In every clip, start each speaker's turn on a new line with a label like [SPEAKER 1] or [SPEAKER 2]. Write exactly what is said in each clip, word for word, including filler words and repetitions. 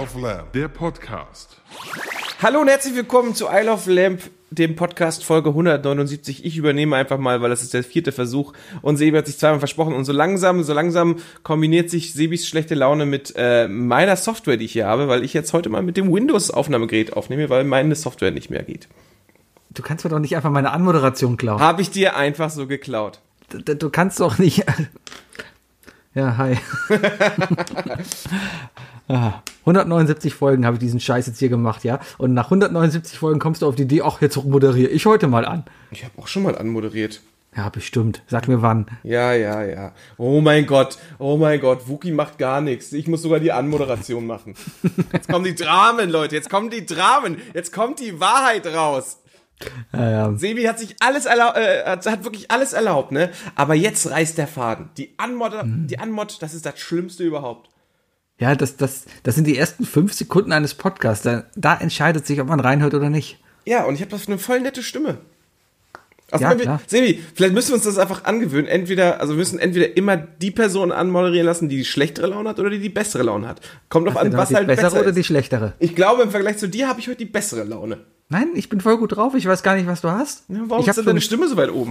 [SPEAKER 1] of Lamp, der Podcast.
[SPEAKER 2] Hallo und herzlich willkommen zu Isle of Lamp, dem Podcast Folge hundertneunundsiebzig. Ich übernehme einfach mal, weil das ist der vierte Versuch und Sebi hat sich zweimal versprochen und so langsam, so langsam kombiniert sich Sebis schlechte Laune mit äh, meiner Software, die ich hier habe, weil ich jetzt heute mal mit dem Windows-Aufnahmegerät aufnehme, weil meine Software nicht mehr geht.
[SPEAKER 3] Du kannst mir doch nicht einfach meine Anmoderation klauen.
[SPEAKER 2] Habe ich dir einfach so geklaut.
[SPEAKER 3] Du, du kannst doch nicht... Ja, hi. hundertneunundsiebzig Folgen habe ich diesen Scheiß jetzt hier gemacht, ja. Und nach hundertneunundsiebzig Folgen kommst du auf die Idee, ach, jetzt moderiere ich heute mal an.
[SPEAKER 2] Ich habe auch schon mal anmoderiert.
[SPEAKER 3] Ja, bestimmt. Sag mir wann.
[SPEAKER 2] Ja, ja, ja. Oh mein Gott, oh mein Gott, Wookie macht gar nichts. Ich muss sogar die Anmoderation machen. Jetzt kommen die Dramen, Leute, jetzt kommen die Dramen. Jetzt kommt die Wahrheit raus.
[SPEAKER 3] Ja, ja.
[SPEAKER 2] Sebi hat sich alles erlaubt, äh, hat wirklich alles erlaubt, ne? Aber jetzt reißt der Faden. Die Anmod, mhm. die Anmod, das ist das Schlimmste überhaupt.
[SPEAKER 3] Ja, das, das, das sind die ersten fünf Sekunden eines Podcasts. Da, da entscheidet sich, ob man reinhört oder nicht.
[SPEAKER 2] Ja, und ich habe das eine voll nette Stimme. Also
[SPEAKER 3] ja,
[SPEAKER 2] wir,
[SPEAKER 3] klar.
[SPEAKER 2] Sebi, vielleicht müssen wir uns das einfach angewöhnen. Entweder, also wir müssen entweder immer die Person anmoderieren lassen, die die schlechtere Laune hat oder die die bessere Laune hat. Kommt drauf an, was halt
[SPEAKER 3] besser ist. Die bessere oder
[SPEAKER 2] ist.
[SPEAKER 3] die schlechtere?
[SPEAKER 2] Ich glaube, im Vergleich zu dir habe ich heute die bessere Laune.
[SPEAKER 3] Nein, ich bin voll gut drauf. Ich weiß gar nicht, was du hast.
[SPEAKER 2] Ja, warum
[SPEAKER 3] ich
[SPEAKER 2] ist denn deine Stimme so weit oben?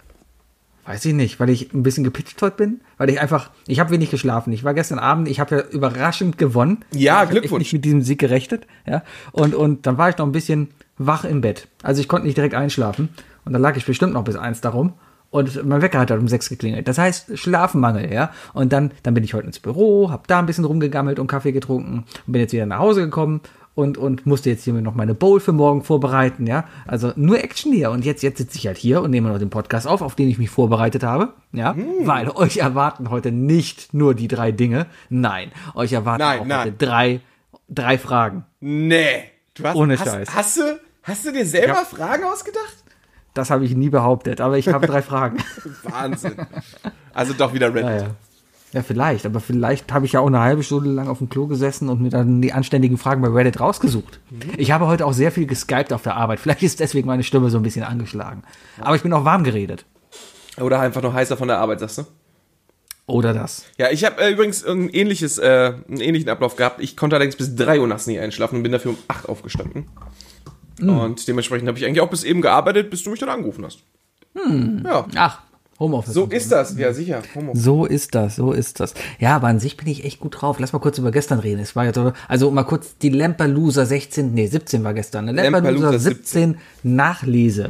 [SPEAKER 3] Weiß ich nicht, weil ich ein bisschen gepitcht heute bin. Weil ich einfach, ich habe wenig geschlafen. Ich war gestern Abend, ich habe ja überraschend gewonnen.
[SPEAKER 2] Ja,
[SPEAKER 3] ich
[SPEAKER 2] Glückwunsch.
[SPEAKER 3] Ich habe nicht mit diesem Sieg gerechnet. Ja, und, und dann war ich noch ein bisschen wach im Bett. Also ich konnte nicht direkt einschlafen. Und dann lag ich bestimmt noch bis eins darum. Und mein Wecker hat halt um sechs geklingelt. Das heißt, Schlafmangel, ja. Und dann, dann bin ich heute ins Büro, habe da ein bisschen rumgegammelt und Kaffee getrunken und bin jetzt wieder nach Hause gekommen. Und, und musste jetzt hier noch meine Bowl für morgen vorbereiten, ja. Also nur Action hier. Und jetzt, jetzt sitze ich halt hier und nehme noch den Podcast auf, auf den ich mich vorbereitet habe, ja. Hm. Weil euch erwarten heute nicht nur die drei Dinge. Nein, euch erwarten
[SPEAKER 2] nein,
[SPEAKER 3] auch
[SPEAKER 2] nein.
[SPEAKER 3] heute drei, drei Fragen.
[SPEAKER 2] Nee. Du hast,
[SPEAKER 3] Ohne
[SPEAKER 2] hast,
[SPEAKER 3] Scheiß.
[SPEAKER 2] Hast du, hast du dir selber
[SPEAKER 3] Ja.
[SPEAKER 2] Fragen ausgedacht?
[SPEAKER 3] Das habe ich nie behauptet, aber ich habe drei Fragen.
[SPEAKER 2] Wahnsinn. Also doch wieder Reddit.
[SPEAKER 3] Ja, ja. Ja, vielleicht, aber vielleicht habe ich ja auch eine halbe Stunde lang auf dem Klo gesessen und mir dann die anständigen Fragen bei Reddit rausgesucht. Mhm. Ich habe heute auch sehr viel geskypt auf der Arbeit. Vielleicht ist deswegen meine Stimme so ein bisschen angeschlagen. Aber ich bin auch warm geredet.
[SPEAKER 2] Oder einfach nur heißer von der Arbeit, sagst du?
[SPEAKER 3] Oder das.
[SPEAKER 2] Ja, ich habe äh, übrigens ein ähnliches, äh, einen ähnlichen Ablauf gehabt. Ich konnte allerdings bis drei Uhr nachts nie einschlafen und bin dafür um acht aufgestanden. Mhm. Und dementsprechend habe ich eigentlich auch bis eben gearbeitet, bis du mich dann angerufen hast.
[SPEAKER 3] Mhm.
[SPEAKER 2] Ja.
[SPEAKER 3] Ach. Homeoffice.
[SPEAKER 2] So ist das, ja sicher.
[SPEAKER 3] Homeoffice. So ist das, so ist das. Ja, aber an sich bin ich echt gut drauf. Lass mal kurz über gestern reden. Es war ja so, also mal kurz die Lampalooza sechzehn, nee, siebzehn war gestern. Ne? Lampalooza siebzehn Nachlese.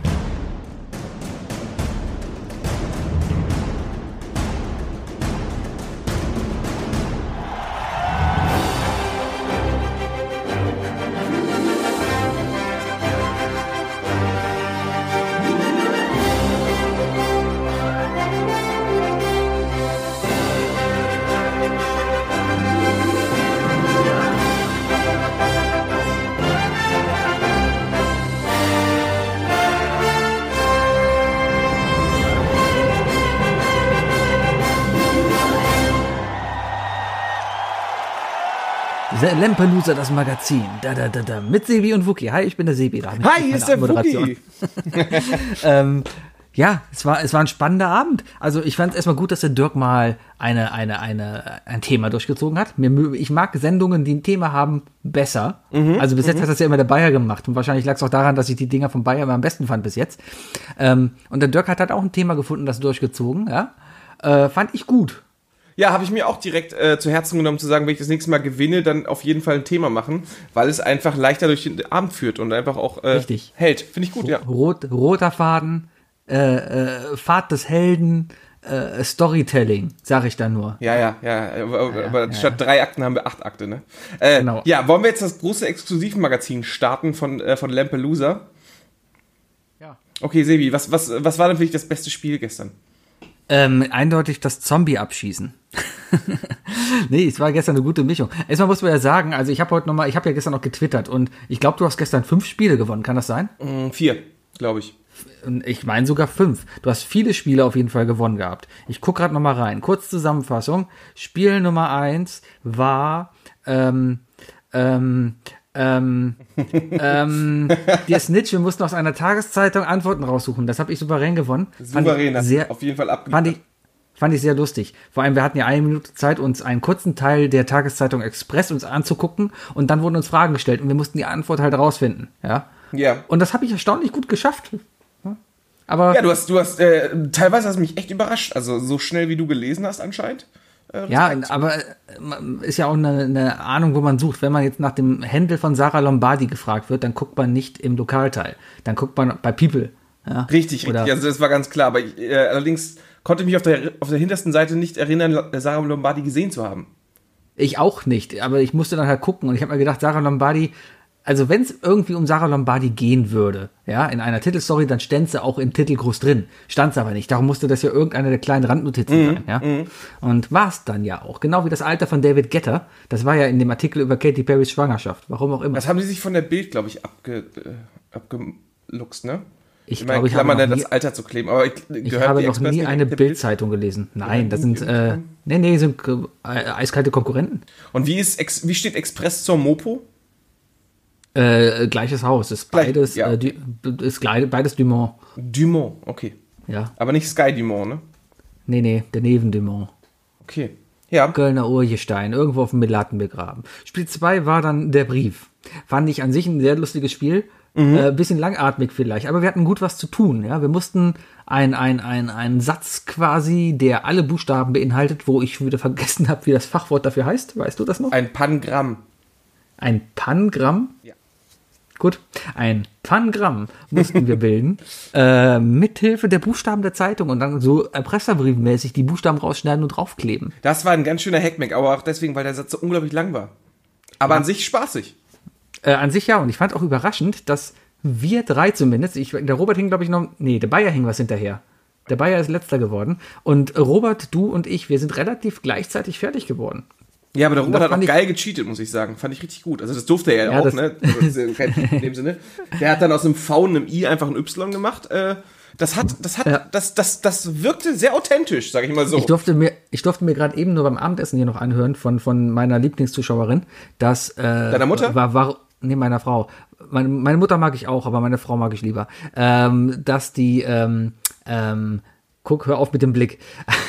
[SPEAKER 3] Lampalooza, das Magazin. Da, da, da, da. Mit Sebi und Wookie. Hi, ich bin der Sebi. Da
[SPEAKER 2] Hi, hier ist der Wookie.
[SPEAKER 3] ähm, ja, es war, es war ein spannender Abend. Also ich fand es erstmal gut, dass der Dirk mal eine, eine, eine, ein Thema durchgezogen hat. Mir, ich mag Sendungen, die ein Thema haben, besser. Mhm, also bis jetzt mhm. hat das ja immer der Bayer gemacht. Und wahrscheinlich lag es auch daran, dass ich die Dinger von Bayer immer am besten fand bis jetzt. Ähm, und der Dirk hat halt auch ein Thema gefunden, das durchgezogen. Ja, äh, fand ich gut.
[SPEAKER 2] Ja, habe ich mir auch direkt äh, zu Herzen genommen, zu sagen, wenn ich das nächste Mal gewinne, dann auf jeden Fall ein Thema machen, weil es einfach leichter durch den Abend führt und einfach auch äh,
[SPEAKER 3] Richtig.
[SPEAKER 2] hält. Finde ich gut, ja.
[SPEAKER 3] Rot, roter Faden, äh, äh, Pfad des Helden, äh, Storytelling, sage ich da nur.
[SPEAKER 2] Ja, ja, ja. Aber, ja, aber ja, statt ja. drei Akten haben wir acht Akte, ne? Äh,
[SPEAKER 3] genau.
[SPEAKER 2] Ja, wollen wir jetzt das große Exklusivmagazin starten von, äh, von Lampalooza?
[SPEAKER 3] Ja.
[SPEAKER 2] Okay, Sebi, was, was, was war denn für dich das beste Spiel gestern?
[SPEAKER 3] Ähm, eindeutig das Zombie-Abschießen. Nee, es war gestern eine gute Mischung. Erstmal muss man ja sagen, also ich habe heute nochmal, ich habe ja gestern noch getwittert und ich glaube, du hast gestern fünf Spiele gewonnen, kann das sein?
[SPEAKER 2] Mm, vier, glaube ich.
[SPEAKER 3] Ich meine sogar fünf. Du hast viele Spiele auf jeden Fall gewonnen gehabt. Ich gucke gerade nochmal rein. Kurz Zusammenfassung. Spiel Nummer eins war ähm, ähm, Ähm, ähm, der Snitch, wir mussten aus einer Tageszeitung Antworten raussuchen. Das habe ich souverän gewonnen.
[SPEAKER 2] Souverän,
[SPEAKER 3] sehr,
[SPEAKER 2] auf jeden Fall abgeliefert.
[SPEAKER 3] Fand ich, Fand ich sehr lustig. Vor allem, wir hatten ja eine Minute Zeit, uns einen kurzen Teil der Tageszeitung Express uns anzugucken und dann wurden uns Fragen gestellt und wir mussten die Antwort halt rausfinden. Ja.
[SPEAKER 2] Ja.
[SPEAKER 3] Und das habe ich erstaunlich gut geschafft. Aber
[SPEAKER 2] Ja, du hast, du hast, äh, teilweise hast du mich echt überrascht. Also so schnell, wie du gelesen hast anscheinend. Äh,
[SPEAKER 3] ja, aber äh, ist ja auch eine, eine Ahnung, wo man sucht. Wenn man jetzt nach dem Händel von Sarah Lombardi gefragt wird, dann guckt man nicht im Lokalteil. Dann guckt man bei People. Ja?
[SPEAKER 2] Richtig,
[SPEAKER 3] Oder-
[SPEAKER 2] richtig. Also das war ganz klar. Aber ich, äh, allerdings konnte ich mich auf der, auf der hintersten Seite nicht erinnern, Sarah Lombardi gesehen zu haben.
[SPEAKER 3] Ich auch nicht, aber ich musste dann halt gucken und ich habe mir gedacht, Sarah Lombardi, also wenn es irgendwie um Sarah Lombardi gehen würde, ja, in einer Titelstory, dann ständ sie auch im Titel groß drin. Stand's aber nicht. Darum musste das ja irgendeine der kleinen Randnotizen
[SPEAKER 2] Mhm,
[SPEAKER 3] sein, ja. Und war's dann ja auch. Genau wie das Alter von David Guetta. Das war ja in dem Artikel über Katy Perrys Schwangerschaft. Warum auch immer.
[SPEAKER 2] Das haben sie sich von der Bild, glaube ich, abge, äh, abgeluchst, ne?
[SPEAKER 3] Ich
[SPEAKER 2] Immer
[SPEAKER 3] glaube,
[SPEAKER 2] in
[SPEAKER 3] ich habe
[SPEAKER 2] Klammern
[SPEAKER 3] noch
[SPEAKER 2] das
[SPEAKER 3] nie,
[SPEAKER 2] Alter zu kleben. Aber ich,
[SPEAKER 3] ich
[SPEAKER 2] gehört
[SPEAKER 3] habe
[SPEAKER 2] die
[SPEAKER 3] noch
[SPEAKER 2] Express
[SPEAKER 3] nie
[SPEAKER 2] nicht
[SPEAKER 3] eine
[SPEAKER 2] der Bild?
[SPEAKER 3] Bildzeitung gelesen. Nein, das sind, äh, nee, nee, sind äh, eiskalte Konkurrenten.
[SPEAKER 2] Und wie ist, Ex- wie steht Express zur Mopo?
[SPEAKER 3] Äh, gleiches Haus. Ist
[SPEAKER 2] Gleich,
[SPEAKER 3] beides,
[SPEAKER 2] ja.
[SPEAKER 3] äh, du- ist gleich, beides Dumont.
[SPEAKER 2] Dumont, okay.
[SPEAKER 3] Ja.
[SPEAKER 2] Aber nicht Sky Dumont, ne?
[SPEAKER 3] Nee, nee, daneben Dumont.
[SPEAKER 2] Okay. Ja.
[SPEAKER 3] Kölner Urgestein, irgendwo auf dem Melaten begraben. Spiel zwei war dann der Brief. Fand ich an sich ein sehr lustiges Spiel.
[SPEAKER 2] Mhm.
[SPEAKER 3] Äh, bisschen langatmig vielleicht, aber wir hatten gut was zu tun. Ja? Wir mussten ein, ein, ein, einen Satz quasi, der alle Buchstaben beinhaltet, wo ich wieder vergessen habe, wie das Fachwort dafür heißt. Weißt du das noch?
[SPEAKER 2] Ein Pangramm.
[SPEAKER 3] Ein Pangramm?
[SPEAKER 2] Ja.
[SPEAKER 3] Gut. Ein Pangramm mussten wir bilden, äh, mithilfe der Buchstaben der Zeitung und dann so erpresserbriefmäßig die Buchstaben rausschneiden und draufkleben.
[SPEAKER 2] Das war ein ganz schöner Hackmack, aber auch deswegen, weil der Satz so unglaublich lang war. Aber an sich spaßig.
[SPEAKER 3] Äh, an sich ja, und ich fand auch überraschend, dass wir drei zumindest, ich, der Robert hing, glaube ich, noch, nee, der Bayer hing was hinterher. Der Bayer ist letzter geworden. Und Robert, du und ich, wir sind relativ gleichzeitig fertig geworden.
[SPEAKER 2] Ja, aber der Robert
[SPEAKER 3] das
[SPEAKER 2] hat auch
[SPEAKER 3] fand ich-
[SPEAKER 2] geil gecheatet, muss ich sagen. Fand ich richtig gut. Also das durfte er ja,
[SPEAKER 3] Ja,
[SPEAKER 2] auch,
[SPEAKER 3] das-
[SPEAKER 2] ne? Also das ist ja kein Cheat in dem Sinne. Der hat dann aus einem V und einem I einfach ein Y gemacht. Äh, das hat, das hat,
[SPEAKER 3] Ja.
[SPEAKER 2] das, das, das wirkte sehr authentisch, sag ich mal so.
[SPEAKER 3] Ich durfte mir, ich durfte mir gerade eben nur beim Abendessen hier noch anhören von, von meiner Lieblingszuschauerin, dass äh,
[SPEAKER 2] Deiner Mutter?
[SPEAKER 3] War, war, nee, meiner Frau. Meine, meine Mutter mag ich auch, aber meine Frau mag ich lieber. Ähm, dass die, ähm, ähm, guck, hör auf mit dem Blick.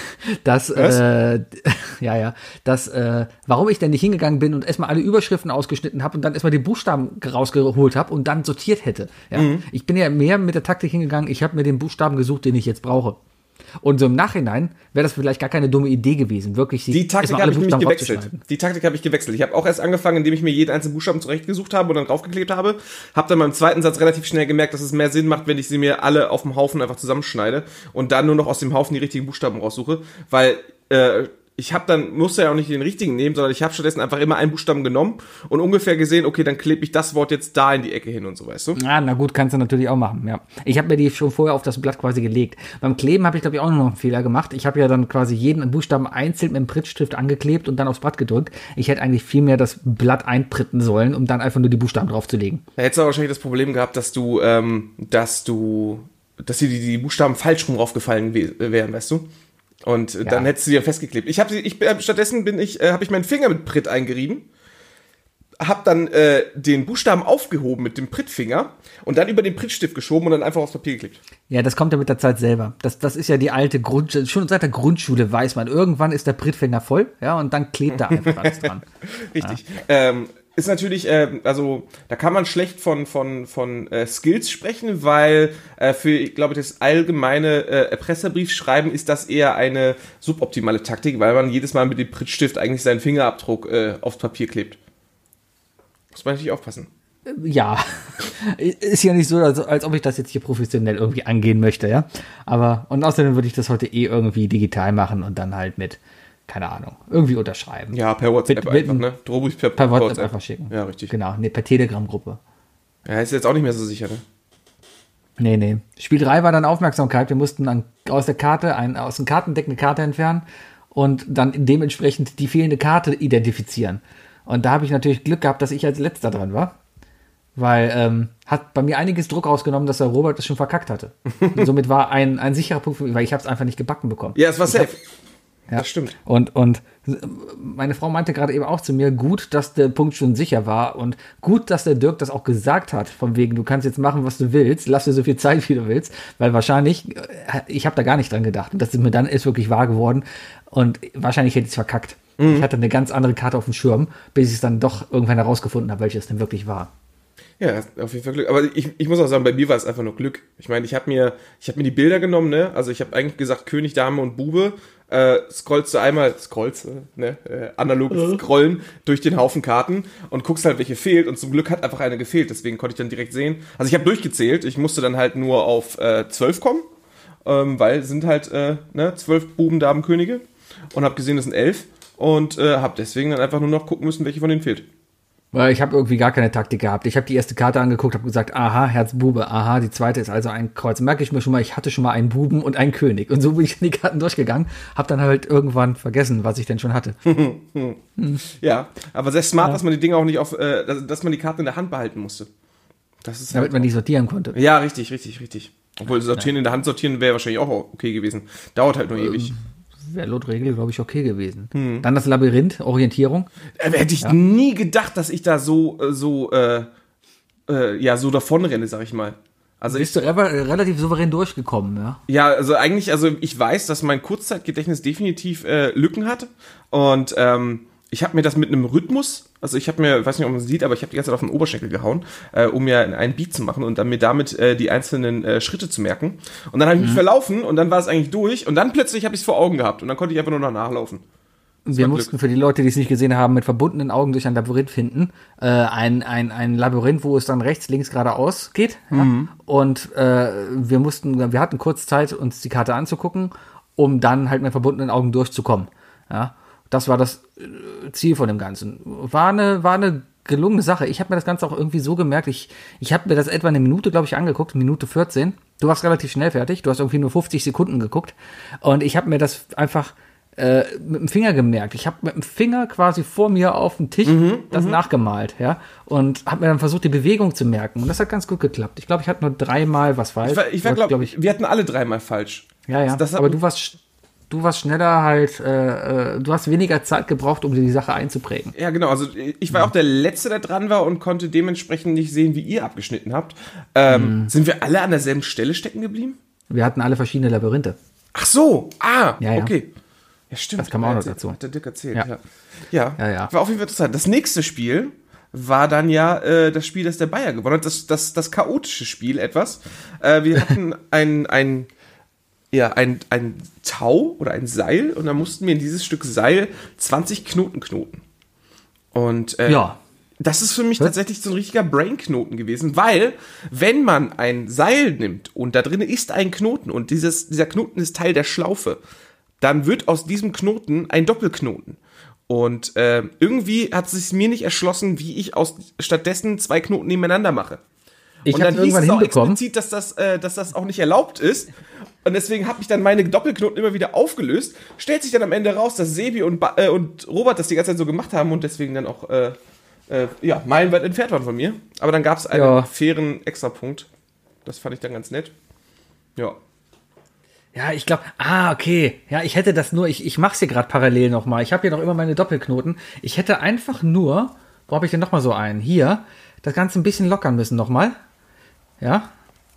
[SPEAKER 3] dass,
[SPEAKER 2] Was?
[SPEAKER 3] äh, ja, ja, dass, äh, warum ich denn nicht hingegangen bin und erstmal alle Überschriften ausgeschnitten habe und dann erstmal die Buchstaben rausgeholt habe und dann sortiert hätte. Ja?
[SPEAKER 2] Mhm.
[SPEAKER 3] Ich bin ja mehr mit der Taktik hingegangen, ich habe mir den Buchstaben gesucht, den ich jetzt brauche. Und so im Nachhinein wäre das vielleicht gar keine dumme Idee gewesen, wirklich sie
[SPEAKER 2] Die Taktik
[SPEAKER 3] erstmal
[SPEAKER 2] habe ich nämlich
[SPEAKER 3] Buchstaben
[SPEAKER 2] gewechselt.
[SPEAKER 3] rauszuschneiden.
[SPEAKER 2] Die Taktik habe ich gewechselt. Ich habe auch erst angefangen, indem ich mir jeden einzelnen Buchstaben zurechtgesucht habe und dann draufgeklebt habe. Habe dann beim zweiten Satz relativ schnell gemerkt, dass es mehr Sinn macht, wenn ich sie mir alle auf dem Haufen einfach zusammenschneide und dann nur noch aus dem Haufen die richtigen Buchstaben raussuche. Weil äh, ich habe dann, musste ja auch nicht den richtigen nehmen, sondern ich habe stattdessen einfach immer einen Buchstaben genommen und ungefähr gesehen, okay, dann klebe ich das Wort jetzt da in die Ecke hin und so, weißt du?
[SPEAKER 3] Ja, na gut, kannst du natürlich auch machen, ja. Ich habe mir die schon vorher auf das Blatt quasi gelegt. Beim Kleben habe ich, glaube ich, auch noch einen Fehler gemacht. Ich habe ja dann quasi jeden Buchstaben einzeln mit dem Prittstift angeklebt und dann aufs Blatt gedrückt. Ich hätte eigentlich viel mehr das Blatt einpritten sollen, um dann einfach nur die Buchstaben draufzulegen.
[SPEAKER 2] Da hättest du aber wahrscheinlich das Problem gehabt, dass du, ähm, dass du, dass dir die, die Buchstaben falsch rum draufgefallen we- wären, weißt du? Und äh, dann hättest du die festgeklebt. Ich habe sie, ich äh, stattdessen bin ich, äh, habe ich meinen Finger mit Pritt eingerieben, habe dann äh, den Buchstaben aufgehoben mit dem Prittfinger und dann über den Prittstift geschoben und dann einfach aufs Papier geklebt.
[SPEAKER 3] Ja, das kommt ja mit der Zeit selber. Das, das ist ja die alte Grund, schon seit der Grundschule weiß man, irgendwann ist der Prittfinger voll, ja, und dann klebt da einfach alles dran.
[SPEAKER 2] Richtig. Ähm, ist natürlich, äh, also da kann man schlecht von von von äh, Skills sprechen, weil äh, für, ich glaube, das allgemeine äh, Erpresserbriefschreiben ist das eher eine suboptimale Taktik, weil man jedes Mal mit dem Prittstift eigentlich seinen Fingerabdruck äh, aufs Papier klebt. Muss man natürlich aufpassen.
[SPEAKER 3] Ja, ist ja nicht so, als, als ob ich das jetzt hier professionell irgendwie angehen möchte, ja. Aber, und außerdem würde ich das heute eh irgendwie digital machen und dann halt mit, keine Ahnung, irgendwie unterschreiben.
[SPEAKER 2] Ja, per WhatsApp
[SPEAKER 3] Mit- mit-
[SPEAKER 2] einfach, ne? Drohbrief per,
[SPEAKER 3] Per WhatsApp einfach schicken.
[SPEAKER 2] Ja, richtig.
[SPEAKER 3] Genau, nee, per Telegram-Gruppe.
[SPEAKER 2] Ja, ist jetzt auch nicht mehr so sicher, ne?
[SPEAKER 3] Nee, nee. Spiel drei war dann Aufmerksamkeit. Wir mussten dann aus der Karte, ein, aus dem Kartendeck eine Karte entfernen und dann dementsprechend die fehlende Karte identifizieren. Und da habe ich natürlich Glück gehabt, dass ich als Letzter dran war. Weil, ähm, hat bei mir einiges Druck rausgenommen, dass der Robert das schon verkackt hatte. Und somit war ein, ein sicherer Punkt für mich, weil ich habe es einfach nicht gebacken bekommen.
[SPEAKER 2] Ja, es war
[SPEAKER 3] Ich hab-
[SPEAKER 2] safe.
[SPEAKER 3] Ja?
[SPEAKER 2] Das stimmt.
[SPEAKER 3] Und, und meine Frau meinte gerade eben auch zu mir, gut, dass der Punkt schon sicher war und gut, dass der Dirk das auch gesagt hat, von wegen, du kannst jetzt machen, was du willst, lass dir so viel Zeit, wie du willst, weil wahrscheinlich, ich habe da gar nicht dran gedacht und das ist mir dann ist wirklich wahr geworden und wahrscheinlich hätte ich es verkackt. Mhm. Ich hatte eine ganz andere Karte auf dem Schirm, bis ich es dann doch irgendwann herausgefunden habe, welches denn wirklich war.
[SPEAKER 2] Ja, auf jeden Fall Glück. Aber ich, ich muss auch sagen, bei mir war es einfach nur Glück. Ich meine, ich habe mir, ich habe mir die Bilder genommen, ne? Also ich habe eigentlich gesagt König, Dame und Bube. Äh, scrollst du einmal, scrollst, ne? Äh, analog
[SPEAKER 3] Mhm.
[SPEAKER 2] scrollen durch den Haufen Karten und guckst halt, welche fehlt. Und zum Glück hat einfach eine gefehlt. Deswegen konnte ich dann direkt sehen. Also ich habe durchgezählt. Ich musste dann halt nur auf äh, zwölf kommen, ähm, weil sind halt äh, ne, zwölf Buben, Damen, Könige. Und habe gesehen, das sind elf. Und äh, habe deswegen dann einfach nur noch gucken müssen, welche von denen fehlt.
[SPEAKER 3] Weil ich habe irgendwie gar keine Taktik gehabt. Ich habe die erste Karte angeguckt, habe gesagt, aha, Herz Bube, aha, die zweite ist also ein Kreuz. Merke ich mir schon mal, ich hatte schon mal einen Buben und einen König. Und so bin ich in die Karten durchgegangen, habe dann halt irgendwann vergessen, was ich denn schon hatte.
[SPEAKER 2] Ja, aber sehr smart,
[SPEAKER 3] Ja.
[SPEAKER 2] dass man die Dinge auch nicht auf, äh, dass, dass man die Karten in der Hand behalten musste. Das ist
[SPEAKER 3] Damit
[SPEAKER 2] halt
[SPEAKER 3] man die sortieren konnte.
[SPEAKER 2] ja, richtig, richtig, richtig. Obwohl sortieren in der Hand sortieren wäre wahrscheinlich auch okay gewesen. Dauert halt nur ewig.
[SPEAKER 3] Wäre laut Regel, glaube ich, okay gewesen. Dann das Labyrinth, Orientierung.
[SPEAKER 2] Äh, hätte ich nie gedacht, dass ich da so, äh, so, äh, äh, ja, so davonrenne, sag ich mal. Also ich,
[SPEAKER 3] Bist du re relativ souverän durchgekommen, ja?
[SPEAKER 2] ja, also eigentlich, also ich weiß, dass mein Kurzzeitgedächtnis definitiv äh, Lücken hat und ähm, ich habe mir das mit einem Rhythmus, also ich habe mir, weiß nicht, ob man es sieht, aber ich habe die ganze Zeit auf den Oberschenkel gehauen, äh, um mir einen Beat zu machen und dann mir damit äh, die einzelnen äh, Schritte zu merken. Und dann habe ich mich verlaufen und dann war es eigentlich durch und dann plötzlich habe ich es vor Augen gehabt und dann konnte ich einfach nur noch nachlaufen.
[SPEAKER 3] Wir
[SPEAKER 2] war
[SPEAKER 3] mussten für die Leute, die es nicht gesehen haben, mit verbundenen Augen durch ein Labyrinth finden. Äh, ein, ein, ein Labyrinth, wo es dann rechts, links, geradeaus geht. Ja? Und äh, wir mussten, wir hatten kurz Zeit, uns die Karte anzugucken, um dann halt mit verbundenen Augen durchzukommen. Ja? Das war das äh, Ziel von dem Ganzen. War eine, war eine gelungene Sache. Ich habe mir das Ganze auch irgendwie so gemerkt, ich, ich habe mir das etwa eine Minute, glaube ich, angeguckt, Minute vierzehn. Du warst relativ schnell fertig, du hast irgendwie nur fünfzig Sekunden geguckt. Und ich habe mir das einfach äh, mit dem Finger gemerkt. Ich habe mit dem Finger quasi vor mir auf dem Tisch
[SPEAKER 2] Mhm,
[SPEAKER 3] das nachgemalt, ja, und habe mir dann versucht, die Bewegung zu merken. Und das hat ganz gut geklappt. Ich glaube, ich hatte nur dreimal was falsch.
[SPEAKER 2] Ich war, ich war
[SPEAKER 3] Du hast,
[SPEAKER 2] glaube
[SPEAKER 3] glaub ich,
[SPEAKER 2] wir hatten alle dreimal falsch.
[SPEAKER 3] ja, ja.
[SPEAKER 2] Das hat-
[SPEAKER 3] aber du warst, sch- du warst schneller halt, äh, äh, du hast weniger Zeit gebraucht, um dir die Sache einzuprägen.
[SPEAKER 2] Ja, genau. Also ich war auch der Letzte, der dran war und konnte dementsprechend nicht sehen, wie ihr abgeschnitten habt. Ähm,
[SPEAKER 3] Mhm.
[SPEAKER 2] Sind wir alle an derselben Stelle stecken geblieben?
[SPEAKER 3] Wir hatten alle verschiedene Labyrinthe.
[SPEAKER 2] Ach so, ah,
[SPEAKER 3] Ja, ja.
[SPEAKER 2] okay. Ja, stimmt.
[SPEAKER 3] Das kam auch noch
[SPEAKER 2] Hat-
[SPEAKER 3] dazu.
[SPEAKER 2] Hat der Dirk erzählt,
[SPEAKER 3] Ja.
[SPEAKER 2] ja. Ja.
[SPEAKER 3] Ja, ja.
[SPEAKER 2] War auf jeden Fall interessant. Das nächste Spiel war dann ja äh, das Spiel, das der Bayer gewonnen hat. Das, das, das chaotische Spiel etwas. Äh, wir hatten ein, ein, ja, ein, ein Tau oder ein Seil und dann mussten wir in dieses Stück Seil zwanzig Knoten knoten. Und äh,
[SPEAKER 3] Ja.
[SPEAKER 2] das ist für mich tatsächlich so ein richtiger Brainknoten gewesen, weil wenn man ein Seil nimmt und da drin ist ein Knoten und dieses, dieser Knoten ist Teil der Schlaufe, dann wird aus diesem Knoten ein Doppelknoten. Und äh, irgendwie hat es sich mir nicht erschlossen, wie ich aus stattdessen zwei Knoten nebeneinander mache.
[SPEAKER 3] Ich
[SPEAKER 2] und
[SPEAKER 3] habe
[SPEAKER 2] dann hieß
[SPEAKER 3] irgendwann
[SPEAKER 2] es auch
[SPEAKER 3] hinbekommen.
[SPEAKER 2] explizit, dass das, äh, dass das auch nicht erlaubt ist. Und deswegen habe ich dann meine Doppelknoten immer wieder aufgelöst. Stellt sich dann am Ende raus, dass Sebi und, ba äh, und Robert das die ganze Zeit so gemacht haben und deswegen dann auch äh, äh, ja, meilenweit entfernt waren von mir. Aber dann gab es einen
[SPEAKER 3] Ja.
[SPEAKER 2] fairen Extrapunkt. Das fand ich dann ganz nett. Ja.
[SPEAKER 3] Ja, ich glaube, ah, okay. Ja, ich hätte das nur, ich, ich mache es hier gerade parallel nochmal. Ich habe hier noch immer meine Doppelknoten. Ich hätte einfach nur, wo habe ich denn nochmal so einen? Hier, das Ganze ein bisschen lockern müssen nochmal. Ja.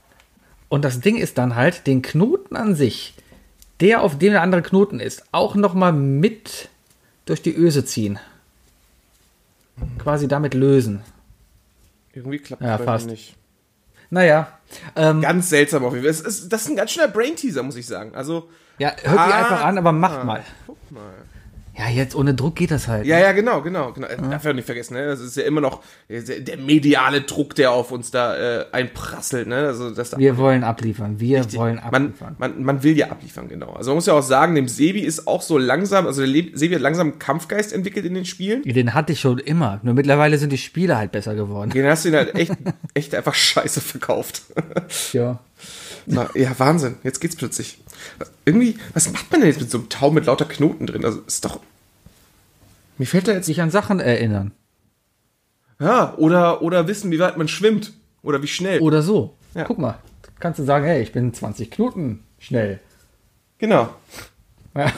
[SPEAKER 3] Und das Ding ist dann halt, den Knoten an sich, der auf dem der andere Knoten ist, auch nochmal mit durch die Öse ziehen. Quasi damit lösen.
[SPEAKER 2] Irgendwie klappt
[SPEAKER 3] Ja,
[SPEAKER 2] das bei mir
[SPEAKER 3] fast.
[SPEAKER 2] nicht.
[SPEAKER 3] Naja. Ähm,
[SPEAKER 2] Ganz seltsam auf jeden Fall. Es ist, das ist ein ganz schöner Brain-Teaser, muss ich sagen. Also,
[SPEAKER 3] ja, hört
[SPEAKER 2] Ah.
[SPEAKER 3] die einfach an, aber macht mal.
[SPEAKER 2] guck mal.
[SPEAKER 3] Ja, jetzt ohne Druck geht das halt.
[SPEAKER 2] Ja, ja, genau, genau. genau. Darf ja nicht vergessen, ne? Das ist ja immer noch der, der mediale Druck, der auf uns da äh, einprasselt, ne? Also, das
[SPEAKER 3] Wir wollen abliefern. Wir
[SPEAKER 2] Richtig.
[SPEAKER 3] wollen
[SPEAKER 2] man,
[SPEAKER 3] abliefern.
[SPEAKER 2] man, man will ja abliefern, genau. Also man muss ja auch sagen, dem Sebi ist auch so langsam, also der Le- Sebi hat langsam Kampfgeist entwickelt in den Spielen.
[SPEAKER 3] Den hatte ich schon immer. Nur mittlerweile sind die Spiele halt besser geworden.
[SPEAKER 2] Den hast du ihn halt echt, echt einfach scheiße verkauft.
[SPEAKER 3] Ja.
[SPEAKER 2] Na, ja, Wahnsinn. Jetzt geht's plötzlich. Irgendwie, was macht man denn jetzt mit so einem Tau mit lauter Knoten drin? Also ist doch. Mir fällt da jetzt.
[SPEAKER 3] Sich an Sachen erinnern.
[SPEAKER 2] Ja, oder, oder wissen, wie weit man schwimmt. Oder wie schnell.
[SPEAKER 3] Oder so.
[SPEAKER 2] Ja.
[SPEAKER 3] Guck mal. Kannst du sagen, hey, ich bin zwanzig Knoten schnell.
[SPEAKER 2] Genau.
[SPEAKER 3] Ja.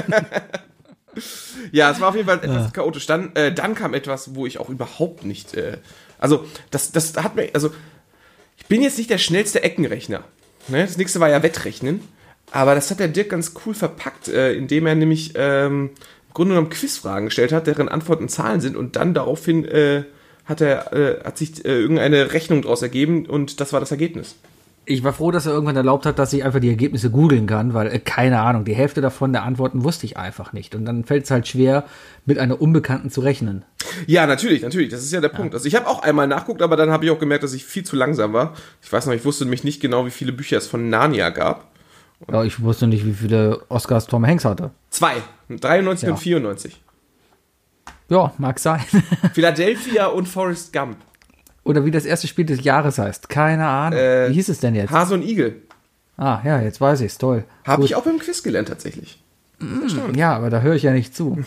[SPEAKER 2] Ja, es war auf jeden Fall etwas ja. chaotisch. Dann, äh, dann kam etwas, wo ich auch überhaupt nicht, äh, also das, das hat mir, also ich bin jetzt nicht der schnellste Eckenrechner. Ne? Das nächste war ja Wettrechnen, aber das hat der Dirk ganz cool verpackt, äh, indem er nämlich ähm, im Grunde genommen Quizfragen gestellt hat, deren Antworten Zahlen sind und dann daraufhin äh, hat er, äh, hat sich äh, irgendeine Rechnung daraus ergeben und das war das Ergebnis.
[SPEAKER 3] Ich war froh, dass er irgendwann erlaubt hat, dass ich einfach die Ergebnisse googeln kann, weil, äh, keine Ahnung, die Hälfte davon der Antworten wusste ich einfach nicht. Und dann fällt es halt schwer, mit einer Unbekannten zu rechnen.
[SPEAKER 2] Ja, natürlich, natürlich. Das ist ja der ja. Punkt. Also ich habe auch einmal nachgeguckt, aber dann habe ich auch gemerkt, dass ich viel zu langsam war. Ich weiß noch, ich wusste nämlich nicht genau, wie viele Bücher es von Narnia gab.
[SPEAKER 3] Und ja, ich wusste nicht, wie viele Oscars Tom Hanks hatte.
[SPEAKER 2] Zwei. dreiundneunzig
[SPEAKER 3] ja.
[SPEAKER 2] und vierundneunzig.
[SPEAKER 3] Ja, mag sein.
[SPEAKER 2] Philadelphia und Forrest Gump.
[SPEAKER 3] Oder wie das erste Spiel des Jahres heißt. Keine Ahnung. Äh, wie hieß es denn jetzt?
[SPEAKER 2] Hase und Igel.
[SPEAKER 3] Ah, ja, jetzt weiß ich's. Toll.
[SPEAKER 2] Habe ich auch beim Quiz gelernt, tatsächlich.
[SPEAKER 3] Mm, ja, aber da höre ich ja nicht zu.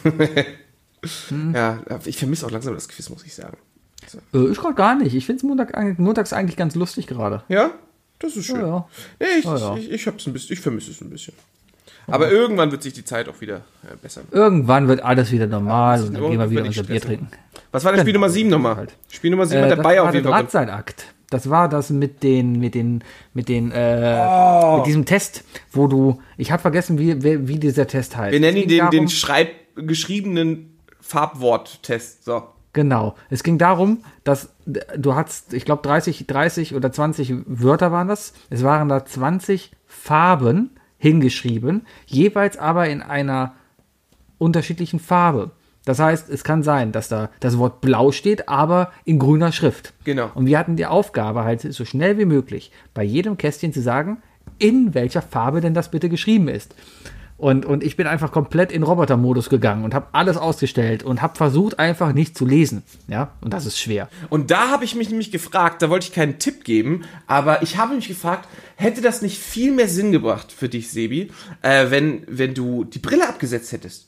[SPEAKER 2] hm. Ja, ich vermisse auch langsam das Quiz, muss ich sagen.
[SPEAKER 3] So. Äh, ich gerade gar nicht. Ich finde es Montag, montags eigentlich ganz lustig gerade.
[SPEAKER 2] Ja? Das ist schön.
[SPEAKER 3] Ja, ja.
[SPEAKER 2] Nee, ich, ja, ja. ich, ich, hab's ein bisschen, ich vermisse es ein bisschen. Aber okay. irgendwann wird sich die Zeit auch wieder äh, bessern.
[SPEAKER 3] Irgendwann wird alles wieder normal ja, und dann gehen wir wieder unser Bier trinken.
[SPEAKER 2] Was war denn Spiel Nummer sieben nochmal?
[SPEAKER 3] Halt.
[SPEAKER 2] Spiel Nummer sieben
[SPEAKER 3] äh,
[SPEAKER 2] hat der Bayer auf jeden Fall.
[SPEAKER 3] Das war der Drahtseilakt. Das war das mit den, mit den, mit den, äh, oh. mit diesem Test, wo du, ich habe vergessen, wie, wie, wie dieser Test heißt.
[SPEAKER 2] Wir nennen ihn den, darum, den schreib, geschriebenen Farbwort-Test, so.
[SPEAKER 3] Genau. Es ging darum, dass du hattest, ich glaube, dreißig, dreißig oder zwanzig Wörter waren das. Es waren da zwanzig Farben hingeschrieben, jeweils aber in einer unterschiedlichen Farbe. Das heißt, es kann sein, dass da das Wort blau steht, aber in grüner Schrift.
[SPEAKER 2] Genau.
[SPEAKER 3] Und wir hatten die Aufgabe, halt so schnell wie möglich bei jedem Kästchen zu sagen, in welcher Farbe denn das bitte geschrieben ist. Und, und ich bin einfach komplett in Robotermodus gegangen und habe alles ausgestellt und habe versucht, einfach nicht zu lesen. Ja, und das ist schwer.
[SPEAKER 2] Und da habe ich mich nämlich gefragt, da wollte ich keinen Tipp geben, aber ich habe mich gefragt, hätte das nicht viel mehr Sinn gebracht für dich, Sebi, äh, wenn, wenn du die Brille abgesetzt hättest?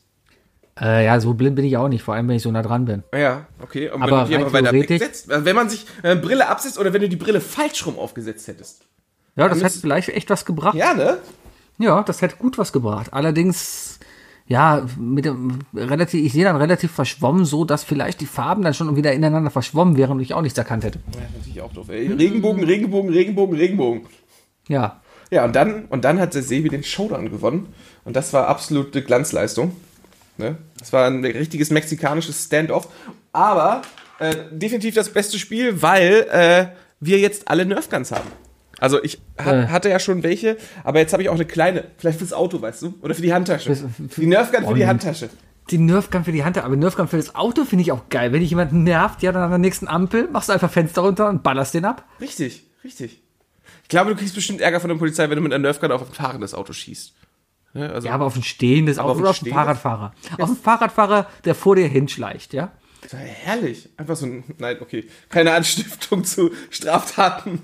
[SPEAKER 3] Äh, ja, so blind bin ich auch nicht, vor allem wenn ich so nah dran bin.
[SPEAKER 2] Ja, okay. Und
[SPEAKER 3] aber
[SPEAKER 2] wenn, du die aber wegsetzt, wenn man sich äh, Brille absetzt oder wenn du die Brille falsch rum aufgesetzt hättest.
[SPEAKER 3] Ja, das hätte vielleicht echt was gebracht.
[SPEAKER 2] Ja, ne?
[SPEAKER 3] Ja, das hätte gut was gebracht. Allerdings, ja, mit dem relativ, ich sehe dann relativ verschwommen, so dass vielleicht die Farben dann schon wieder ineinander verschwommen wären und ich auch nichts erkannt hätte.
[SPEAKER 2] Ja, natürlich auch doof. Ey. Regenbogen, Regenbogen, Regenbogen, Regenbogen.
[SPEAKER 3] Ja.
[SPEAKER 2] Ja, und dann, und dann hat der Sebi den Showdown gewonnen. Und das war absolute Glanzleistung. Ne? Das war ein richtiges mexikanisches Stand-off. Aber äh, definitiv das beste Spiel, weil äh, wir jetzt alle Nerfguns haben. Also ich ha- äh. hatte ja schon welche, aber jetzt habe ich auch eine kleine, vielleicht fürs Auto, weißt du? Oder für die Handtasche. Für, für, die Nerfgun für die Handtasche.
[SPEAKER 3] Die Nerfgun für die Handtasche, aber Nerfgun für das Auto finde ich auch geil. Wenn dich jemand nervt, ja, dann an der nächsten Ampel machst du einfach Fenster runter und ballerst den ab.
[SPEAKER 2] Richtig, richtig. Ich glaube, du kriegst bestimmt Ärger von der Polizei, wenn du mit einer Nerfgun auf ein fahrendes Auto schießt. Ja, also,
[SPEAKER 3] ja, aber auf ein stehendes Auto oder auf einen Fahrradfahrer. Ja. Auf einen Fahrradfahrer, der vor dir hinschleicht, ja?
[SPEAKER 2] Das war herrlich. Einfach so ein, nein, okay, keine Anstiftung zu Straftaten.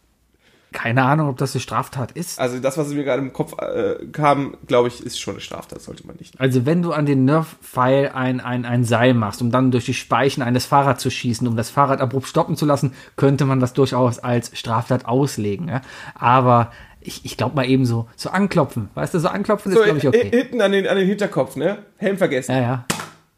[SPEAKER 3] Keine Ahnung, ob das eine Straftat ist.
[SPEAKER 2] Also das, was mir gerade im Kopf äh, kam, glaube ich, ist schon eine Straftat, sollte man nicht.
[SPEAKER 3] Also wenn du an den Nerf-Pfeil ein, ein, ein Seil machst, um dann durch die Speichen eines Fahrrads zu schießen, um das Fahrrad abrupt stoppen zu lassen, könnte man das durchaus als Straftat auslegen. Ja? Aber ich, ich glaube mal eben so, so anklopfen. Weißt du, so anklopfen
[SPEAKER 2] so,
[SPEAKER 3] ist, glaube ich, okay.
[SPEAKER 2] Hinten an den, an den Hinterkopf, ne? Helm vergessen.
[SPEAKER 3] Ja, ja.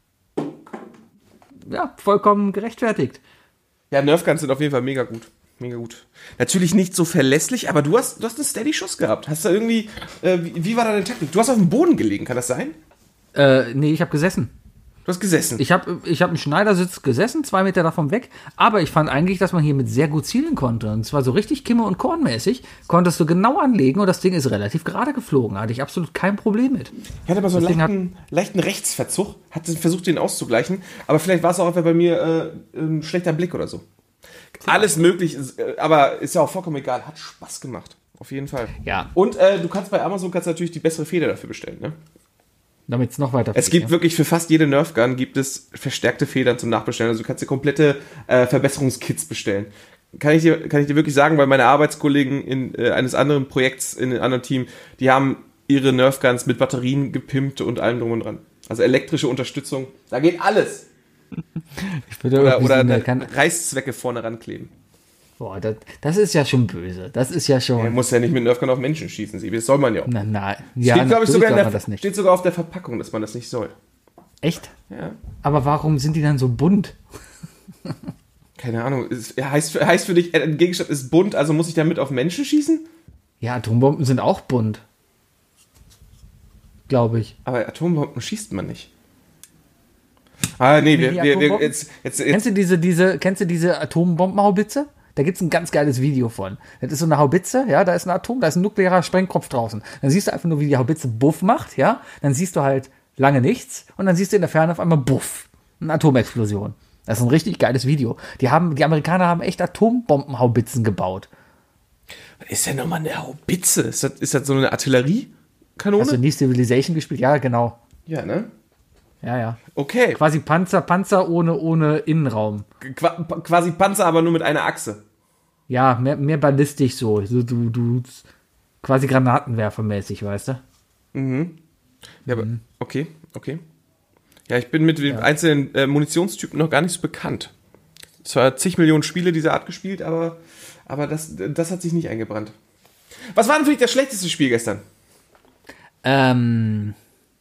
[SPEAKER 3] Ja, vollkommen gerechtfertigt.
[SPEAKER 2] Ja, Nerfguns sind auf jeden Fall mega gut. Mega gut. Natürlich nicht so verlässlich, aber du hast, du hast einen Steady-Schuss gehabt. Hast du irgendwie, äh, wie, wie war deine Taktik? Du hast auf dem Boden gelegen, kann das sein?
[SPEAKER 3] Äh, nee, ich habe gesessen.
[SPEAKER 2] Du hast gesessen?
[SPEAKER 3] Ich habe ich hab im Schneidersitz gesessen, zwei Meter davon weg, aber ich fand eigentlich, dass man hier mit sehr gut zielen konnte. Und zwar so richtig Kimme- und Kornmäßig konntest du genau anlegen und das Ding ist relativ gerade geflogen. Da hatte ich absolut kein Problem mit.
[SPEAKER 2] Ich hatte aber so einen leichten, leichten Rechtsverzug, hatte versucht, den auszugleichen, aber vielleicht war es auch einfach bei mir äh, ein schlechter Blick oder so. Alles möglich, ist, aber ist ja auch vollkommen egal. Hat Spaß gemacht, auf jeden Fall.
[SPEAKER 3] Ja.
[SPEAKER 2] Und äh, du kannst bei Amazon kannst natürlich die bessere Feder dafür bestellen, ne?
[SPEAKER 3] Damit es noch weiter
[SPEAKER 2] Es gibt ja. wirklich für fast jede Nerfgun gibt es verstärkte Federn zum Nachbestellen. Also du kannst dir komplette äh, Verbesserungskits bestellen. Kann ich dir, kann ich dir wirklich sagen, weil meine Arbeitskollegen in äh, eines anderen Projekts in einem anderen Team, die haben ihre Nerfguns mit Batterien gepimpt und allem drum und dran. Also elektrische Unterstützung, da geht alles.
[SPEAKER 3] Ich würde
[SPEAKER 2] oder oder
[SPEAKER 3] sehen, kann,
[SPEAKER 2] Reißzwecke vorne rankleben.
[SPEAKER 3] Boah, das, das ist ja schon böse. Das ist ja schon.
[SPEAKER 2] Er muss ja nicht mit Nerfgun auf Menschen schießen, Sebi. Das soll man ja auch.
[SPEAKER 3] Na, na, ja,
[SPEAKER 2] steht, glaube ich, sogar in der,
[SPEAKER 3] das nicht.
[SPEAKER 2] steht sogar auf der Verpackung, dass man das nicht soll.
[SPEAKER 3] Echt?
[SPEAKER 2] Ja.
[SPEAKER 3] Aber warum sind die dann so bunt?
[SPEAKER 2] Keine Ahnung. Ist, heißt, heißt für dich, ein Gegenstand ist bunt, also muss ich damit auf Menschen schießen?
[SPEAKER 3] Ja, Atombomben sind auch bunt. Glaube ich.
[SPEAKER 2] Aber Atombomben schießt man nicht. Ah, nee, wir, wir, wir jetzt, jetzt, jetzt.
[SPEAKER 3] Kennst du diese, diese, kennst du diese Atombombenhaubitze? Da gibt's ein ganz geiles Video von. Das ist so eine Haubitze, ja, da ist ein Atom, da ist ein nuklearer Sprengkopf draußen. Dann siehst du einfach nur, wie die Haubitze Buff macht, ja. Dann siehst du halt lange nichts und dann siehst du in der Ferne auf einmal Buff. Eine Atomexplosion. Das ist ein richtig geiles Video. Die haben, die Amerikaner haben echt Atombombenhaubitzen gebaut.
[SPEAKER 2] Was ist denn nochmal eine Haubitze? Ist das, ist das so eine Artilleriekanone?
[SPEAKER 3] Hast du nie Civilization gespielt? Ja, genau.
[SPEAKER 2] Ja, ne?
[SPEAKER 3] Ja, ja.
[SPEAKER 2] Okay.
[SPEAKER 3] Quasi Panzer, Panzer ohne, ohne Innenraum.
[SPEAKER 2] Qua quasi Panzer, aber nur mit einer Achse.
[SPEAKER 3] Ja, mehr, mehr ballistisch so. so du, du, quasi Granatenwerfermäßig, weißt du?
[SPEAKER 2] Mhm. Ja, aber, okay, okay. Ja, ich bin mit den ja. einzelnen äh, Munitionstypen noch gar nicht so bekannt. Zwar zig Millionen Spiele dieser Art gespielt, aber, aber das, das hat sich nicht eingebrannt. Was war denn für dich das schlechteste Spiel gestern?
[SPEAKER 3] Ähm...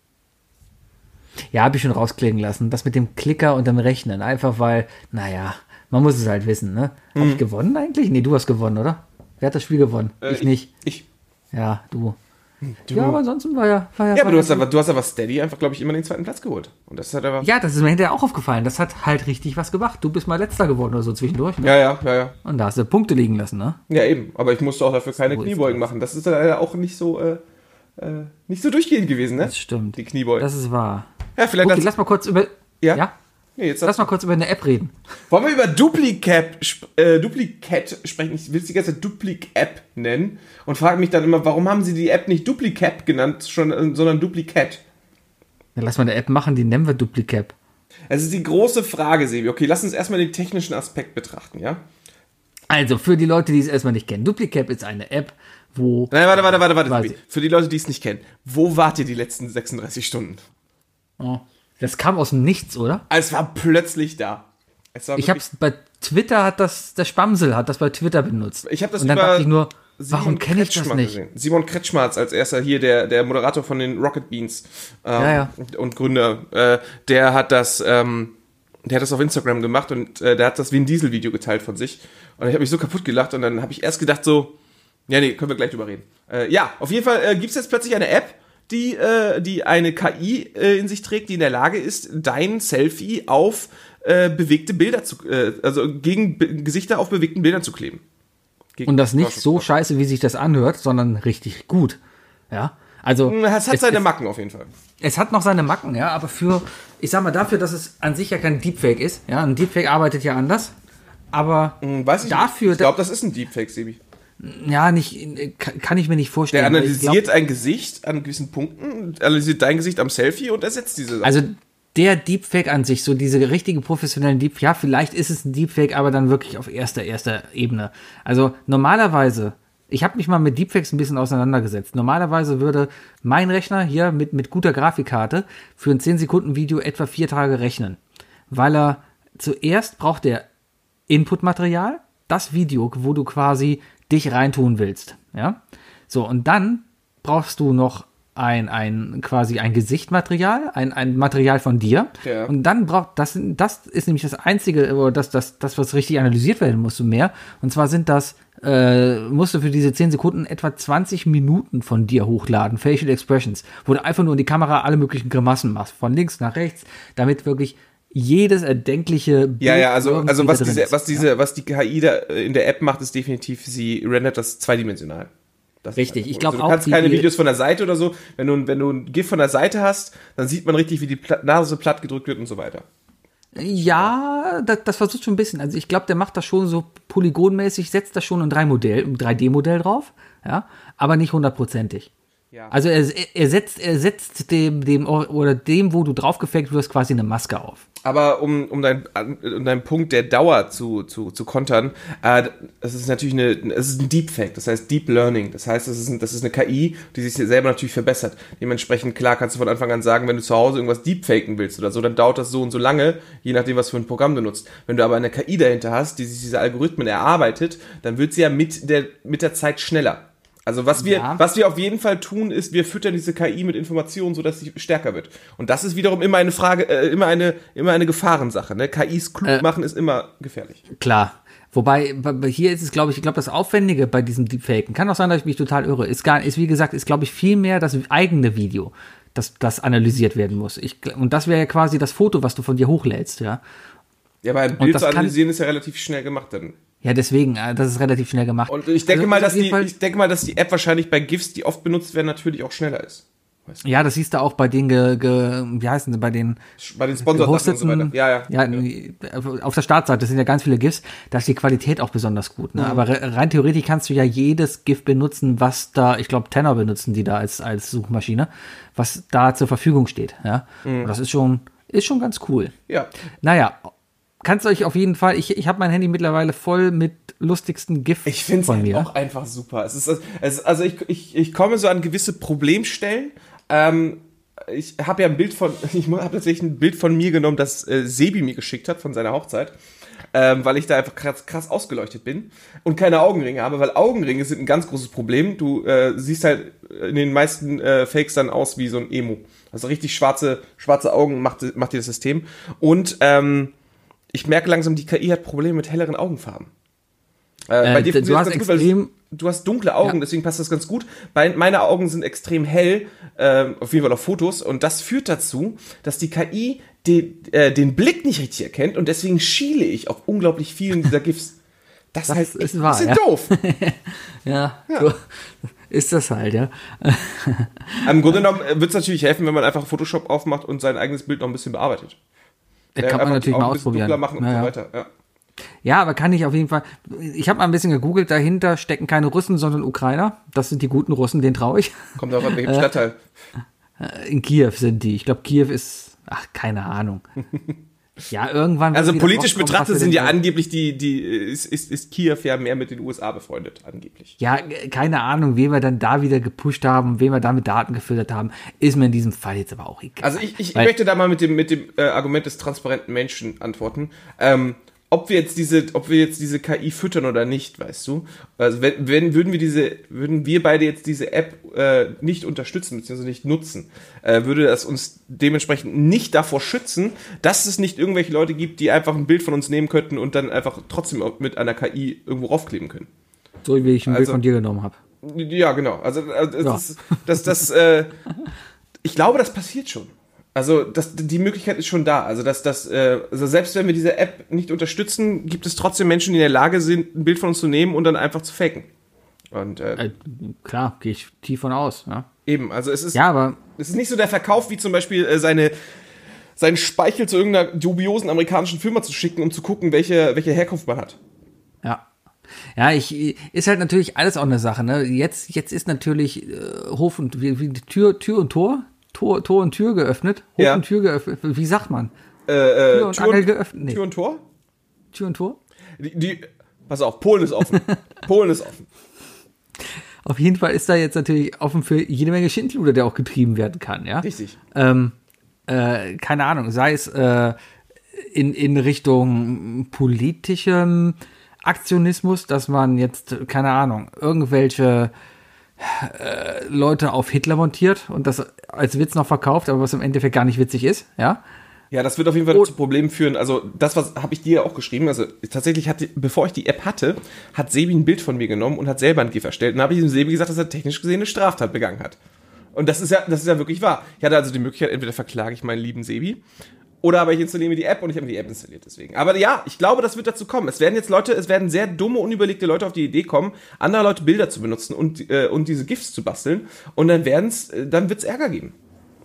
[SPEAKER 3] Ja, habe ich schon rausklingen lassen. Das mit dem Klicker und dem Rechnen. Einfach weil, naja, man muss es halt wissen, ne? Hab
[SPEAKER 2] Hm.
[SPEAKER 3] ich gewonnen eigentlich? Nee, du hast gewonnen, oder? Wer hat das Spiel gewonnen?
[SPEAKER 2] Äh,
[SPEAKER 3] ich nicht.
[SPEAKER 2] Ich.
[SPEAKER 3] Ja, du.
[SPEAKER 2] du.
[SPEAKER 3] Ja, aber ansonsten war ja... War ja,
[SPEAKER 2] Ja,
[SPEAKER 3] war
[SPEAKER 2] aber du
[SPEAKER 3] ja
[SPEAKER 2] hast, aber du hast aber Steady einfach, glaube ich, immer den zweiten Platz geholt. Und das hat aber...
[SPEAKER 3] Ja, das ist mir hinterher auch aufgefallen. Das hat halt richtig was gemacht. Du bist mal Letzter geworden oder so zwischendurch. Ne?
[SPEAKER 2] Ja, ja, ja, ja.
[SPEAKER 3] Und da hast du Punkte liegen lassen, ne?
[SPEAKER 2] Ja, eben. Aber ich musste auch dafür keine
[SPEAKER 3] So ist
[SPEAKER 2] Kniebeugen
[SPEAKER 3] das.
[SPEAKER 2] machen. Das ist leider auch nicht so, äh, äh, nicht so durchgehend gewesen, ne?
[SPEAKER 3] Das stimmt.
[SPEAKER 2] Die Kniebeugen.
[SPEAKER 3] Das ist wahr.
[SPEAKER 2] Ja, vielleicht
[SPEAKER 3] Okay,
[SPEAKER 2] das-
[SPEAKER 3] lass mal kurz über...
[SPEAKER 2] Ja?
[SPEAKER 3] Ja?
[SPEAKER 2] Ja, jetzt
[SPEAKER 3] Lass mal kurz über eine App reden.
[SPEAKER 2] Wollen wir über Duplicate, sp äh, Duplicate sprechen? Ich will es die ganze Zeit Duplicate nennen und frage mich dann immer, warum haben sie die App nicht Duplicate genannt, schon, sondern Duplicate?
[SPEAKER 3] Dann lass mal eine App machen, die nennen wir Duplicap.
[SPEAKER 2] Das ist die große Frage, Sebi. Okay, lass uns erstmal den technischen Aspekt betrachten, ja?
[SPEAKER 3] Also, für die Leute, die es erstmal nicht kennen. Duplicap ist eine App, wo...
[SPEAKER 2] Nein, warte, warte, warte, warte.
[SPEAKER 3] Quasi.
[SPEAKER 2] Sebi. Für die Leute, die es nicht kennen. Wo wart ihr die letzten sechsunddreißig Stunden?
[SPEAKER 3] Oh, das kam aus dem Nichts, oder?
[SPEAKER 2] Es war plötzlich da. Es war
[SPEAKER 3] Ich
[SPEAKER 2] wirklich-
[SPEAKER 3] hab's bei Twitter, hat das, der Spamsel hat das bei Twitter benutzt.
[SPEAKER 2] Ich habe das
[SPEAKER 3] Und dann
[SPEAKER 2] über
[SPEAKER 3] dachte ich nur,
[SPEAKER 2] Simon
[SPEAKER 3] warum kenne ich das
[SPEAKER 2] Kretschmann
[SPEAKER 3] nicht?
[SPEAKER 2] gesehen. Simon Kretschmann als erster hier, der, der Moderator von den Rocket Beans ähm,
[SPEAKER 3] Ja, ja.
[SPEAKER 2] und Gründer, äh, der hat das, ähm, der hat das auf Instagram gemacht und äh, der hat das Vin Diesel Video geteilt von sich und ich habe mich so kaputt gelacht und dann habe ich erst gedacht so, ja nee, können wir gleich drüber reden. Äh, ja, auf jeden Fall äh, gibt es jetzt plötzlich eine App, die, äh, die eine K I äh, in sich trägt, die in der Lage ist, dein Selfie auf äh, bewegte Bilder zu, äh, also gegen Be Gesichter auf bewegten Bildern zu kleben. Gegen
[SPEAKER 3] Und das nicht so scheiße, wie sich das anhört, sondern richtig gut. Ja, also...
[SPEAKER 2] Es hat
[SPEAKER 3] es,
[SPEAKER 2] seine
[SPEAKER 3] es,
[SPEAKER 2] Macken auf jeden Fall.
[SPEAKER 3] es hat noch seine Macken, ja, aber für, ich sag mal, dafür, dass es an sich ja kein Deepfake ist, ja, ein Deepfake arbeitet ja anders, aber
[SPEAKER 2] Hm, Weiß ich
[SPEAKER 3] dafür...
[SPEAKER 2] nicht. Ich glaube, das ist ein Deepfake, Sebi.
[SPEAKER 3] ja, nicht, kann, kann ich mir nicht vorstellen.
[SPEAKER 2] Der
[SPEAKER 3] weil ich
[SPEAKER 2] analysiert
[SPEAKER 3] glaub,
[SPEAKER 2] ein Gesicht an gewissen Punkten, analysiert dein Gesicht am Selfie und ersetzt diese Sachen.
[SPEAKER 3] also der Deepfake an sich, so diese richtige professionellen Deepfake, ja, vielleicht ist es ein Deepfake, aber dann wirklich auf erster, erster Ebene. Also normalerweise, ich habe mich mal mit Deepfakes ein bisschen auseinandergesetzt. Normalerweise würde mein Rechner hier mit, mit guter Grafikkarte für ein zehn Sekunden Video etwa vier Tage rechnen. Weil er zuerst braucht der Inputmaterial, das Video, wo du quasi dich reintun willst. Ja? So, und dann brauchst du noch ein, ein quasi ein Gesichtmaterial, ein, ein Material von dir.
[SPEAKER 2] Ja.
[SPEAKER 3] Und dann braucht das, das ist nämlich das Einzige, oder das, das, das, was richtig analysiert werden muss, so mehr. Und zwar sind das, äh, musst du für diese zehn Sekunden etwa zwanzig Minuten von dir hochladen, Facial Expressions, wo du einfach nur in die Kamera alle möglichen Grimassen machst, von links nach rechts, damit wirklich jedes erdenkliche Bild
[SPEAKER 2] ja, ja, also,
[SPEAKER 3] irgendwie
[SPEAKER 2] also was
[SPEAKER 3] da drin
[SPEAKER 2] diese,
[SPEAKER 3] ist.
[SPEAKER 2] was diese, was die K I da äh, in der App macht, ist definitiv, sie rendert das zweidimensional. Das
[SPEAKER 3] Richtig,
[SPEAKER 2] ist
[SPEAKER 3] ich
[SPEAKER 2] halt
[SPEAKER 3] glaub
[SPEAKER 2] also,
[SPEAKER 3] auch,
[SPEAKER 2] du kannst
[SPEAKER 3] die-
[SPEAKER 2] keine
[SPEAKER 3] die-
[SPEAKER 2] Videos von der Seite oder so. Wenn du, wenn du ein GIF von der Seite hast, dann sieht man richtig, wie die Pla- Nase platt gedrückt wird und so weiter.
[SPEAKER 3] Ja, das, das versucht schon ein bisschen. Also ich glaube, der macht das schon so polygonmäßig, setzt da schon ein drei D-Modell drauf, ja, aber nicht hundertprozentig.
[SPEAKER 2] Ja.
[SPEAKER 3] Also er, er setzt, er setzt dem, dem, oder dem, wo du drauf gefaked wirst, quasi eine Maske auf.
[SPEAKER 2] Aber um, um, dein, um deinen Punkt der Dauer zu, zu, zu kontern, äh, das ist natürlich eine, es ist ein Deepfake, das heißt Deep Learning. Das heißt, das ist, ein, das ist eine K I, die sich selber natürlich verbessert. Dementsprechend, klar, kannst du von Anfang an sagen, wenn du zu Hause irgendwas deepfaken willst oder so, dann dauert das so und so lange, je nachdem, was für ein Programm du nutzt. Wenn du aber eine K I dahinter hast, die sich diese Algorithmen erarbeitet, dann wird sie ja mit der, mit der Zeit schneller. Also was wir,
[SPEAKER 3] ja.
[SPEAKER 2] was wir auf jeden Fall tun, ist, wir füttern diese K I mit Informationen, sodass sie stärker wird. Und das ist wiederum immer eine Frage, äh, immer eine, immer eine Gefahrensache. Ne? K Is klug äh, machen ist immer gefährlich.
[SPEAKER 3] Klar. Wobei, hier ist es, glaube ich, ich glaube, das Aufwendige bei diesem Deepfaken, kann auch sein, dass ich mich total irre, ist gar, ist wie gesagt, ist, glaube ich, viel mehr das eigene Video, das, das analysiert werden muss. Ich, und das wäre ja quasi das Foto, was du von dir hochlädst, ja.
[SPEAKER 2] Ja, aber ein Bild zu analysieren ist ja relativ schnell gemacht dann.
[SPEAKER 3] Ja, deswegen, das ist relativ schnell gemacht.
[SPEAKER 2] Und ich denke
[SPEAKER 3] also,
[SPEAKER 2] mal, dass die, ich denke mal, dass die App wahrscheinlich bei GIFs, die oft benutzt werden, natürlich auch schneller ist. Weißt du?
[SPEAKER 3] Ja, das siehst du auch bei den, ge, ge, wie heißen sie, bei den
[SPEAKER 2] bei den Sponsorsachen und so weiter. Ja, ja.
[SPEAKER 3] Ja, ja, auf der Startseite sind ja ganz viele GIFs, da ist die Qualität auch besonders gut. Ne? Mhm. Aber rein theoretisch kannst du ja jedes GIF benutzen, was da, ich glaube, Tenor benutzen die da als, als Suchmaschine, was da zur Verfügung steht. Ja, mhm. Und das ist schon, ist schon ganz cool.
[SPEAKER 2] Ja.
[SPEAKER 3] Naja, kannst euch auf jeden Fall, ich, ich habe mein Handy mittlerweile voll mit lustigsten GIF
[SPEAKER 2] ich find's
[SPEAKER 3] von mir.
[SPEAKER 2] Ich finde es auch einfach super. Es ist, es ist, also ich, ich, ich komme so an gewisse Problemstellen. Ähm, ich habe ja ein Bild von, ich habe tatsächlich ein Bild von mir genommen, das äh, Sebi mir geschickt hat von seiner Hochzeit, ähm, weil ich da einfach krass, krass ausgeleuchtet bin und keine Augenringe habe, weil Augenringe sind ein ganz großes Problem. Du äh, siehst halt in den meisten äh, Fakes dann aus wie so ein Emo. Also richtig schwarze, schwarze Augen macht, macht dir das System. Und ähm, ich merke langsam, die K I hat Probleme mit helleren Augenfarben. Äh,
[SPEAKER 3] äh,
[SPEAKER 2] bei dir
[SPEAKER 3] du hast
[SPEAKER 2] ganz
[SPEAKER 3] extrem...
[SPEAKER 2] gut, du hast dunkle Augen, ja. Deswegen passt das ganz gut. Bei, meine Augen sind extrem hell, äh, auf jeden Fall auf Fotos. Und das führt dazu, dass die K I den, äh, den Blick nicht richtig erkennt. Und deswegen schiele ich auf unglaublich vielen dieser GIFs. Das, das heißt, ist wahr, ein bisschen ja. doof.
[SPEAKER 3] ja, ja. So ist das halt, ja.
[SPEAKER 2] Im Grunde genommen wird es natürlich helfen, wenn man einfach Photoshop aufmacht und sein eigenes Bild noch ein bisschen bearbeitet.
[SPEAKER 3] Das kann man natürlich mal ausprobieren.
[SPEAKER 2] Machen und
[SPEAKER 3] ja,
[SPEAKER 2] so weiter. Ja.
[SPEAKER 3] Ja, aber kann ich auf jeden Fall. Ich habe mal ein bisschen gegoogelt, dahinter stecken keine Russen, sondern Ukrainer. Das sind die guten Russen, denen traue ich.
[SPEAKER 2] Kommt auch an welchem Stadtteil.
[SPEAKER 3] In Kiew sind die. Ich glaube, Kiew ist, ach, keine Ahnung. Ja, irgendwann.
[SPEAKER 2] Also politisch betrachtet sind ja angeblich die, die, ist, ist, ist Kiew ja mehr mit den U S A befreundet, angeblich.
[SPEAKER 3] Ja, keine Ahnung, wen wir dann da wieder gepusht haben, wen wir da mit Daten gefiltert haben, ist mir in diesem Fall jetzt aber auch egal.
[SPEAKER 2] Also ich, ich möchte da mal mit dem, mit dem äh, Argument des transparenten Menschen antworten. Ähm, ob wir jetzt diese, ob wir jetzt diese K I füttern oder nicht, weißt du? Also wenn, wenn würden wir diese, würden wir beide jetzt diese App äh, nicht unterstützen bzw. nicht nutzen, äh, würde das uns dementsprechend nicht davor schützen, dass es nicht irgendwelche Leute gibt, die einfach ein Bild von uns nehmen könnten und dann einfach trotzdem mit einer K I irgendwo raufkleben können.
[SPEAKER 3] So wie ich ein also, Bild von dir genommen habe.
[SPEAKER 2] Ja, genau. Also, also ja. das, das, das, äh, ich glaube, das passiert schon. Also das, die Möglichkeit ist schon da. Also, dass, dass, äh, also selbst wenn wir diese App nicht unterstützen, gibt es trotzdem Menschen, die in der Lage sind, ein Bild von uns zu nehmen und dann einfach zu faken. Und, äh,
[SPEAKER 3] äh, klar, gehe ich tief von aus. Ja.
[SPEAKER 2] Eben, also es ist,
[SPEAKER 3] ja, aber
[SPEAKER 2] es ist nicht so der Verkauf, wie zum Beispiel äh, seine, seinen Speichel zu irgendeiner dubiosen amerikanischen Firma zu schicken, um zu gucken, welche, welche Herkunft man hat.
[SPEAKER 3] Ja. Ja, ich, ist halt natürlich alles auch eine Sache, ne? Jetzt, jetzt ist natürlich äh, Hof und, wie, wie Tür, Tür und Tor? Tor, Tor und Tür geöffnet. Hof
[SPEAKER 2] ja.
[SPEAKER 3] und Tür geöffnet. Wie sagt man?
[SPEAKER 2] Äh, äh,
[SPEAKER 3] Tür und
[SPEAKER 2] Tür
[SPEAKER 3] Angel
[SPEAKER 2] und,
[SPEAKER 3] geöffnet. Nee.
[SPEAKER 2] Tür und Tor?
[SPEAKER 3] Tür und Tor?
[SPEAKER 2] Die, die, pass auf, Polen ist offen. Polen ist offen.
[SPEAKER 3] Auf jeden Fall ist da jetzt natürlich offen für jede Menge Schindluder, der auch getrieben werden kann, ja?
[SPEAKER 2] Richtig.
[SPEAKER 3] Ähm, äh, keine Ahnung, sei es äh, in, in Richtung politischem Aktionismus, dass man jetzt, keine Ahnung, irgendwelche äh, Leute auf Hitler montiert und das als Witz noch verkauft, aber was im Endeffekt gar nicht witzig ist, ja?
[SPEAKER 2] Ja, das wird auf jeden Fall oh. zu Problemen führen. Also das, was habe ich dir auch geschrieben, also tatsächlich hatte, bevor ich die App hatte, hat Sebi ein Bild von mir genommen und hat selber ein GIF erstellt. Und dann habe ich dem Sebi gesagt, dass er technisch gesehen eine Straftat begangen hat. Und das ist ja, das ist ja wirklich wahr. Ich hatte also die Möglichkeit, entweder verklage ich meinen lieben Sebi, oder aber ich installiere mir die App und ich habe mir die App installiert deswegen. Aber ja, ich glaube, das wird dazu kommen. Es werden jetzt Leute, es werden sehr dumme, unüberlegte Leute auf die Idee kommen, andere Leute Bilder zu benutzen und, äh, und diese GIFs zu basteln. Und dann werden's, dann wird's Ärger geben.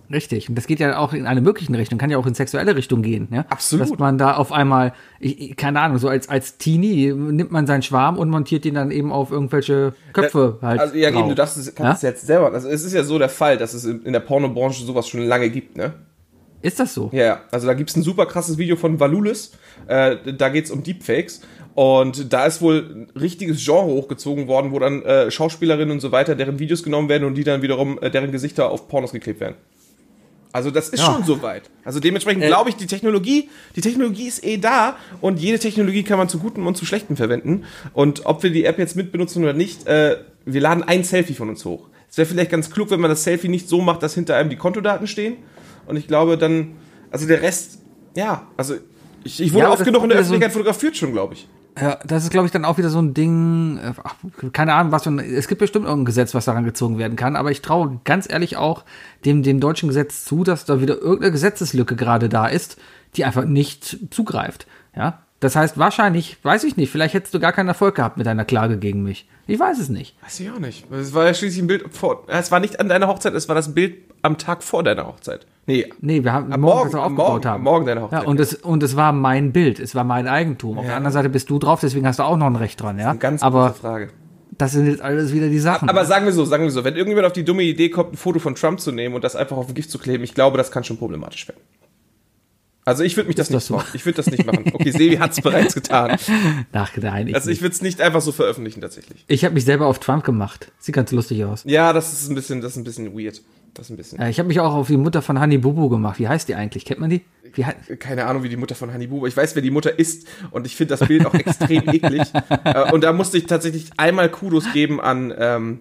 [SPEAKER 3] Richtig. Und das geht ja auch in alle möglichen Richtungen, kann ja auch in sexuelle Richtung gehen. Ja?
[SPEAKER 2] Absolut.
[SPEAKER 3] Dass man da auf einmal, ich, ich, keine Ahnung, so als, als Teenie nimmt man seinen Schwarm und montiert ihn dann eben auf irgendwelche Köpfe halt.
[SPEAKER 2] Also ja,
[SPEAKER 3] drauf.
[SPEAKER 2] eben, du darfst es, kannst ja? es jetzt selber. Also es ist ja so der Fall, dass es in, in der Pornobranche sowas schon lange gibt, ne?
[SPEAKER 3] Ist das so?
[SPEAKER 2] Ja, ja. Also da gibt es ein super krasses Video von Valulis. Äh, da geht es um Deepfakes. Und da ist wohl ein richtiges Genre hochgezogen worden, wo dann äh, Schauspielerinnen und so weiter, deren Videos genommen werden und die dann wiederum, äh, deren Gesichter auf Pornos geklebt werden. Also das ist ja. schon soweit. Also dementsprechend äh, glaube ich, die Technologie, die Technologie ist eh da und jede Technologie kann man zu Gutem und zu Schlechtem verwenden. Und ob wir die App jetzt mitbenutzen oder nicht, äh, wir laden ein Selfie von uns hoch. Es wäre vielleicht ganz klug, wenn man das Selfie nicht so macht, dass hinter einem die Kontodaten stehen. Und ich glaube dann, also der Rest, ja, also ich, ich wurde
[SPEAKER 3] ja,
[SPEAKER 2] oft genug in der Öffentlichkeit
[SPEAKER 3] so
[SPEAKER 2] fotografiert schon, glaube ich.
[SPEAKER 3] Ja, das ist, glaube ich, dann auch wieder so ein Ding, ach, keine Ahnung, was für ein, es gibt bestimmt irgendein Gesetz, was daran gezogen werden kann, aber ich traue ganz ehrlich auch dem, dem deutschen Gesetz zu, dass da wieder irgendeine Gesetzeslücke gerade da ist, die einfach nicht zugreift, ja. Das heißt, wahrscheinlich, weiß ich nicht, vielleicht hättest du gar keinen Erfolg gehabt mit deiner Klage gegen mich. Ich weiß es nicht.
[SPEAKER 2] Weiß ich auch nicht. Es war ja schließlich ein Bild vor, es war nicht an deiner Hochzeit, es war das Bild am Tag vor deiner Hochzeit. Nee,
[SPEAKER 3] nee, wir haben
[SPEAKER 2] am
[SPEAKER 3] morgen,
[SPEAKER 2] morgen,
[SPEAKER 3] das
[SPEAKER 2] am
[SPEAKER 3] aufgebaut
[SPEAKER 2] morgen,
[SPEAKER 3] haben.
[SPEAKER 2] Am morgen deiner Hochzeit.
[SPEAKER 3] Ja, und es und es war mein Bild, es war mein Eigentum. Auf
[SPEAKER 2] ja.
[SPEAKER 3] der anderen Seite bist du drauf, deswegen hast du auch noch ein Recht dran, ja.
[SPEAKER 2] Das ist eine ganz
[SPEAKER 3] aber
[SPEAKER 2] große Frage.
[SPEAKER 3] Das sind jetzt alles wieder die Sachen.
[SPEAKER 2] Aber sagen wir so, sagen wir so, wenn irgendjemand auf die dumme Idee kommt, ein Foto von Trump zu nehmen und das einfach auf ein Gift zu kleben, ich glaube, das kann schon problematisch werden. Also ich würde mich das, das nicht machen. Ich würde das nicht machen. Okay, Sebi hat es bereits getan.
[SPEAKER 3] Nachgedacht.
[SPEAKER 2] Also ich würde es nicht einfach so veröffentlichen tatsächlich.
[SPEAKER 3] Ich habe mich selber auf Trump gemacht. Sieht ganz lustig aus.
[SPEAKER 2] Ja, das ist ein bisschen, das ist ein bisschen weird. Das ist ein bisschen.
[SPEAKER 3] Äh, ich habe mich auch auf die Mutter von Honey Bubu gemacht. Wie heißt die eigentlich? Kennt man die? Wie
[SPEAKER 2] Keine Ahnung, wie die Mutter von Honey Bubu. Ich weiß, wer die Mutter ist und ich finde das Bild auch extrem eklig. Äh, und da musste ich tatsächlich einmal Kudos geben an ähm,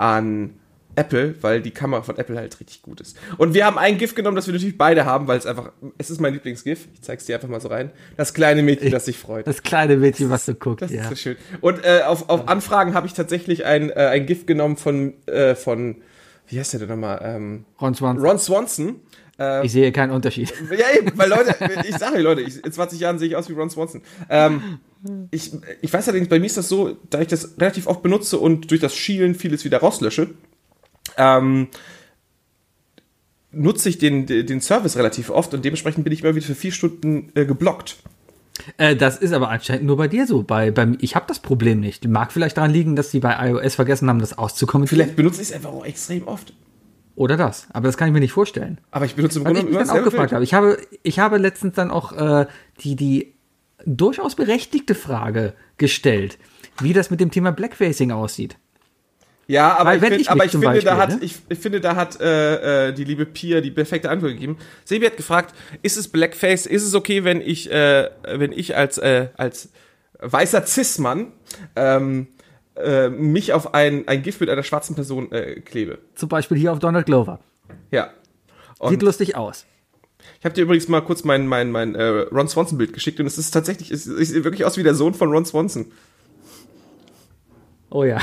[SPEAKER 2] an Apple, weil die Kamera von Apple halt richtig gut ist. Und wir haben ein GIF genommen, das wir natürlich beide haben, weil es einfach, es ist mein Lieblingsgif. Ich zeig's dir einfach mal so rein. Das kleine Mädchen, ich, das sich freut.
[SPEAKER 3] Das kleine Mädchen, was du guckst,
[SPEAKER 2] das
[SPEAKER 3] ja.
[SPEAKER 2] ist so schön. Und äh, auf, auf Anfragen habe ich tatsächlich ein, äh, ein GIF genommen von, äh, von, wie heißt der denn nochmal? Ähm,
[SPEAKER 3] Ron Swanson.
[SPEAKER 2] Ron Swanson. Äh,
[SPEAKER 3] ich sehe keinen Unterschied.
[SPEAKER 2] Ja, eben, weil Leute, ich sage euch, Leute, ich, in zwanzig Jahren sehe ich aus wie Ron Swanson. Ähm, ich, ich weiß allerdings, bei mir ist das so, da ich das relativ oft benutze und durch das Schielen vieles wieder rauslösche, Ähm, nutze ich den, den Service relativ oft und dementsprechend bin ich immer wieder für vier Stunden äh, geblockt.
[SPEAKER 3] Äh, das ist aber anscheinend nur bei dir so. Bei, bei, ich habe das Problem nicht. Mag vielleicht daran liegen, dass die bei iOS vergessen haben, das auszukommentieren.
[SPEAKER 2] Vielleicht benutze ich es einfach auch extrem oft.
[SPEAKER 3] Oder das. Aber das kann ich mir nicht vorstellen.
[SPEAKER 2] Aber ich benutze im
[SPEAKER 3] Was
[SPEAKER 2] Grunde
[SPEAKER 3] ich mich
[SPEAKER 2] immer
[SPEAKER 3] dann auch gefragt habe. Ich habe, ich habe letztens dann auch äh, die, die durchaus berechtigte Frage gestellt, wie das mit dem Thema Blackfacing aussieht.
[SPEAKER 2] Ja, aber
[SPEAKER 3] Weil,
[SPEAKER 2] ich,
[SPEAKER 3] wenn
[SPEAKER 2] find,
[SPEAKER 3] ich
[SPEAKER 2] aber
[SPEAKER 3] mich
[SPEAKER 2] ich
[SPEAKER 3] zum
[SPEAKER 2] finde,
[SPEAKER 3] Beispiel,
[SPEAKER 2] da hat,
[SPEAKER 3] ne?
[SPEAKER 2] ich, ich finde, da hat äh, äh, die liebe Pia die perfekte Antwort gegeben. Sebi hat gefragt, ist es Blackface, ist es okay, wenn ich, äh, wenn ich als, äh, als weißer Cis-Mann ähm, äh, mich auf ein, ein Gift mit einer schwarzen Person äh, klebe?
[SPEAKER 3] Zum Beispiel hier auf Donald Glover.
[SPEAKER 2] Ja. Und
[SPEAKER 3] Sieht lustig aus.
[SPEAKER 2] ich habe dir übrigens mal kurz mein, mein, mein äh, Ron Swanson-Bild geschickt und es ist tatsächlich, es sieht wirklich aus wie der Sohn von Ron Swanson.
[SPEAKER 3] Oh ja.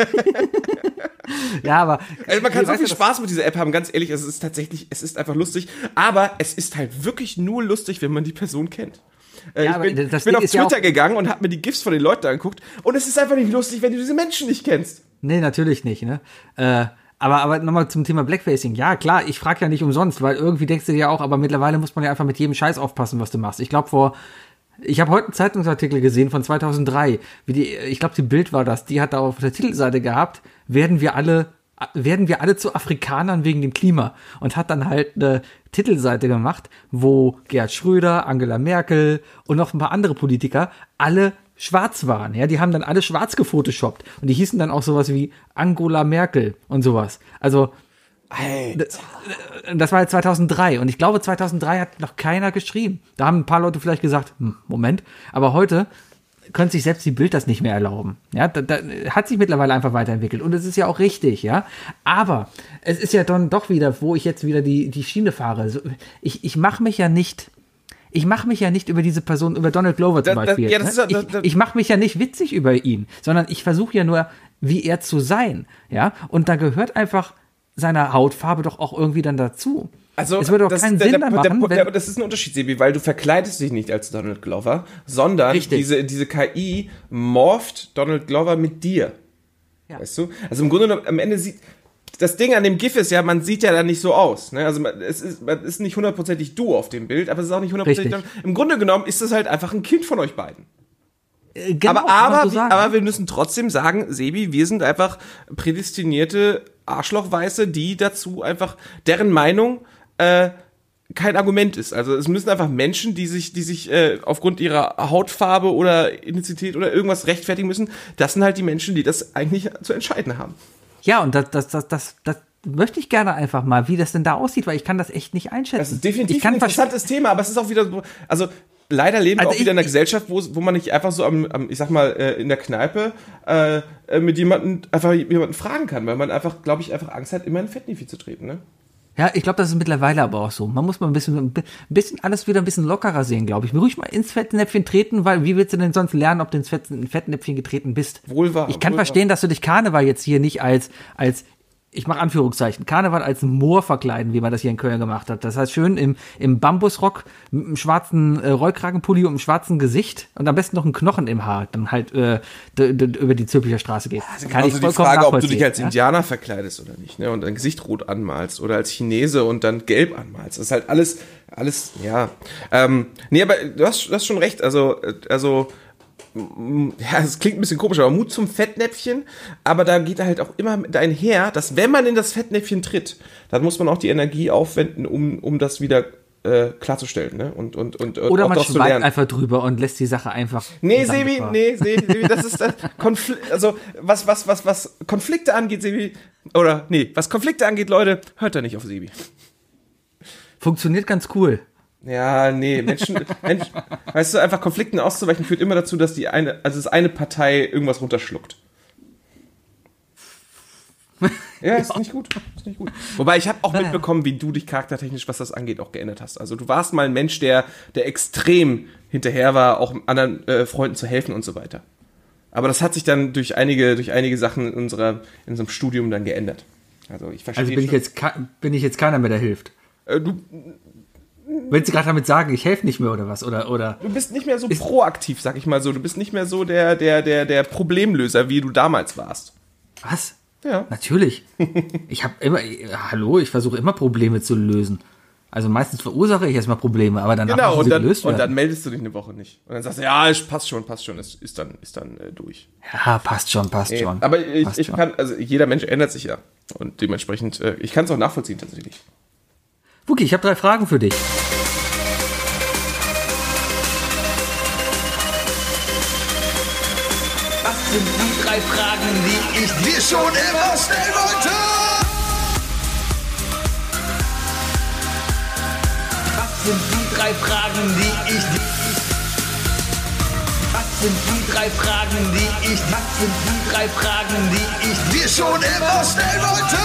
[SPEAKER 3] Ja, aber
[SPEAKER 2] Also man kann
[SPEAKER 3] nee,
[SPEAKER 2] so viel
[SPEAKER 3] du,
[SPEAKER 2] Spaß mit dieser App haben, ganz ehrlich, es ist tatsächlich, es ist einfach lustig, aber es ist halt wirklich nur lustig, wenn man die Person kennt. Äh,
[SPEAKER 3] Ja,
[SPEAKER 2] ich
[SPEAKER 3] aber
[SPEAKER 2] bin,
[SPEAKER 3] das
[SPEAKER 2] ich bin
[SPEAKER 3] Ding
[SPEAKER 2] auf
[SPEAKER 3] ist ja
[SPEAKER 2] Twitter
[SPEAKER 3] auch-
[SPEAKER 2] gegangen und habe mir die GIFs von den Leuten angeguckt und es ist einfach nicht lustig, wenn du diese Menschen nicht kennst.
[SPEAKER 3] Nee, natürlich nicht, ne? Äh, aber aber nochmal zum Thema Blackfacing. Ja, klar, ich frage ja nicht umsonst, weil irgendwie denkst du dir ja auch, aber mittlerweile muss man ja einfach mit jedem Scheiß aufpassen, was du machst. Ich glaube, vor ich habe heute einen Zeitungsartikel gesehen von zweitausenddrei, wie die, ich glaube, die Bild war das, die hat da auf der Titelseite gehabt, werden wir alle, werden wir alle zu Afrikanern wegen dem Klima und hat dann halt eine Titelseite gemacht, wo Gerhard Schröder, Angela Merkel und noch ein paar andere Politiker alle schwarz waren, ja, die haben dann alle schwarz gefotoshoppt und die hießen dann auch sowas wie Angola Merkel und sowas. Also Das, das war ja zweitausenddrei und ich glaube, zweitausenddrei hat noch keiner geschrieben. Da haben ein paar Leute vielleicht gesagt, hm, Moment, aber heute können sich selbst die Bild das nicht mehr erlauben. Ja, da, da hat sich mittlerweile einfach weiterentwickelt und es ist ja auch richtig, ja. Aber es ist ja dann doch wieder, wo ich jetzt wieder die, die Schiene fahre. So, ich ich mache mich ja nicht Ich mache mich ja nicht über diese Person, über Donald Glover zum
[SPEAKER 2] Da- da-
[SPEAKER 3] Beispiel.
[SPEAKER 2] ja, das ist ja-
[SPEAKER 3] ne?
[SPEAKER 2] da-
[SPEAKER 3] ich
[SPEAKER 2] da-
[SPEAKER 3] ich mache mich ja nicht witzig über ihn, sondern ich versuche ja nur, wie er zu sein. Ja, und da gehört einfach seine Hautfarbe doch auch irgendwie dann dazu.
[SPEAKER 2] Also,
[SPEAKER 3] es würde doch
[SPEAKER 2] das,
[SPEAKER 3] keinen
[SPEAKER 2] der,
[SPEAKER 3] Sinn
[SPEAKER 2] der,
[SPEAKER 3] mehr
[SPEAKER 2] der,
[SPEAKER 3] machen,
[SPEAKER 2] der,
[SPEAKER 3] wenn,
[SPEAKER 2] das ist ein Unterschied, Sebi, weil du verkleidest dich nicht als Donald Glover, sondern
[SPEAKER 3] Richtig.
[SPEAKER 2] diese, diese K I morpht Donald Glover mit dir.
[SPEAKER 3] Ja.
[SPEAKER 2] Weißt du? Also im Grunde genommen, am Ende sieht, das Ding an dem GIF ist ja, man sieht ja dann nicht so aus. Ne? Also man, es ist, man ist nicht hundertprozentig du auf dem Bild, aber es ist auch nicht hundertprozentig. Im Grunde genommen ist es halt einfach ein Kind von euch beiden.
[SPEAKER 3] Äh, genau,
[SPEAKER 2] aber aber,
[SPEAKER 3] so
[SPEAKER 2] aber wir müssen trotzdem sagen, Sebi, wir sind einfach prädestinierte Arschlochweiße, die dazu einfach, deren Meinung äh, kein Argument ist. Also es müssen einfach Menschen, die sich, die sich äh, aufgrund ihrer Hautfarbe oder Ethnizität oder irgendwas rechtfertigen müssen, das sind halt die Menschen, die das eigentlich zu entscheiden haben.
[SPEAKER 3] Ja, und das, das, das, das, das möchte ich gerne einfach mal, wie das denn da aussieht, weil ich kann das echt nicht einschätzen.
[SPEAKER 2] Das ist definitiv
[SPEAKER 3] ich kann
[SPEAKER 2] ein interessantes Thema, aber es ist auch wieder so, also leider leben wir
[SPEAKER 3] Also
[SPEAKER 2] auch wieder
[SPEAKER 3] ich-
[SPEAKER 2] in einer Gesellschaft, wo, wo man nicht einfach so am, am ich sag mal, äh, in der Kneipe äh, äh, mit jemandem einfach jemanden fragen kann, weil man einfach, glaube ich, einfach Angst hat, immer in Fettnäpfchen zu treten, ne?
[SPEAKER 3] Ja, ich glaube, das ist mittlerweile aber auch so. Man muss mal ein bisschen, ein bisschen alles wieder ein bisschen lockerer sehen, glaube ich. Ruhig mal ins Fettnäpfchen treten, weil wie willst du denn sonst lernen, ob du ins Fett, in Fettnäpfchen getreten bist?
[SPEAKER 2] Wohl wahr,
[SPEAKER 3] Ich kann
[SPEAKER 2] wohl
[SPEAKER 3] verstehen, dass du dich Karneval jetzt hier nicht als, als ich mache Anführungszeichen, Karneval als Moor verkleiden, wie man das hier in Köln gemacht hat. Das heißt, schön im, im Bambusrock, mit einem schwarzen äh, Rollkragenpulli und einem schwarzen Gesicht und am besten noch einen Knochen im Haar, dann halt äh, d- d- über die Zülpicher Straße geht.
[SPEAKER 2] Also
[SPEAKER 3] Kann
[SPEAKER 2] genauso
[SPEAKER 3] ich
[SPEAKER 2] die
[SPEAKER 3] vollkommen
[SPEAKER 2] Frage, ob du
[SPEAKER 3] nachvollziehen,
[SPEAKER 2] dich als
[SPEAKER 3] ja?
[SPEAKER 2] Indianer verkleidest oder nicht, ne? Und dein Gesicht rot anmalst oder als Chinese und dann gelb anmalst. Das ist halt alles, alles, ja. Ähm, nee, aber du hast, du hast schon recht, also, äh, also, ja, es klingt ein bisschen komisch, aber Mut zum Fettnäpfchen, aber da geht halt auch immer mit einher, dass wenn man in das Fettnäpfchen tritt, dann muss man auch die Energie aufwenden, um, um das wieder äh, klarzustellen, ne? Und, und, und, und
[SPEAKER 3] Oder
[SPEAKER 2] auch
[SPEAKER 3] man
[SPEAKER 2] das zu
[SPEAKER 3] schweigt
[SPEAKER 2] lernen.
[SPEAKER 3] einfach drüber und lässt die Sache einfach.
[SPEAKER 2] Nee,
[SPEAKER 3] im Sande
[SPEAKER 2] Sebi,
[SPEAKER 3] fahren.
[SPEAKER 2] nee, Sebi, Sebi, das ist das Konflikt, also was, was, was, was Konflikte angeht, Sebi, oder nee, was Konflikte angeht, Leute, hört da nicht auf Sebi.
[SPEAKER 3] Funktioniert ganz cool.
[SPEAKER 2] Ja, nee, Menschen, Mensch, weißt du, einfach Konflikten auszuweichen führt immer dazu, dass die eine, also dass eine Partei irgendwas runterschluckt. Ja, ist nicht gut, ist nicht gut. Wobei ich habe auch mitbekommen, wie du dich charaktertechnisch, was das angeht, auch geändert hast. Also du warst mal ein Mensch, der, der extrem hinterher war, auch anderen äh, Freunden zu helfen und so weiter. Aber das hat sich dann durch einige, durch einige Sachen in unserer, in unserem Studium dann geändert. Also ich verstehe.
[SPEAKER 3] Also bin ich jetzt, ka- bin ich jetzt keiner mehr, der hilft.
[SPEAKER 2] äh, du,
[SPEAKER 3] Willst du gerade damit sagen, ich helfe nicht mehr oder was? Oder, oder?
[SPEAKER 2] du bist nicht mehr so proaktiv, sag ich mal so. Du bist nicht mehr so der, der, der, der Problemlöser, wie du damals warst.
[SPEAKER 3] Was?
[SPEAKER 2] Ja.
[SPEAKER 3] Natürlich. Ich habe immer, hallo, ich versuche immer Probleme zu lösen. Also meistens verursache ich erstmal Probleme, aber danach
[SPEAKER 2] Genau,
[SPEAKER 3] müssen
[SPEAKER 2] und
[SPEAKER 3] sie
[SPEAKER 2] dann,
[SPEAKER 3] gelöst
[SPEAKER 2] und
[SPEAKER 3] werden.
[SPEAKER 2] dann meldest du dich eine Woche nicht. Und dann sagst du, ja, es passt schon, passt schon, es ist dann, ist dann äh, durch.
[SPEAKER 3] Ja, passt schon, passt schon.
[SPEAKER 2] Aber ich,
[SPEAKER 3] passt
[SPEAKER 2] ich
[SPEAKER 3] schon.
[SPEAKER 2] kann, also jeder Mensch ändert sich ja. Und dementsprechend, äh, ich kann es auch nachvollziehen tatsächlich.
[SPEAKER 3] Wookie, ich habe drei Fragen für dich.
[SPEAKER 4] Was sind die drei Fragen, die ich dir schon immer stellen wollte? Was sind die drei Fragen, die ich dir... Was sind die drei Fragen, die ich... Was sind die drei Fragen, die ich dir schon immer stellen wollte?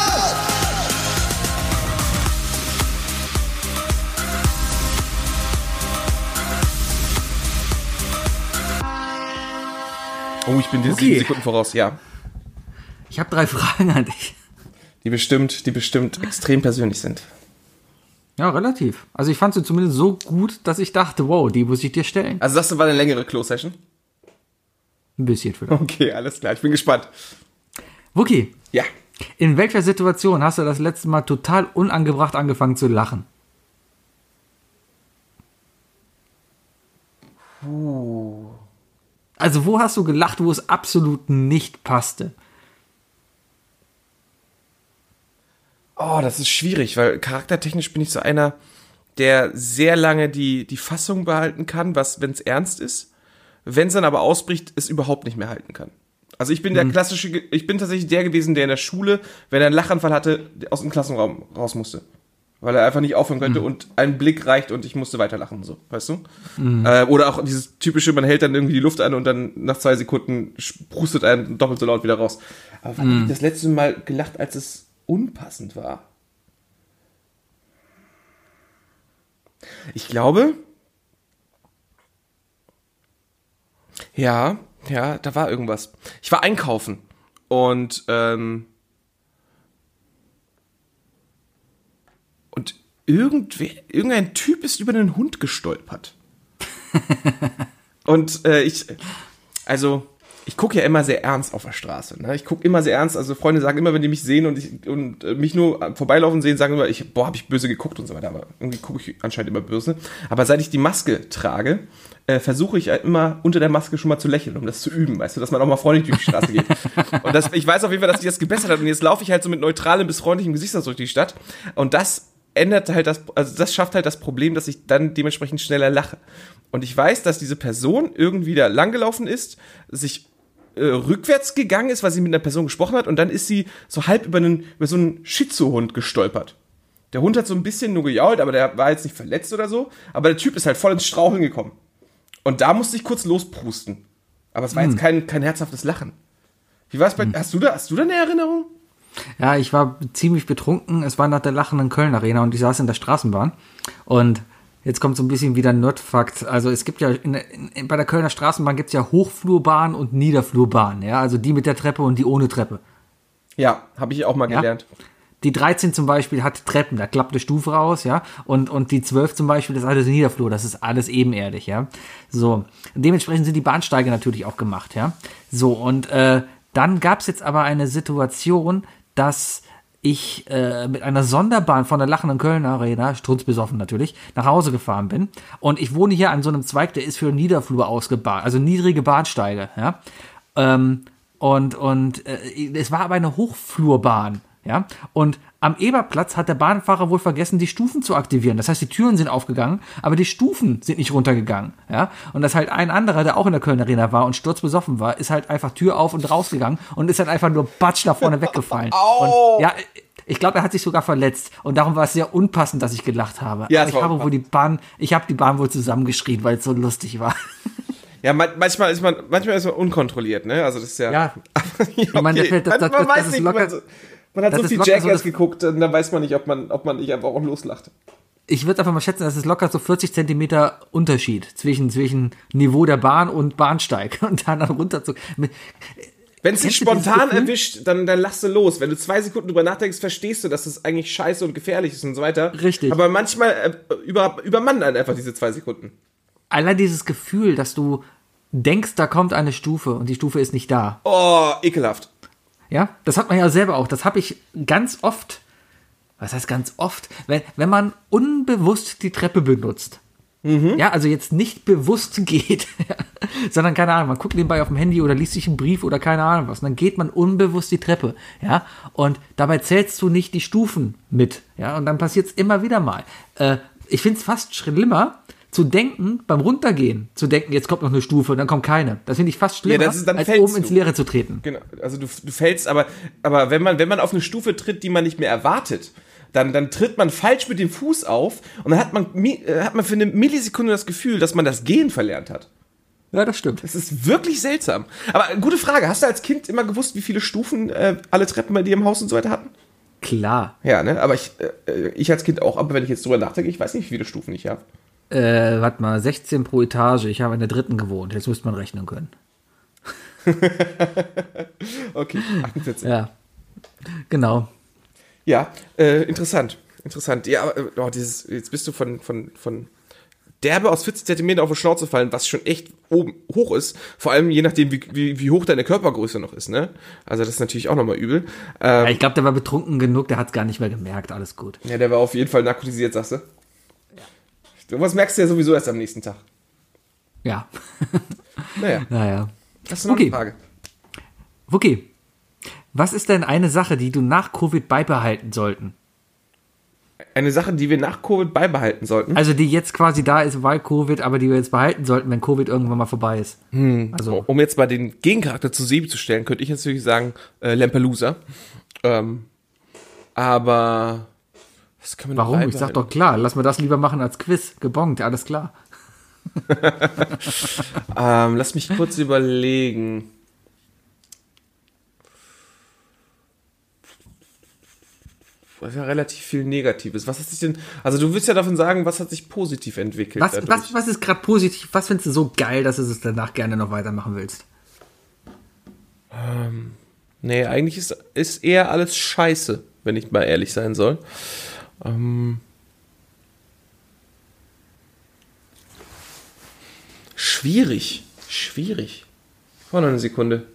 [SPEAKER 2] Oh, ich bin dir
[SPEAKER 3] Okay.
[SPEAKER 2] sieben Sekunden voraus, ja.
[SPEAKER 3] Ich habe drei Fragen an dich.
[SPEAKER 2] Die bestimmt, die bestimmt extrem persönlich sind.
[SPEAKER 3] Ja, relativ. Also ich fand sie zumindest so gut, dass ich dachte, wow, die muss ich dir stellen.
[SPEAKER 2] Also das war eine längere Close-Session?
[SPEAKER 3] Ein bisschen vielleicht.
[SPEAKER 2] Okay, alles klar, ich bin gespannt.
[SPEAKER 3] Wookie,
[SPEAKER 2] Ja.
[SPEAKER 3] in welcher Situation hast du das letzte Mal total unangebracht angefangen zu lachen? Also wo hast du gelacht, wo es absolut nicht passte?
[SPEAKER 2] Oh, das ist schwierig, weil charaktertechnisch bin ich so einer, der sehr lange die, die Fassung behalten kann, was, wenn es ernst ist, wenn es dann aber ausbricht, es überhaupt nicht mehr halten kann. Also ich bin der klassische, ich bin tatsächlich der gewesen, der in der Schule, wenn er einen Lachanfall hatte, aus dem Klassenraum raus musste. Weil er einfach nicht aufhören könnte und ein Blick reicht und ich musste weiterlachen, so, weißt du? Äh, oder auch dieses typische, man hält dann irgendwie die Luft an und dann nach zwei Sekunden sprustet einen doppelt so laut wieder raus. Aber wann hab ich das letzte Mal gelacht, als es unpassend war? Ich glaube, ja, ja, da war irgendwas. Ich war einkaufen und ähm, und irgendwer, irgendein Typ ist über einen Hund gestolpert. Und äh, ich, also ich gucke ja immer sehr ernst auf der Straße. Ne? Ich gucke immer sehr ernst. Also Freunde sagen immer, wenn die mich sehen und, ich, und äh, mich nur vorbeilaufen sehen, sagen immer, ich, boah, habe ich böse geguckt und so weiter. Aber irgendwie gucke ich anscheinend immer böse. Aber seit ich die Maske trage, äh, versuche ich halt immer unter der Maske schon mal zu lächeln, um das zu üben. Weißt du, dass man auch mal freundlich durch die Straße geht. Und das, ich weiß auf jeden Fall, dass sich das gebessert hat. Und jetzt laufe ich halt so mit neutralem bis freundlichem Gesichtsausdruck durch die Stadt. Und das ändert halt das, also das schafft halt das Problem, dass ich dann dementsprechend schneller lache. Und ich weiß, dass diese Person irgendwie da langgelaufen ist, sich äh, rückwärts gegangen ist, weil sie mit einer Person gesprochen hat und dann ist sie so halb über, einen, über so einen Shih-Tzu-Hund gestolpert. Der Hund hat so ein bisschen nur gejault, aber der war jetzt nicht verletzt oder so. Aber der Typ ist halt voll ins Straucheln gekommen. Und da musste ich kurz losprusten. Aber es war jetzt kein, kein herzhaftes Lachen. Wie war es bei, hm. hast du da, hast du da eine Erinnerung?
[SPEAKER 3] Ja, ich war ziemlich betrunken. Es war nach der lachenden Köln-Arena und ich saß in der Straßenbahn. Und jetzt kommt so ein bisschen wieder Nerdfakt. Also es gibt ja, in, in, bei der Kölner Straßenbahn gibt es ja Hochflurbahn und Niederflurbahn. Ja, also die mit der Treppe und die ohne Treppe.
[SPEAKER 2] Ja, habe ich auch mal
[SPEAKER 3] ja?
[SPEAKER 2] gelernt.
[SPEAKER 3] Die dreizehn zum Beispiel hat Treppen, da klappt eine Stufe raus, ja. Und, und die zwölf zum Beispiel, das ist alles Niederflur, das ist alles ebenerdig, ja. So. Dementsprechend sind die Bahnsteige natürlich auch gemacht, ja. So, und äh, dann gab es jetzt aber eine Situation, dass ich äh, mit einer Sonderbahn von der lachenden Kölner Arena, strunzbesoffen natürlich, nach Hause gefahren bin. Und ich wohne hier an so einem Zweig, der ist für Niederflur ausgebaut, also niedrige Bahnsteige, ja. Ähm, und und äh, es war aber eine Hochflurbahn, ja. Und am Eberplatz hat der Bahnfahrer wohl vergessen, die Stufen zu aktivieren. Das heißt, die Türen sind aufgegangen, aber die Stufen sind nicht runtergegangen, ja. Und das halt ein anderer, der auch in der Kölner Arena war und sturzbesoffen war, ist halt einfach Tür auf und rausgegangen und ist halt einfach nur batsch nach vorne weggefallen. Und ja, ich glaube, er hat sich sogar verletzt und darum war es sehr unpassend, dass ich gelacht habe.
[SPEAKER 2] Ja,
[SPEAKER 3] aber ich habe wohl die Bahn, ich habe die Bahn wohl zusammengeschrien, weil es so lustig war.
[SPEAKER 2] Ja, manchmal ist man, manchmal ist man unkontrolliert, ne? Also das ist ja.
[SPEAKER 3] Ja.
[SPEAKER 2] Okay.
[SPEAKER 3] Ich meine, das, das, das,
[SPEAKER 2] man
[SPEAKER 3] das,
[SPEAKER 2] weiß
[SPEAKER 3] das ist
[SPEAKER 2] nicht,
[SPEAKER 3] locker.
[SPEAKER 2] man, so, man hat
[SPEAKER 3] das
[SPEAKER 2] so viel
[SPEAKER 3] locker
[SPEAKER 2] Jackass
[SPEAKER 3] so
[SPEAKER 2] geguckt, und dann weiß man nicht, ob man, ob man nicht einfach auch loslacht.
[SPEAKER 3] Ich würde einfach mal schätzen, das ist locker so vierzig Zentimeter Unterschied zwischen, zwischen Niveau der Bahn und Bahnsteig und dann runter zu.
[SPEAKER 2] Wenn es dich spontan erwischt, dann, dann lass du los. Wenn du zwei Sekunden drüber nachdenkst, verstehst du, dass das eigentlich scheiße und gefährlich ist und so weiter.
[SPEAKER 3] Richtig.
[SPEAKER 2] Aber manchmal äh, über, übermannen einen einfach diese zwei Sekunden.
[SPEAKER 3] Allein dieses Gefühl, dass du denkst, da kommt eine Stufe und die Stufe ist nicht da.
[SPEAKER 2] Oh, ekelhaft.
[SPEAKER 3] Ja, das hat man ja selber auch. Das habe ich ganz oft. Was heißt ganz oft? Wenn, wenn man unbewusst die Treppe benutzt. Mhm. Ja, also jetzt nicht bewusst geht, sondern keine Ahnung, man guckt nebenbei auf dem Handy oder liest sich einen Brief oder keine Ahnung was. Und dann geht man unbewusst die Treppe, ja. Und dabei zählst du nicht die Stufen mit, ja. Und dann passiert es immer wieder mal. Äh, ich finde es fast schlimmer, zu denken, beim Runtergehen, zu denken, jetzt kommt noch eine Stufe und dann kommt keine. Das finde ich fast schlimmer,
[SPEAKER 2] ja, das ist, dann
[SPEAKER 3] als
[SPEAKER 2] fällst
[SPEAKER 3] oben ins
[SPEAKER 2] du.
[SPEAKER 3] Leere zu treten.
[SPEAKER 2] Genau, also du, du fällst, aber, aber wenn man, wenn man auf eine Stufe tritt, die man nicht mehr erwartet, dann, dann tritt man falsch mit dem Fuß auf und dann hat man, hat man für eine Millisekunde das Gefühl, dass man das Gehen verlernt hat.
[SPEAKER 3] Ja, das stimmt.
[SPEAKER 2] Das ist wirklich seltsam. Aber gute Frage, hast du als Kind immer gewusst, wie viele Stufen äh, alle Treppen bei dir im Haus und so weiter hatten?
[SPEAKER 3] Klar.
[SPEAKER 2] Ja, ne, aber ich, äh, ich als Kind auch, aber wenn ich jetzt drüber nachdenke, ich weiß nicht, wie viele Stufen ich habe.
[SPEAKER 3] Äh, warte mal, sechzehn pro Etage. Ich habe in der dritten gewohnt. Jetzt müsste man rechnen können.
[SPEAKER 2] Okay, achtundvierzig.
[SPEAKER 3] Ja, genau.
[SPEAKER 2] Ja, äh, interessant. Interessant. Ja, aber oh, dieses, jetzt bist du von, von, von derbe aus vierzig Zentimeter auf die Schnauze fallen, was schon echt oben hoch ist. Vor allem je nachdem, wie, wie, wie hoch deine Körpergröße noch ist, ne? Also das ist natürlich auch nochmal übel. Ähm,
[SPEAKER 3] Ja, ich glaube, der war betrunken genug, der hat es gar nicht mehr gemerkt. Alles gut.
[SPEAKER 2] ja, der war auf jeden Fall narkotisiert, sagst du? Sowas merkst du ja sowieso erst am nächsten Tag.
[SPEAKER 3] Ja.
[SPEAKER 2] Naja,
[SPEAKER 3] Naja.
[SPEAKER 2] hast du noch
[SPEAKER 3] Okay.
[SPEAKER 2] eine Frage?
[SPEAKER 3] Okay. Was ist denn eine Sache, die du nach Covid beibehalten sollten?
[SPEAKER 2] Eine Sache, die wir nach Covid beibehalten sollten.
[SPEAKER 3] Also die jetzt quasi da ist, weil Covid, aber die wir jetzt behalten sollten, wenn Covid irgendwann mal vorbei ist. Also
[SPEAKER 2] Um jetzt mal den Gegencharakter zu Sebi zu stellen, könnte ich natürlich sagen, äh, Lampelusa. Ähm, aber was kann man noch
[SPEAKER 3] warum? Ich sag
[SPEAKER 2] beibehalten?
[SPEAKER 3] doch klar, lass mal das lieber machen als Quiz. Gebongt, alles klar.
[SPEAKER 2] Ähm, lass mich kurz überlegen. Das ist ja relativ viel Negatives. Was hat sich denn, also du willst ja davon sagen, was hat sich positiv entwickelt?
[SPEAKER 3] Was,
[SPEAKER 2] dadurch?
[SPEAKER 3] was, was ist gerade positiv? Was findest du so geil, dass du es danach gerne noch weitermachen willst?
[SPEAKER 2] Nee, eigentlich ist, ist eher alles scheiße, wenn ich mal ehrlich sein soll. Ähm, schwierig. Schwierig. War noch eine Sekunde.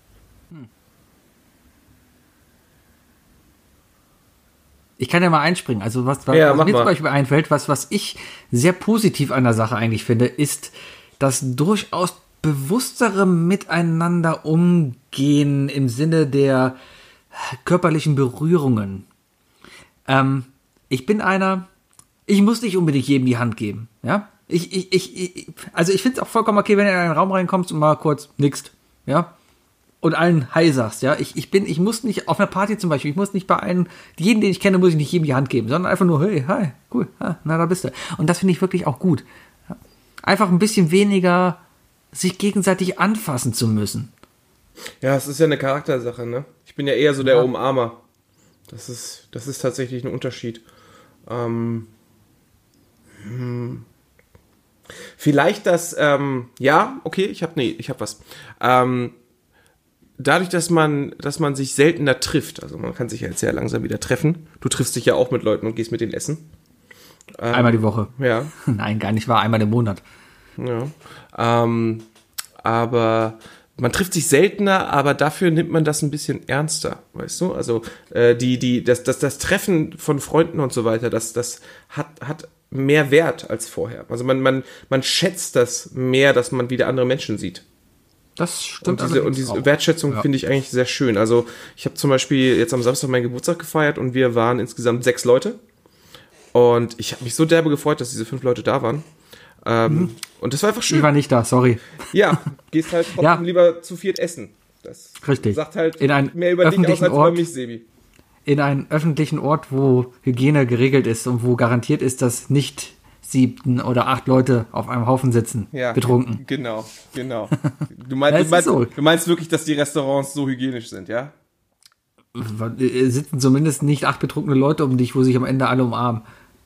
[SPEAKER 3] Ich kann ja mal einspringen. Also was, was,
[SPEAKER 2] Ja,
[SPEAKER 3] was
[SPEAKER 2] mach
[SPEAKER 3] mir zum
[SPEAKER 2] mal.
[SPEAKER 3] Beispiel einfällt, was, was ich sehr positiv an der Sache eigentlich finde, ist das durchaus bewusstere Miteinander umgehen im Sinne der körperlichen Berührungen. Ähm, ich bin einer, ich muss nicht unbedingt jedem die Hand geben. Ja, ich, ich, ich, ich also ich finde es auch vollkommen okay, wenn du in einen Raum reinkommst und mal kurz nickst. Ja. Und allen Hi sagst, ja. Ich, ich bin, ich muss nicht, auf einer Party zum Beispiel, ich muss nicht bei einem, jeden, den ich kenne, muss ich nicht jedem die Hand geben, sondern einfach nur, hey, hi, cool, ah, na, da bist du. Und das finde ich wirklich auch gut. Ja. Einfach ein bisschen weniger sich gegenseitig anfassen zu müssen.
[SPEAKER 2] Ja, es ist ja eine Charaktersache, ne? Ich bin ja eher so der
[SPEAKER 3] Ja.
[SPEAKER 2] Umarmer. Das ist, das ist tatsächlich ein Unterschied. Ähm, hm. Vielleicht das, ähm, ja, okay, ich hab, nee, ich hab was. Ähm, dadurch, dass man, dass man sich seltener trifft, also man kann sich ja jetzt sehr langsam wieder treffen. Du triffst dich ja auch mit Leuten und gehst mit denen essen. Ähm,
[SPEAKER 3] Einmal die Woche.
[SPEAKER 2] Ja,
[SPEAKER 3] Nein, gar nicht wahr, einmal im Monat.
[SPEAKER 2] ja. Ähm, aber man trifft sich seltener, aber dafür nimmt man das ein bisschen ernster, weißt du? Also äh, die, die, das, das, das Treffen von Freunden und so weiter, das, das hat, hat mehr Wert als vorher. Also man, man, man schätzt das mehr, dass man wieder andere Menschen sieht.
[SPEAKER 3] Das stimmt.
[SPEAKER 2] Und diese, und
[SPEAKER 3] allerdings
[SPEAKER 2] diese
[SPEAKER 3] auch.
[SPEAKER 2] Wertschätzung
[SPEAKER 3] Ja.
[SPEAKER 2] finde ich eigentlich sehr schön. Also ich habe zum Beispiel jetzt am Samstag meinen Geburtstag gefeiert und wir waren insgesamt sechs Leute. Und ich habe mich so derbe gefreut, dass diese fünf Leute da waren. Ähm,
[SPEAKER 3] Mhm.
[SPEAKER 2] Und das war einfach schön.
[SPEAKER 3] Ich war nicht da, sorry.
[SPEAKER 2] Ja, gehst halt trotzdem
[SPEAKER 3] Ja.
[SPEAKER 2] lieber zu viert essen. Das
[SPEAKER 3] Richtig.
[SPEAKER 2] sagt halt
[SPEAKER 3] In einen
[SPEAKER 2] mehr über dich aus
[SPEAKER 3] öffentlichen
[SPEAKER 2] als über
[SPEAKER 3] Ort.
[SPEAKER 2] mich, Sebi.
[SPEAKER 3] In einen öffentlichen Ort, wo Hygiene geregelt ist und wo garantiert ist, dass nicht sieben oder acht Leute auf einem Haufen sitzen,
[SPEAKER 2] Ja,
[SPEAKER 3] betrunken.
[SPEAKER 2] Genau, genau. Du
[SPEAKER 3] Ja,
[SPEAKER 2] meinst,
[SPEAKER 3] es
[SPEAKER 2] du, meinst,
[SPEAKER 3] ist so.
[SPEAKER 2] du meinst wirklich, dass die Restaurants so hygienisch sind, ja?
[SPEAKER 3] Äh, Sitzen zumindest nicht acht betrunkene Leute um dich, wo sich am Ende alle umarmen.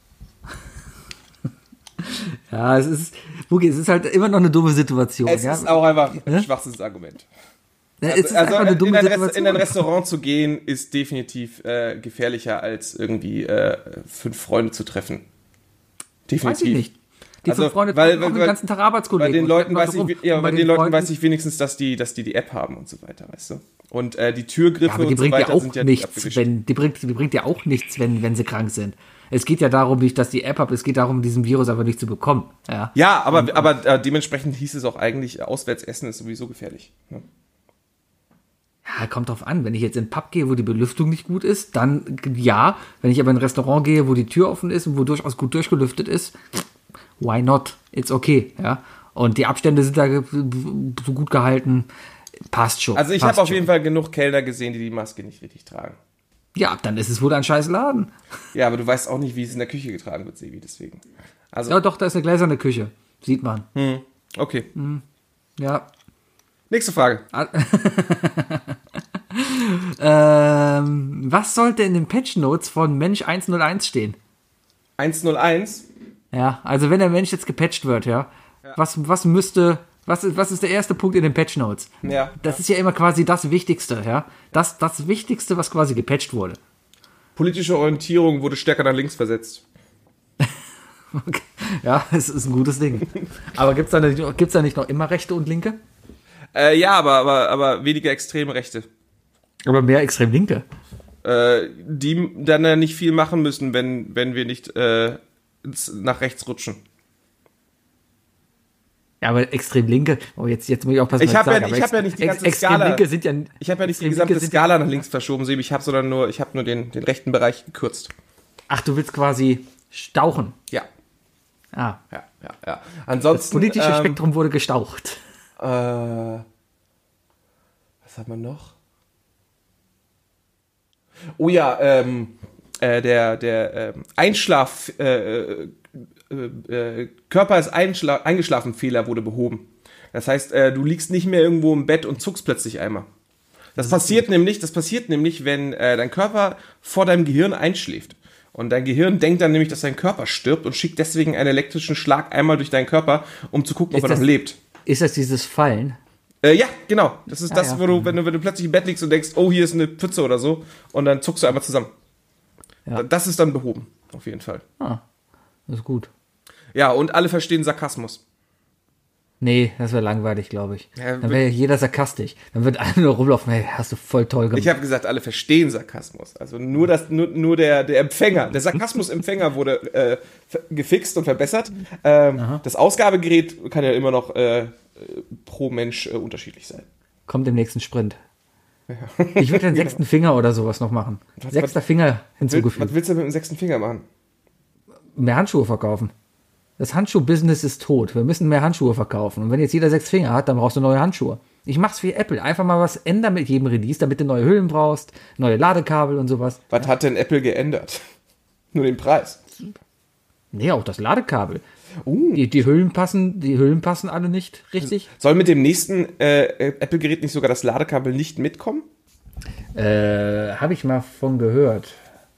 [SPEAKER 3] Ja, es ist, Bugi, es ist halt immer noch eine dumme Situation.
[SPEAKER 2] Es
[SPEAKER 3] ja?
[SPEAKER 2] ist auch einfach ein
[SPEAKER 3] Ja?
[SPEAKER 2] schwachsinnes Argument.
[SPEAKER 3] Ja, es ist
[SPEAKER 2] Also
[SPEAKER 3] einfach eine
[SPEAKER 2] in
[SPEAKER 3] dumme
[SPEAKER 2] ein, Rest,
[SPEAKER 3] Situation.
[SPEAKER 2] in ein Restaurant zu gehen, ist definitiv äh, gefährlicher, als irgendwie äh, fünf Freunde zu treffen. Definitiv.
[SPEAKER 3] Weiß ich nicht. Die
[SPEAKER 2] Also,
[SPEAKER 3] fünf Freunde
[SPEAKER 2] weil-
[SPEAKER 3] treffen auch
[SPEAKER 2] weil-
[SPEAKER 3] den ganzen Tag Arbeitskollegen.
[SPEAKER 2] Bei den
[SPEAKER 3] und
[SPEAKER 2] Leuten
[SPEAKER 3] treffen
[SPEAKER 2] weiß
[SPEAKER 3] Leute
[SPEAKER 2] ich,
[SPEAKER 3] rum.
[SPEAKER 2] ja,
[SPEAKER 3] Und
[SPEAKER 2] bei
[SPEAKER 3] bei
[SPEAKER 2] den Leuten
[SPEAKER 3] Freunden-
[SPEAKER 2] weiß ich wenigstens, dass die, dass die die App haben und so weiter, weißt du? Und äh, die Türgriffe
[SPEAKER 3] Ja, aber die
[SPEAKER 2] und so
[SPEAKER 3] bringt ja
[SPEAKER 2] weiter
[SPEAKER 3] auch
[SPEAKER 2] sind ja nicht
[SPEAKER 3] nichts,
[SPEAKER 2] abgewischt.
[SPEAKER 3] wenn, die bringt, die bringt ja auch nichts, wenn, wenn sie krank sind. Es geht ja darum nicht, dass die App habt, es geht darum, diesen Virus einfach nicht zu bekommen. Ja.
[SPEAKER 2] Ja, aber, aber äh, dementsprechend hieß es auch eigentlich, äh, Auswärtsessen ist sowieso gefährlich. Ne?
[SPEAKER 3] Ja, kommt drauf an. Wenn ich jetzt in den Pub gehe, wo die Belüftung nicht gut ist, dann ja. Wenn ich aber in ein Restaurant gehe, wo die Tür offen ist und wo durchaus gut durchgelüftet ist, why not? It's okay. Ja. Und die Abstände sind da ge- so gut gehalten. Passt schon.
[SPEAKER 2] Also ich
[SPEAKER 3] passt
[SPEAKER 2] habe auf
[SPEAKER 3] schon.
[SPEAKER 2] jeden Fall genug Kellner gesehen, die die Maske nicht richtig tragen.
[SPEAKER 3] Ja, dann ist es wohl ein scheiß Laden.
[SPEAKER 2] Ja, aber du weißt auch nicht, wie es in der Küche getragen wird, Sebi, deswegen. Also,
[SPEAKER 3] Ja, doch, da ist eine gläserne Küche. Sieht man.
[SPEAKER 2] hm, okay.
[SPEAKER 3] Ja.
[SPEAKER 2] Nächste Frage.
[SPEAKER 3] Ähm, was sollte in den Patch Notes von Mensch eins null eins stehen?
[SPEAKER 2] eins null eins.
[SPEAKER 3] Ja, also wenn der Mensch jetzt gepatcht wird, ja, was, was müsste, was ist, was ist der erste Punkt in den Patch Notes?
[SPEAKER 2] Ja.
[SPEAKER 3] Das ist ja immer quasi das Wichtigste, ja. Das, das Wichtigste, was quasi gepatcht wurde.
[SPEAKER 2] Politische Orientierung wurde stärker nach links versetzt.
[SPEAKER 3] Okay. Ja, es ist ein gutes Ding. Aber gibt's da nicht, gibt's da nicht noch immer Rechte und Linke?
[SPEAKER 2] Äh, ja, aber, aber, aber weniger extreme Rechte.
[SPEAKER 3] Aber mehr extrem Linke.
[SPEAKER 2] Äh, die dann ja nicht viel machen müssen, wenn, wenn wir nicht äh, ins, nach rechts rutschen.
[SPEAKER 3] Ja, aber extrem Linke, oh, jetzt, jetzt muss ich auch passen,
[SPEAKER 2] Ich
[SPEAKER 3] was
[SPEAKER 2] hab ja-
[SPEAKER 3] sage, aber
[SPEAKER 2] ich hab ja nicht die
[SPEAKER 3] ex-
[SPEAKER 2] ganze
[SPEAKER 3] extrem
[SPEAKER 2] Skala.
[SPEAKER 3] Linke sind ja,
[SPEAKER 2] Ich habe ja nicht die
[SPEAKER 3] extrem
[SPEAKER 2] gesamte
[SPEAKER 3] Linke sind
[SPEAKER 2] Skala
[SPEAKER 3] ja,
[SPEAKER 2] nach links verschoben, Sebi. Ich habe sondern nur, ich habe nur den, den rechten Bereich gekürzt.
[SPEAKER 3] Ach, du willst quasi stauchen.
[SPEAKER 2] Ja,
[SPEAKER 3] Ah,
[SPEAKER 2] ja, ja, ja. Ansonsten.
[SPEAKER 3] das politische
[SPEAKER 2] ähm,
[SPEAKER 3] Spektrum wurde gestaucht.
[SPEAKER 2] Äh, was hat man noch? Oh ja, ähm, äh, der, der ähm, Einschlaf, äh, äh, äh, Körper ist Einschla- eingeschlafen Fehler wurde behoben. Das heißt, äh, du liegst nicht mehr irgendwo im Bett und zuckst plötzlich einmal. Das passiert nämlich, das passiert nämlich, wenn äh, dein Körper vor deinem Gehirn einschläft. Und dein Gehirn denkt dann nämlich, dass dein Körper stirbt und schickt deswegen einen elektrischen Schlag einmal durch deinen Körper, um zu gucken, ob
[SPEAKER 3] Ist
[SPEAKER 2] er noch
[SPEAKER 3] das-
[SPEAKER 2] lebt.
[SPEAKER 3] Ist das dieses Fallen?
[SPEAKER 2] Äh, ja, genau. Das ist
[SPEAKER 3] Ah,
[SPEAKER 2] das,
[SPEAKER 3] ja.
[SPEAKER 2] wo du, wenn du, wenn du plötzlich im Bett liegst und denkst, oh, hier ist eine Pfütze oder so, und dann zuckst du einmal zusammen.
[SPEAKER 3] Ja.
[SPEAKER 2] Das ist dann behoben, auf jeden Fall.
[SPEAKER 3] Ah, das ist gut.
[SPEAKER 2] Ja, und alle verstehen Sarkasmus.
[SPEAKER 3] Nee, das wäre langweilig, glaube ich.
[SPEAKER 2] Ja,
[SPEAKER 3] Dann wäre ja jeder sarkastisch. Dann wird einer nur rumlaufen, hey, hast du voll toll gemacht.
[SPEAKER 2] Ich habe gesagt, alle verstehen Sarkasmus. Also nur, das, nur, nur der, der Empfänger, der Sarkasmus-Empfänger wurde äh, f- gefixt und verbessert. Ähm, das Ausgabegerät kann ja immer noch äh, pro Mensch äh, unterschiedlich sein.
[SPEAKER 3] Kommt im nächsten Sprint. Ich würde den sechsten Finger oder sowas noch machen.
[SPEAKER 2] Was-
[SPEAKER 3] Sechster
[SPEAKER 2] was-
[SPEAKER 3] Finger
[SPEAKER 2] Will,
[SPEAKER 3] hinzugefügt.
[SPEAKER 2] was willst du mit dem sechsten Finger machen?
[SPEAKER 3] Mehr Handschuhe verkaufen. Das Handschuh-Business ist tot. Wir müssen mehr Handschuhe verkaufen. Und wenn jetzt jeder sechs Finger hat, dann brauchst du neue Handschuhe. Ich mach's wie Apple. Einfach mal was ändern mit jedem Release, damit du neue Hüllen brauchst, neue Ladekabel und sowas.
[SPEAKER 2] Was hat denn Apple geändert? Nur den Preis.
[SPEAKER 3] Nee, auch das Ladekabel.
[SPEAKER 2] Uh.
[SPEAKER 3] Die, die Hüllen passen, die Hüllen passen alle nicht richtig.
[SPEAKER 2] Soll mit dem nächsten äh, Apple-Gerät nicht sogar das Ladekabel nicht mitkommen?
[SPEAKER 3] Äh, habe ich mal von gehört.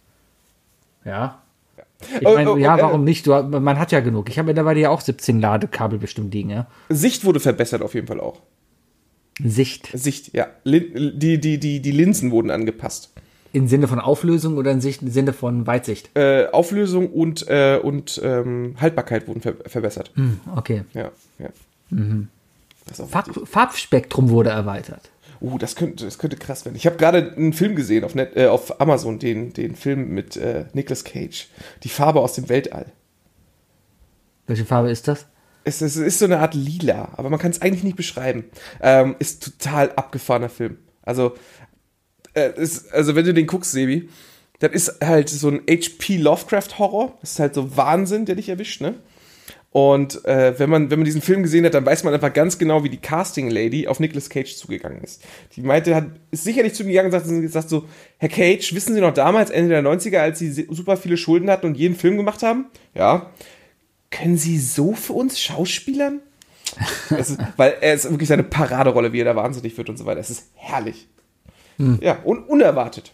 [SPEAKER 3] Ja. Ich
[SPEAKER 2] Oh,
[SPEAKER 3] meine,
[SPEAKER 2] oh,
[SPEAKER 3] ja,
[SPEAKER 2] oh, äh.
[SPEAKER 3] warum nicht? Du, man hat ja genug. Ich habe mittlerweile ja auch siebzehn Ladekabel bestimmt liegen, ja.
[SPEAKER 2] Sicht wurde verbessert auf jeden Fall auch.
[SPEAKER 3] Sicht.
[SPEAKER 2] Sicht, ja. Lin- die, die, die, die Linsen wurden angepasst.
[SPEAKER 3] Im Sinne von Auflösung oder im Sicht- im Sinne von Weitsicht?
[SPEAKER 2] Äh, Auflösung und, äh, und ähm, Haltbarkeit wurden ver verbessert.
[SPEAKER 3] Hm, okay.
[SPEAKER 2] Ja, ja. Das ist auch
[SPEAKER 3] Farb
[SPEAKER 2] wichtig.
[SPEAKER 3] Farbspektrum wurde erweitert.
[SPEAKER 2] Uh, das könnte, das könnte krass werden. Ich habe gerade einen Film gesehen auf, Net, äh, auf Amazon, den, den Film mit äh, Nicolas Cage. Die Farbe aus dem Weltall.
[SPEAKER 3] Welche Farbe ist das?
[SPEAKER 2] Es, es ist so eine Art Lila, aber man kann es eigentlich nicht beschreiben. Ähm, ist total abgefahrener Film. Also, äh, ist, also wenn du den guckst, Sebi, das ist halt so ein H P Lovecraft-Horror. Das ist halt so Wahnsinn, der dich erwischt, ne? Und äh, wenn man wenn man diesen Film gesehen hat, dann weiß man einfach ganz genau, wie die Casting-Lady auf Nicolas Cage zugegangen ist. Die meinte, hat, ist sicherlich zu ihm gegangen und sagt, gesagt so, Herr Cage, wissen Sie noch damals, Ende der neunziger, als Sie super viele Schulden hatten und jeden Film gemacht haben? Ja. Können Sie so für uns schauspielern? Es ist, weil er ist wirklich seine Paraderolle, wie er da wahnsinnig wird und so weiter. Es ist herrlich. Ja, und unerwartet.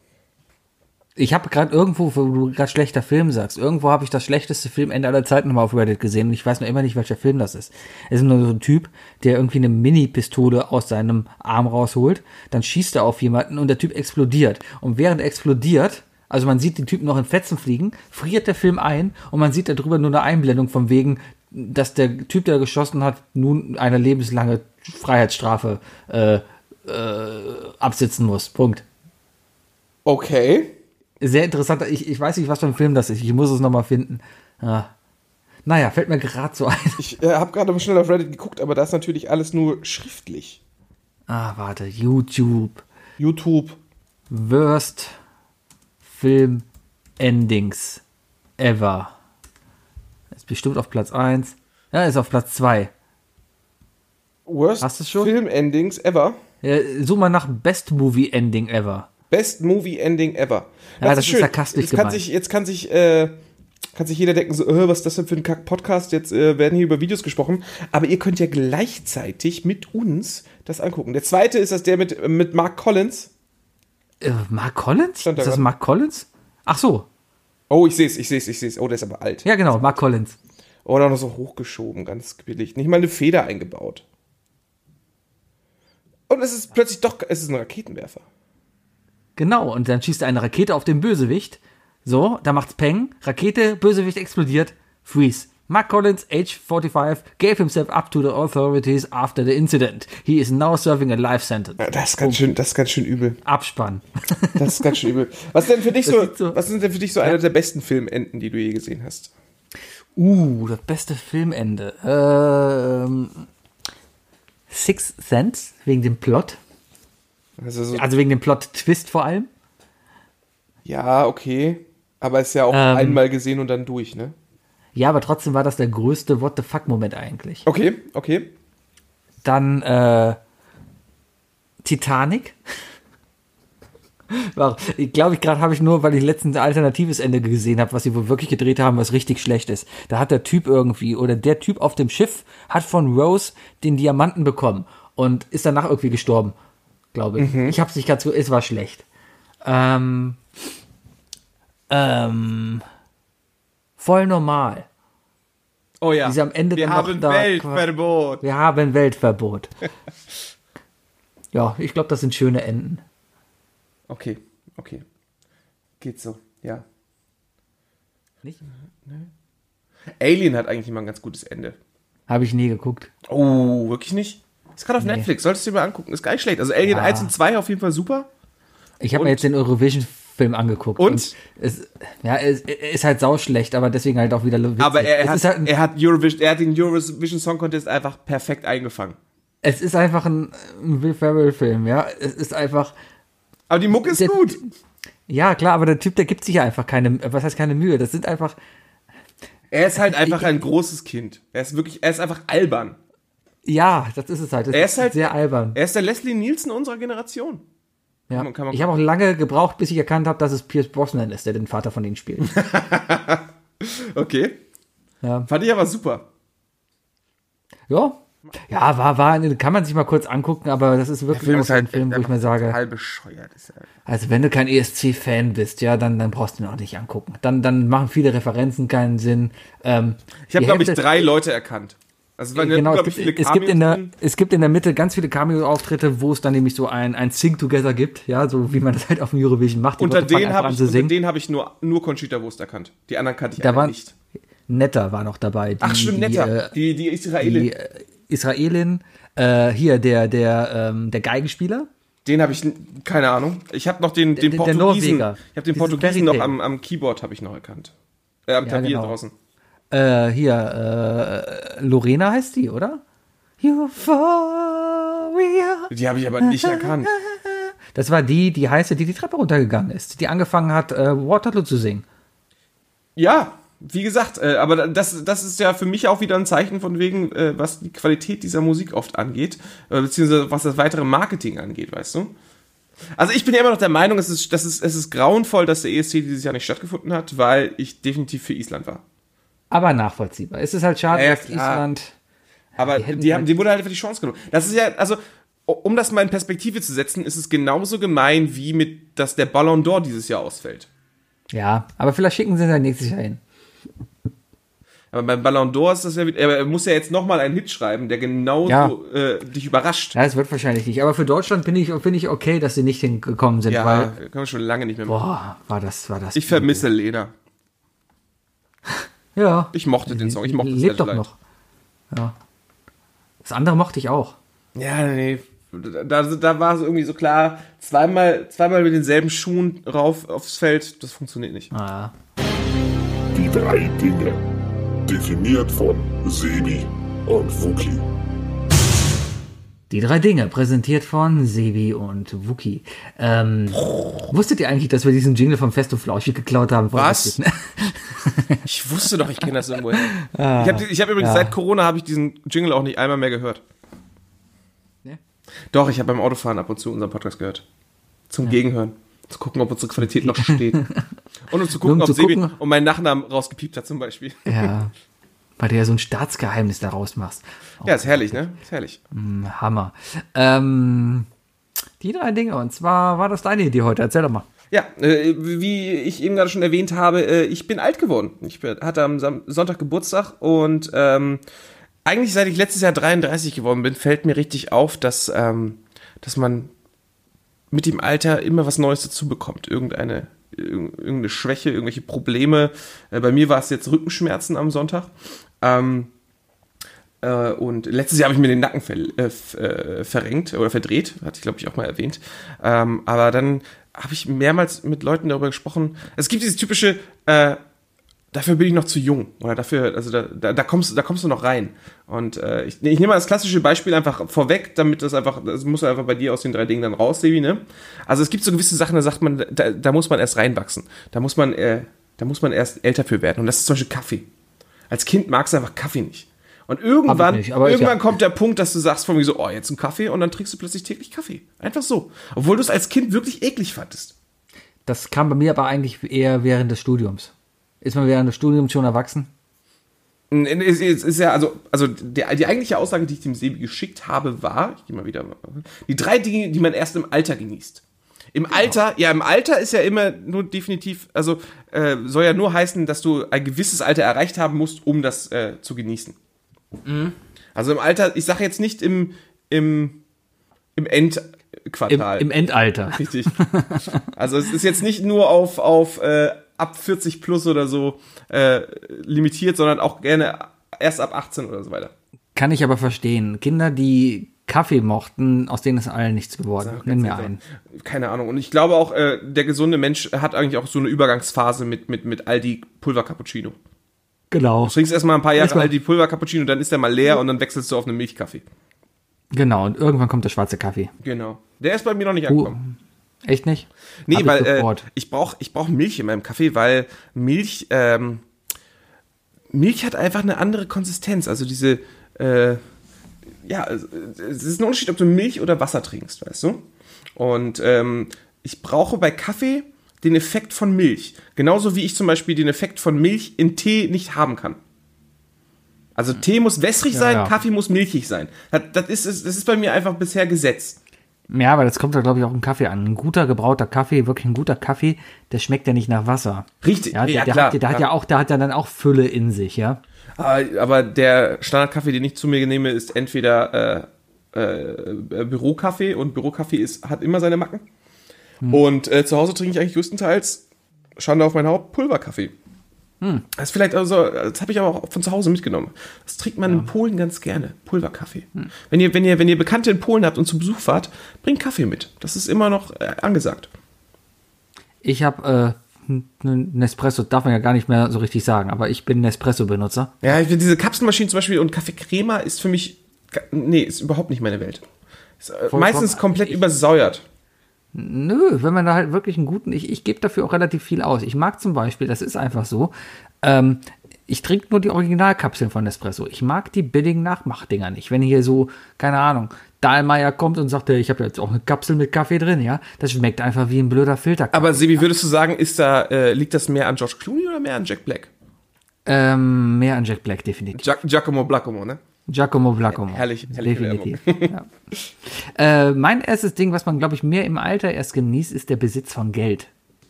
[SPEAKER 3] Ich habe gerade irgendwo, wo du gerade schlechter Film sagst, irgendwo habe ich das schlechteste Filmende aller Zeiten nochmal auf Reddit gesehen und ich weiß noch immer nicht, welcher Film das ist. Es ist nur so ein Typ, der irgendwie eine Mini-Pistole aus seinem Arm rausholt, dann schießt er auf jemanden und der Typ explodiert. Und während er explodiert, also man sieht den Typen noch in Fetzen fliegen, friert der Film ein und man sieht darüber nur eine Einblendung von wegen, dass der Typ, der geschossen hat, nun eine lebenslange Freiheitsstrafe äh, äh, absitzen muss. Punkt.
[SPEAKER 2] Okay.
[SPEAKER 3] Sehr interessant. Ich, ich weiß nicht, was für ein Film das ist. Ich muss es nochmal finden. Ah. Naja, fällt mir gerade so ein.
[SPEAKER 2] Ich äh, habe gerade mal schnell auf Reddit geguckt, aber da ist natürlich alles nur schriftlich.
[SPEAKER 3] Ah, warte. YouTube.
[SPEAKER 2] YouTube.
[SPEAKER 3] Worst Film Endings ever. Ist bestimmt auf Platz eins. Ja, ist auf Platz zwei.
[SPEAKER 2] Worst
[SPEAKER 3] Hast du's schon?
[SPEAKER 2] Film Endings ever.
[SPEAKER 3] Ja, such mal nach Best Movie Ending ever.
[SPEAKER 2] Best Movie Ending ever.
[SPEAKER 3] Ja, das ist sarkastisch
[SPEAKER 2] jetzt kann
[SPEAKER 3] gemeint.
[SPEAKER 2] sich, jetzt kann sich, äh, kann sich jeder denken, so, äh, was ist das denn für ein Kack-Podcast? Jetzt äh, werden hier über Videos gesprochen. Aber ihr könnt ja gleichzeitig mit uns das angucken. Der zweite ist das der mit, mit Mark Collins.
[SPEAKER 3] Äh, Mark Collins?
[SPEAKER 2] Stand da
[SPEAKER 3] Ist das
[SPEAKER 2] grad.
[SPEAKER 3] Mark Collins? Ach so.
[SPEAKER 2] Oh, ich sehe es, ich sehe es, ich sehe es. Oh, der ist aber alt.
[SPEAKER 3] Ja, genau, Mark Collins.
[SPEAKER 2] Oh, da noch so hochgeschoben, ganz billig. Nicht mal eine Feder eingebaut. Und es ist plötzlich doch, es ist ein Raketenwerfer.
[SPEAKER 3] Genau, und dann schießt er eine Rakete auf den Bösewicht. So, da macht's Peng, Rakete, Bösewicht explodiert, Freeze. Mark Collins, age forty-five, gave himself up to the authorities after the incident. He is now serving a life sentence.
[SPEAKER 2] Ja, das ist ganz schön, das ist ganz schön übel.
[SPEAKER 3] Abspann.
[SPEAKER 2] Das ist ganz schön übel. Was denn für dich
[SPEAKER 3] Das
[SPEAKER 2] so,
[SPEAKER 3] sieht so-
[SPEAKER 2] was sind denn für dich so einer der besten Filmenden, die du je gesehen hast?
[SPEAKER 3] Uh, das beste Filmende. Ähm, Sixth Sense, wegen dem Plot.
[SPEAKER 2] Also so,
[SPEAKER 3] Also wegen dem Plot-Twist vor allem.
[SPEAKER 2] ja, okay. Aber ist ja auch
[SPEAKER 3] Ähm.
[SPEAKER 2] einmal gesehen und dann durch, ne?
[SPEAKER 3] Ja, aber trotzdem war das der größte What the fuck-Moment eigentlich.
[SPEAKER 2] Okay, okay.
[SPEAKER 3] Dann äh, Titanic. War- Ich glaube, ich gerade habe ich nur, weil ich letztens ein alternatives Ende gesehen habe, was sie wohl wirklich gedreht haben, was richtig schlecht ist. Da hat der Typ irgendwie, oder der Typ auf dem Schiff hat von Rose den Diamanten bekommen und ist danach irgendwie gestorben, glaube ich. Ich habe es nicht ganz so, es war schlecht. Ähm, ähm, voll normal.
[SPEAKER 2] Oh ja.
[SPEAKER 3] Wie sie am Ende
[SPEAKER 2] Wir
[SPEAKER 3] dann noch
[SPEAKER 2] haben
[SPEAKER 3] da-
[SPEAKER 2] Weltverbot.
[SPEAKER 3] Wir haben Weltverbot. Ja, ich glaube, das sind schöne Enden.
[SPEAKER 2] Okay, okay. Geht so, ja.
[SPEAKER 3] Nicht?
[SPEAKER 2] Alien hat eigentlich immer ein ganz gutes Ende.
[SPEAKER 3] Habe ich nie geguckt.
[SPEAKER 2] Oh, wirklich nicht? Ist gerade auf
[SPEAKER 3] Nee.
[SPEAKER 2] Netflix, solltest du dir mal angucken. Ist gar nicht schlecht. Also Alien
[SPEAKER 3] Ja.
[SPEAKER 2] eins und zwei auf jeden Fall super.
[SPEAKER 3] Ich habe
[SPEAKER 2] Und-
[SPEAKER 3] mir jetzt den Eurovision-Film angeguckt.
[SPEAKER 2] Und?
[SPEAKER 3] es, ja, es er ist halt sauschlecht, aber deswegen halt auch wieder witzig.
[SPEAKER 2] Aber er, er,
[SPEAKER 3] es,
[SPEAKER 2] hat,
[SPEAKER 3] ist halt ein,
[SPEAKER 2] er, hat Eurovision, er hat den Eurovision Song Contest einfach perfekt eingefangen.
[SPEAKER 3] es ist einfach ein, ein Will Ferrell-Film, ja. Es ist einfach...
[SPEAKER 2] Aber die Mucke ist
[SPEAKER 3] Der-
[SPEAKER 2] gut.
[SPEAKER 3] Ja, klar, aber der Typ, der gibt sich ja einfach keine... Was heißt keine Mühe? Das sind einfach...
[SPEAKER 2] Er ist halt einfach ein großes Kind. Er ist wirklich, er ist einfach albern.
[SPEAKER 3] Ja, das ist es halt. Das
[SPEAKER 2] Er ist halt
[SPEAKER 3] sehr albern.
[SPEAKER 2] Er ist der Leslie Nielsen unserer Generation.
[SPEAKER 3] Ja.
[SPEAKER 2] kann man- kann man-
[SPEAKER 3] Ich habe auch lange gebraucht, bis ich erkannt habe, dass es Pierce Brosnan ist, der den Vater von denen spielt.
[SPEAKER 2] Okay.
[SPEAKER 3] Ja.
[SPEAKER 2] Fand ich aber super.
[SPEAKER 3] Ja, ja, war, war, kann man sich mal kurz angucken, aber das ist wirklich auch so
[SPEAKER 2] halt
[SPEAKER 3] ein Film, wo ich mir sage,
[SPEAKER 2] total bescheuert. Ist er.
[SPEAKER 3] also wenn du kein E S C-Fan bist, ja, dann, dann brauchst du ihn auch nicht angucken. Dann, dann machen viele Referenzen keinen Sinn. Ähm,
[SPEAKER 2] Ich habe,
[SPEAKER 3] die
[SPEAKER 2] glaube ich,
[SPEAKER 3] Hälfte-
[SPEAKER 2] drei Leute erkannt. Also es waren ja
[SPEAKER 3] Genau, es
[SPEAKER 2] unglaublich
[SPEAKER 3] gibt,
[SPEAKER 2] viele
[SPEAKER 3] es, gibt in der,
[SPEAKER 2] drin.
[SPEAKER 3] es gibt in der Mitte ganz viele Cameo-Auftritte, wo es dann nämlich so ein, ein Sing-Together gibt, ja, so wie man das halt auf dem Eurovision macht. Die
[SPEAKER 2] Unter
[SPEAKER 3] Leute fangen
[SPEAKER 2] denen
[SPEAKER 3] einfach
[SPEAKER 2] habe
[SPEAKER 3] an
[SPEAKER 2] ich,
[SPEAKER 3] zu
[SPEAKER 2] unter
[SPEAKER 3] singen.
[SPEAKER 2] denen hab ich nur, nur Conchita Wurst erkannt. Die anderen kannte ich
[SPEAKER 3] Da
[SPEAKER 2] alle
[SPEAKER 3] waren,
[SPEAKER 2] nicht.
[SPEAKER 3] Netter war noch dabei. Die,
[SPEAKER 2] Ach, stimmt,
[SPEAKER 3] die,
[SPEAKER 2] netter.
[SPEAKER 3] äh,
[SPEAKER 2] die, die Israelin.
[SPEAKER 3] die äh, Israelin, äh, hier der der ähm, der Geigenspieler.
[SPEAKER 2] Den habe ich, n- keine Ahnung. Ich habe noch den, den
[SPEAKER 3] Der- der
[SPEAKER 2] Portugiesen.
[SPEAKER 3] Norweger.
[SPEAKER 2] Ich habe den
[SPEAKER 3] Dieses
[SPEAKER 2] Portugiesen noch
[SPEAKER 3] Verité.
[SPEAKER 2] am, am Keyboard habe ich noch erkannt. Äh, am
[SPEAKER 3] Ja,
[SPEAKER 2] Klavier
[SPEAKER 3] genau.
[SPEAKER 2] draußen.
[SPEAKER 3] Äh, hier äh, Lorena heißt die, oder? Euphoria.
[SPEAKER 2] Die habe ich aber nicht erkannt.
[SPEAKER 3] Das war die, die heiße, die die Treppe runtergegangen ist, die angefangen hat, äh, Waterloo zu singen.
[SPEAKER 2] Ja, wie gesagt, äh, aber das, das ist ja für mich auch wieder ein Zeichen von wegen, äh, was die Qualität dieser Musik oft angeht, äh, beziehungsweise was das weitere Marketing angeht, weißt du? Also ich bin ja immer noch der Meinung, es ist, das ist, es ist grauenvoll, dass der E S C dieses Jahr nicht stattgefunden hat, weil ich definitiv für Island war.
[SPEAKER 3] Aber nachvollziehbar. Es ist halt schade,
[SPEAKER 2] Ja, ja,
[SPEAKER 3] dass
[SPEAKER 2] klar.
[SPEAKER 3] Island.
[SPEAKER 2] Aber
[SPEAKER 3] Die hätten
[SPEAKER 2] die, haben,
[SPEAKER 3] halt-
[SPEAKER 2] die wurde halt einfach die Chance genommen. Das ist ja, also, um das mal in Perspektive zu setzen, ist es genauso gemein, wie mit, dass der Ballon d'Or dieses Jahr ausfällt.
[SPEAKER 3] Ja, aber vielleicht schicken sie ihn dann nächstes Jahr hin.
[SPEAKER 2] Aber beim Ballon d'Or ist das ja wieder, er muss ja jetzt nochmal einen Hit schreiben, der genauso
[SPEAKER 3] Ja.
[SPEAKER 2] äh, dich überrascht.
[SPEAKER 3] Ja, es wird wahrscheinlich nicht. Aber für Deutschland bin ich, finde ich okay, dass sie nicht hingekommen sind,
[SPEAKER 2] Ja,
[SPEAKER 3] weil,
[SPEAKER 2] können wir schon lange nicht mehr machen.
[SPEAKER 3] boah, war das, war das.
[SPEAKER 2] Ich vermisse Lena.
[SPEAKER 3] Ja.
[SPEAKER 2] Ich mochte den Song, ich mochte es
[SPEAKER 3] Lebt doch
[SPEAKER 2] ehrlich
[SPEAKER 3] noch. Ja. Das andere mochte ich auch.
[SPEAKER 2] Ja, nee. Da, da war es irgendwie so klar, zweimal, zweimal mit denselben Schuhen rauf aufs Feld, das funktioniert nicht.
[SPEAKER 3] Ah,
[SPEAKER 1] Die drei Dinge. Definiert von Sebi und Wookie.
[SPEAKER 3] die drei Dinge, präsentiert von Sebi und Wookie. Ähm, wusstet ihr eigentlich, dass wir diesen Jingle vom Fest und Flauschig geklaut haben?
[SPEAKER 2] Was? Ich wusste doch, ich kenne das irgendwo her. Ich habe ich hab übrigens
[SPEAKER 3] ja.
[SPEAKER 2] seit Corona habe ich diesen Jingle auch nicht einmal mehr gehört.
[SPEAKER 3] Ne?
[SPEAKER 2] Doch, ich habe beim Autofahren ab und zu unseren Podcast gehört. Zum Gegenhören. Zu gucken, ob unsere Qualität noch steht. Und um zu gucken,
[SPEAKER 3] Um
[SPEAKER 2] ob
[SPEAKER 3] zu
[SPEAKER 2] Sebi
[SPEAKER 3] gucken.
[SPEAKER 2] um meinen Nachnamen rausgepiept hat zum Beispiel.
[SPEAKER 3] Ja. Weil du ja so ein Staatsgeheimnis daraus machst.
[SPEAKER 2] Ja, ist herrlich, ne? Ist herrlich.
[SPEAKER 3] Hammer. Ähm, die drei Dinge. Und zwar war das deine Idee heute. Erzähl doch mal.
[SPEAKER 2] Ja, äh, wie ich eben gerade schon erwähnt habe, äh, ich bin alt geworden. Ich bin, hatte am Sam- Sonntag Geburtstag und ähm, eigentlich seit ich letztes Jahr dreiunddreißig geworden bin, fällt mir richtig auf, dass, ähm, dass man mit dem Alter immer was Neues dazu bekommt. Irgendeine, irg- irgendeine Schwäche, irgendwelche Probleme. Äh, bei mir war es jetzt Rückenschmerzen am Sonntag. Ähm, äh, und letztes Jahr habe ich mir den Nacken ver äh, f- äh, verrenkt oder verdreht. Hatte ich, glaube ich, auch mal erwähnt. Ähm, aber dann habe ich mehrmals mit Leuten darüber gesprochen. Es gibt dieses typische, äh, dafür bin ich noch zu jung. Oder dafür, also da, da, da, kommst, da kommst du noch rein. Und äh, ich, ich nehme mal das klassische Beispiel einfach vorweg, damit das einfach, das muss einfach bei dir aus den drei Dingen dann raus, Sebi, ne? Also es gibt so gewisse Sachen, da sagt man, da, da muss man erst reinwachsen. Da muss man, äh, da muss man erst älter für werden. Und das ist zum Beispiel Kaffee. Als Kind magst du einfach Kaffee nicht. Und irgendwann,
[SPEAKER 3] nicht, aber ist
[SPEAKER 2] irgendwann
[SPEAKER 3] ja-
[SPEAKER 2] kommt der Punkt, dass du sagst von mir so, oh, jetzt ein Kaffee und dann trinkst du plötzlich täglich Kaffee. Einfach so. Obwohl du es als Kind wirklich eklig fandest.
[SPEAKER 3] Das kam bei mir aber eigentlich eher während des Studiums. Ist man während des Studiums schon erwachsen?
[SPEAKER 2] Es ist, ist ja, also, also die, die eigentliche Aussage, die ich dem Sebi geschickt habe, war, ich gehe mal wieder, die drei Dinge, die man erst im Alter genießt. Im Alter, ja, im Alter ist ja immer nur definitiv, also äh, soll ja nur heißen, dass du ein gewisses Alter erreicht haben musst, um das äh, zu genießen. Also im Alter, ich sage jetzt nicht im, im, im
[SPEAKER 3] Im,
[SPEAKER 2] Endquartal.
[SPEAKER 3] Im Endalter.
[SPEAKER 2] Richtig. Also es ist jetzt nicht nur auf, auf äh, ab vierzig plus oder so äh, limitiert, sondern auch gerne erst ab achtzehn oder so weiter.
[SPEAKER 3] Kann ich aber verstehen. Kinder, die Kaffee mochten, aus denen ist allen nichts geworden.
[SPEAKER 2] Ja,
[SPEAKER 3] Nenn mir
[SPEAKER 2] einfach.
[SPEAKER 3] einen.
[SPEAKER 2] Keine Ahnung. Und ich glaube auch, äh, der gesunde Mensch hat eigentlich auch so eine Übergangsphase mit, mit, mit Aldi Pulver-Cappuccino.
[SPEAKER 3] Genau.
[SPEAKER 2] Du trinkst erstmal ein paar Jahre
[SPEAKER 3] Erstmal-
[SPEAKER 2] Aldi Pulver-Cappuccino, dann ist der mal leer und dann wechselst du auf einen Milchkaffee.
[SPEAKER 3] Genau, und irgendwann kommt der schwarze Kaffee.
[SPEAKER 2] Genau. Der ist bei mir noch nicht
[SPEAKER 3] Uh,
[SPEAKER 2] angekommen.
[SPEAKER 3] echt nicht?
[SPEAKER 2] Nee,
[SPEAKER 3] Hab
[SPEAKER 2] weil
[SPEAKER 3] ich,
[SPEAKER 2] äh,
[SPEAKER 3] sofort.
[SPEAKER 2] ich brauche ich brauch Milch in meinem Kaffee, weil Milch, ähm, Milch hat einfach eine andere Konsistenz. Also diese, äh, ja, es es ist ein Unterschied, ob du Milch oder Wasser trinkst, weißt du? Und ähm, ich brauche bei Kaffee den Effekt von Milch. Genauso wie ich zum Beispiel den Effekt von Milch in Tee nicht haben kann. Also Tee muss wässrig sein,
[SPEAKER 3] ja.
[SPEAKER 2] Kaffee muss milchig sein. Das, das, ist, das ist bei mir einfach bisher Gesetz.
[SPEAKER 3] Ja, aber das kommt da, glaube ich, auch im Kaffee an. Ein guter gebrauter Kaffee, wirklich ein guter Kaffee, der schmeckt ja nicht nach Wasser.
[SPEAKER 2] Richtig,
[SPEAKER 3] Ja, der,
[SPEAKER 2] ja,
[SPEAKER 3] der,
[SPEAKER 2] klar,
[SPEAKER 3] hat, der hat
[SPEAKER 2] klar.
[SPEAKER 3] ja auch, der hat ja dann auch Fülle in sich, ja.
[SPEAKER 2] Aber, aber der Standardkaffee, den ich zu mir nehme, ist entweder äh, äh, Bürokaffee und Bürokaffee ist, hat immer seine Macken. Hm. Und äh, zu Hause trinke ich eigentlich größtenteils, Schande auf mein Haupt, Pulverkaffee. Hm. Das ist vielleicht also, das habe ich aber auch von zu Hause mitgenommen. Das trinkt man ja. in Polen ganz gerne, Pulverkaffee. Hm. Wenn ihr, wenn ihr, wenn ihr Bekannte in Polen habt und zu Besuch fahrt, bringt Kaffee mit. Das ist immer noch äh, angesagt.
[SPEAKER 3] Ich habe äh, Nespresso, darf man ja gar nicht mehr so richtig sagen, aber ich bin Nespresso-Benutzer.
[SPEAKER 2] Ja, ich finde diese Kapselmaschinen zum Beispiel und Kaffee Crema ist für mich, nee, ist überhaupt nicht meine Welt. Ist äh, meistens komplett
[SPEAKER 3] ich,
[SPEAKER 2] übersäuert.
[SPEAKER 3] Nö, wenn man da halt wirklich einen guten, ich, ich gebe dafür auch relativ viel aus. Ich mag zum Beispiel, das ist einfach so, ähm, ich trinke nur die Originalkapseln von Nespresso. Ich mag die billigen Nachmachdinger nicht. Wenn hier so, keine Ahnung, Dahlmeier kommt und sagt, ich habe jetzt auch eine Kapsel mit Kaffee drin, ja, das schmeckt einfach wie ein blöder Filterkaffee.
[SPEAKER 2] Aber Sebi, würdest du sagen, ist da, äh, liegt das mehr an George Clooney oder mehr an Jack Black?
[SPEAKER 3] Ähm, mehr an Jack Black, definitiv.
[SPEAKER 2] Giac- Giacomo Blaccomo, ne?
[SPEAKER 3] Giacomo Blaccomo.
[SPEAKER 2] Herrlich, herrlich
[SPEAKER 3] definitiv. Ja. äh, mein erstes Ding, was man, glaube ich, mehr im Alter erst genießt, ist der Besitz von Geld.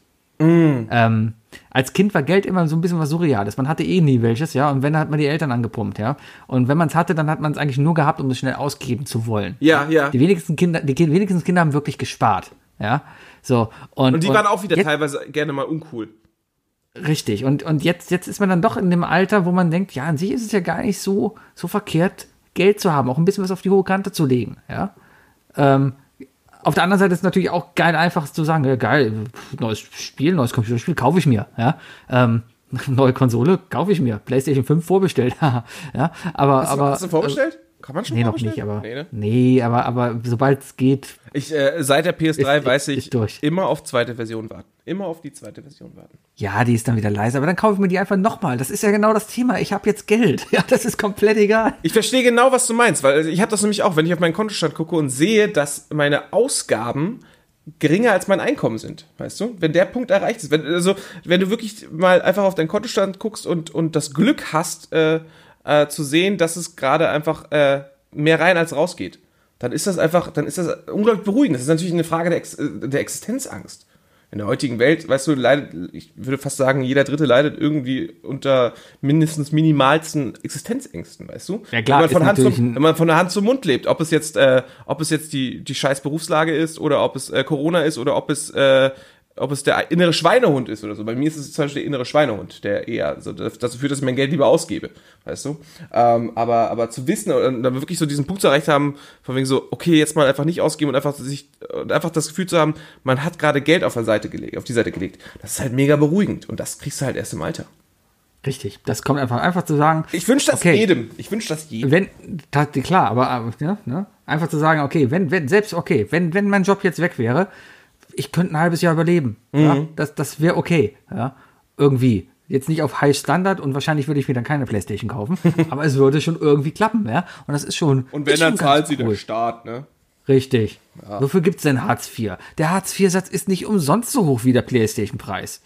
[SPEAKER 3] Mm. Ähm, als Kind war Geld immer so ein bisschen was Surreales. Man hatte eh nie welches, ja, und wenn, dann hat man die Eltern angepumpt, ja. Und wenn man es hatte, dann hat man es eigentlich nur gehabt, um es schnell ausgeben zu wollen.
[SPEAKER 2] Ja, ja.
[SPEAKER 3] Die wenigsten Kinder, die wenigsten Kinder haben wirklich gespart, ja. So, und,
[SPEAKER 2] Und die
[SPEAKER 3] und
[SPEAKER 2] waren auch wieder
[SPEAKER 3] jetzt,
[SPEAKER 2] teilweise gerne mal uncool.
[SPEAKER 3] Richtig, und, und jetzt, jetzt ist man dann doch in dem Alter, wo man denkt, ja, an sich ist es ja gar nicht so, so verkehrt, Geld zu haben, auch ein bisschen was auf die hohe Kante zu legen, ja. Ähm, auf der anderen Seite ist es natürlich auch geil, einfach zu sagen, ja, geil, neues Spiel, neues Computerspiel kaufe ich mir, ja. Ähm, neue Konsole kaufe ich mir, PlayStation fünf vorbestellt, ja. Aber,
[SPEAKER 2] Hast du,
[SPEAKER 3] aber,
[SPEAKER 2] hast du vorbestellt? Kann man schon
[SPEAKER 3] Nee, noch
[SPEAKER 2] vorbestellen?
[SPEAKER 3] nicht, aber,
[SPEAKER 2] Nee, ne?
[SPEAKER 3] nee, aber, aber sobald es geht,
[SPEAKER 2] Ich, äh, seit der P S drei
[SPEAKER 3] Ist-
[SPEAKER 2] weiß
[SPEAKER 3] ist
[SPEAKER 2] ich,
[SPEAKER 3] durch.
[SPEAKER 2] immer auf zweite Version warten. Immer auf die zweite Version warten.
[SPEAKER 3] ja, die ist dann wieder leise, aber dann kaufe ich mir die einfach nochmal. Das ist ja genau das Thema. Ich habe jetzt Geld. Ja, das ist komplett egal.
[SPEAKER 2] Ich verstehe genau, was du meinst, weil ich habe das nämlich auch, wenn ich auf meinen Kontostand gucke und sehe, dass meine Ausgaben geringer als mein Einkommen sind, weißt du? Wenn der Punkt erreicht ist, wenn, also, wenn du wirklich mal einfach auf deinen Kontostand guckst und, und das Glück hast, äh, äh, zu sehen, dass es gerade einfach äh, mehr rein als rausgeht, dann ist das einfach, dann ist das unglaublich beruhigend. Das ist natürlich eine Frage der, Ex der Existenzangst. In der heutigen Welt, weißt du, leidet, ich würde fast sagen, jeder Dritte leidet irgendwie unter mindestens minimalsten Existenzängsten, weißt du?
[SPEAKER 3] Ja, klar,
[SPEAKER 2] wenn man von,
[SPEAKER 3] ist
[SPEAKER 2] Hand
[SPEAKER 3] natürlich
[SPEAKER 2] zum,
[SPEAKER 3] ein-
[SPEAKER 2] wenn man von der Hand zum Mund lebt, ob es jetzt, äh, ob es jetzt die, die scheiß Berufslage ist oder ob es äh, Corona ist oder ob es, äh, ob es der innere Schweinehund ist oder so. Bei mir ist es zum Beispiel der innere Schweinehund, der eher so dazu führt, dass ich mein Geld lieber ausgebe, weißt du? Ähm, aber, aber zu wissen und dann wirklich so diesen Punkt erreicht haben, von wegen so, okay, jetzt mal einfach nicht ausgeben und einfach sich, und einfach das Gefühl zu haben, man hat gerade Geld auf der Seite gelegt, auf die Seite gelegt. Das ist halt mega beruhigend und das kriegst du halt erst im Alter.
[SPEAKER 3] Richtig. Das kommt einfach, einfach zu sagen.
[SPEAKER 2] Ich wünsche das
[SPEAKER 3] okay,
[SPEAKER 2] jedem. Ich wünsche das jedem.
[SPEAKER 3] Wenn, tat- klar, aber, aber ja, ne? Einfach zu sagen, okay, wenn, wenn, selbst, okay, wenn, wenn mein Job jetzt weg wäre, ich könnte ein halbes Jahr überleben.
[SPEAKER 2] Mhm.
[SPEAKER 3] Ja? Das, das wäre okay. Ja? Irgendwie. Jetzt nicht auf High Standard und wahrscheinlich würde ich mir dann keine PlayStation kaufen, aber es würde schon irgendwie klappen, ja. Und das ist schon.
[SPEAKER 2] Und wenn,
[SPEAKER 3] ist
[SPEAKER 2] dann
[SPEAKER 3] schon
[SPEAKER 2] zahlt
[SPEAKER 3] ganz
[SPEAKER 2] sie der
[SPEAKER 3] cool.
[SPEAKER 2] Staat, ne?
[SPEAKER 3] Richtig. Wofür gibt's denn Hartz vier? Der Hartz vier Satz ist nicht umsonst so hoch wie der PlayStation-Preis.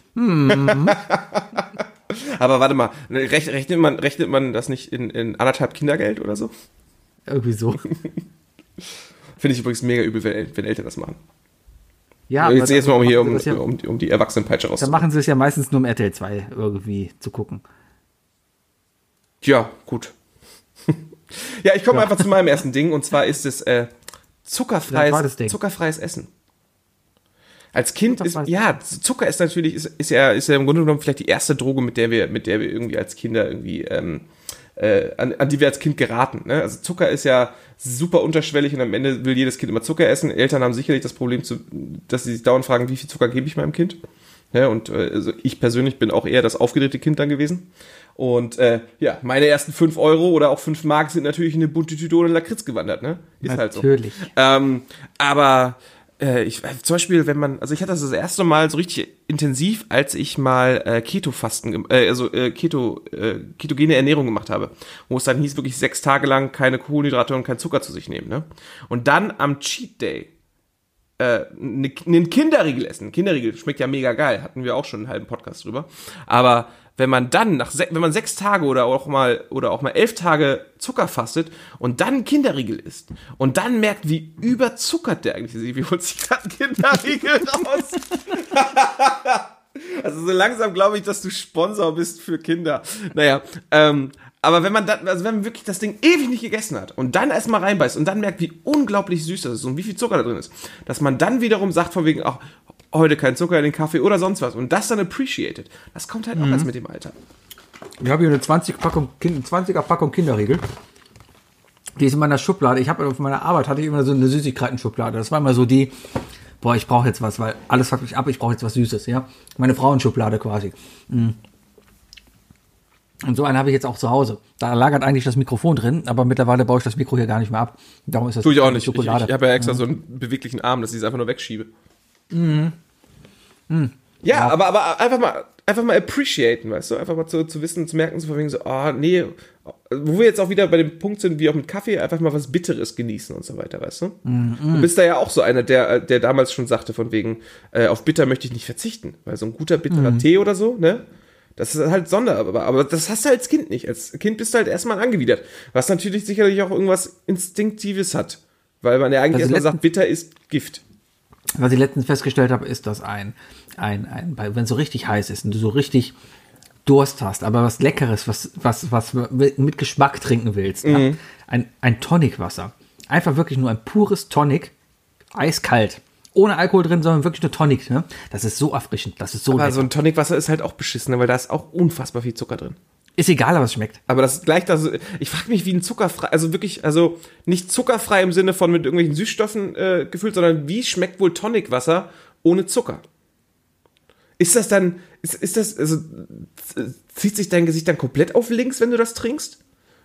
[SPEAKER 2] Aber warte mal, rech- rechnet man, rechnet man das nicht in, in anderthalb Kindergeld oder so?
[SPEAKER 3] Irgendwie so.
[SPEAKER 2] Finde ich übrigens mega übel, wenn, wenn Eltern das machen.
[SPEAKER 3] Ja,
[SPEAKER 2] Jetzt jetzt mal um hier um,
[SPEAKER 3] das ja,
[SPEAKER 2] um, um die Erwachsenenpeitsche
[SPEAKER 3] dann
[SPEAKER 2] rauszuholen.
[SPEAKER 3] machen sie es ja meistens nur um R T L zwei irgendwie zu gucken.
[SPEAKER 2] Ja, gut. Ja, ich komme einfach zu meinem ersten Ding und zwar ist es äh,
[SPEAKER 3] Ja,
[SPEAKER 2] zuckerfreies,
[SPEAKER 3] war das Ding.
[SPEAKER 2] zuckerfreies Essen. Als Kind ist,
[SPEAKER 3] Zuckerfreies
[SPEAKER 2] ja, Zucker ist natürlich, ist, ist ja, ist ja im Grunde genommen vielleicht die erste Droge, mit der wir, mit der wir irgendwie als Kinder irgendwie ähm, äh, an, an die wir als Kind geraten. Ne? Also Zucker ist ja super unterschwellig und am Ende will jedes Kind immer Zucker essen. Eltern haben sicherlich das Problem, zu, dass sie sich dauernd fragen, wie viel Zucker gebe ich meinem Kind? Ja, und äh, also ich persönlich bin auch eher das aufgedrehte Kind dann gewesen. Und äh, ja, meine ersten fünf Euro oder auch fünf Mark sind natürlich in eine bunte Tüte ohne Lakritz gewandert. Ne? Ist halt so.
[SPEAKER 3] Natürlich.
[SPEAKER 2] Ähm, aber äh, ich, zum Beispiel, wenn man, also ich hatte das das erste Mal so richtig intensiv, als ich mal äh, Keto-Fasten, äh, also äh, Keto, äh, ketogene Ernährung gemacht habe, wo es dann hieß, wirklich sechs Tage lang keine Kohlenhydrate und kein Zucker zu sich nehmen. Ne? Und dann am Cheat Day äh, einen Kinderriegel essen. Kinderriegel schmeckt ja mega geil, hatten wir auch schon einen halben Podcast drüber. Aber wenn man dann nach se- wenn man sechs Tage oder auch mal oder auch mal elf Tage Zucker fastet und dann einen Kinderriegel isst und dann merkt, wie überzuckert der eigentlich ist, wie holt sich gerade einen Kinderriegel raus? Also so langsam glaube ich, dass du Sponsor bist für Kinder. Naja, ähm, aber wenn man dann, also wenn man wirklich das Ding ewig nicht gegessen hat und dann erstmal reinbeißt und dann merkt, wie unglaublich süß das ist und wie viel Zucker da drin ist, dass man dann wiederum sagt von wegen, ach, heute kein Zucker in den Kaffee oder sonst was und das dann appreciated, das kommt halt auch
[SPEAKER 3] Mhm.
[SPEAKER 2] erst mit dem Alter.
[SPEAKER 3] Ich habe hier eine zwanzig Packung, zwanziger Packung Kinderriegel. Die ist in meiner Schublade. Ich habe auf meiner Arbeit hatte ich immer so eine Süßigkeiten-Schublade. Das war immer so die, boah, ich brauche jetzt was, weil alles fuckt mich ab, ich brauche jetzt was Süßes, ja. Meine Frauenschublade quasi. Und so einen habe ich jetzt auch zu Hause. Da lagert eigentlich das Mikrofon drin, aber mittlerweile baue ich das Mikro hier gar nicht mehr ab. Darum ist das
[SPEAKER 2] Tue ich auch nicht. Ich, ich,
[SPEAKER 3] Schokolade.
[SPEAKER 2] ich habe ja extra ja. so einen beweglichen Arm, dass ich es einfach nur wegschiebe.
[SPEAKER 3] Mhm. Mhm.
[SPEAKER 2] Ja,
[SPEAKER 3] Ja.
[SPEAKER 2] aber, aber einfach mal, einfach mal appreciaten, weißt du? Einfach mal zu, zu wissen, zu merken, zu verwegen so, ah, nee, wo wir jetzt auch wieder bei dem Punkt sind, wie auch mit Kaffee, einfach mal was Bitteres genießen und so weiter, weißt du?
[SPEAKER 3] Mhm.
[SPEAKER 2] Du bist da ja auch so einer, der, der damals schon sagte, von wegen, äh, auf bitter möchte ich nicht verzichten, weil so ein guter bitterer
[SPEAKER 3] Mhm.
[SPEAKER 2] Tee oder so, ne? Das ist halt Sonder, aber, aber das hast du als Kind nicht. Als Kind bist du halt erstmal angewidert, was natürlich sicherlich auch irgendwas Instinktives hat, weil man ja eigentlich
[SPEAKER 3] Also
[SPEAKER 2] erstmal
[SPEAKER 3] letzten-
[SPEAKER 2] sagt, bitter ist Gift.
[SPEAKER 3] Was ich letztens festgestellt habe, ist, dass ein, ein, ein, wenn es so richtig heiß ist und du so richtig Durst hast, aber was Leckeres, was, was, was mit Geschmack trinken willst, ja? ein, ein Tonicwasser. Einfach wirklich nur ein pures Tonic, eiskalt. Ohne Alkohol drin, sondern wirklich nur Tonic. Ne? Das ist so erfrischend, das ist so
[SPEAKER 2] Aber
[SPEAKER 3] lecker.
[SPEAKER 2] so ein Tonicwasser ist halt auch beschissen, ne, weil da ist auch unfassbar viel Zucker drin.
[SPEAKER 3] Ist egal, aber es schmeckt.
[SPEAKER 2] Aber das ist gleich, also ich frage mich, wie ein zuckerfrei, also wirklich, also nicht zuckerfrei im Sinne von mit irgendwelchen Süßstoffen äh, gefüllt, sondern wie schmeckt wohl Tonicwasser ohne Zucker? Ist das dann, ist, ist das, also zieht sich dein Gesicht dann komplett auf links, wenn du das trinkst?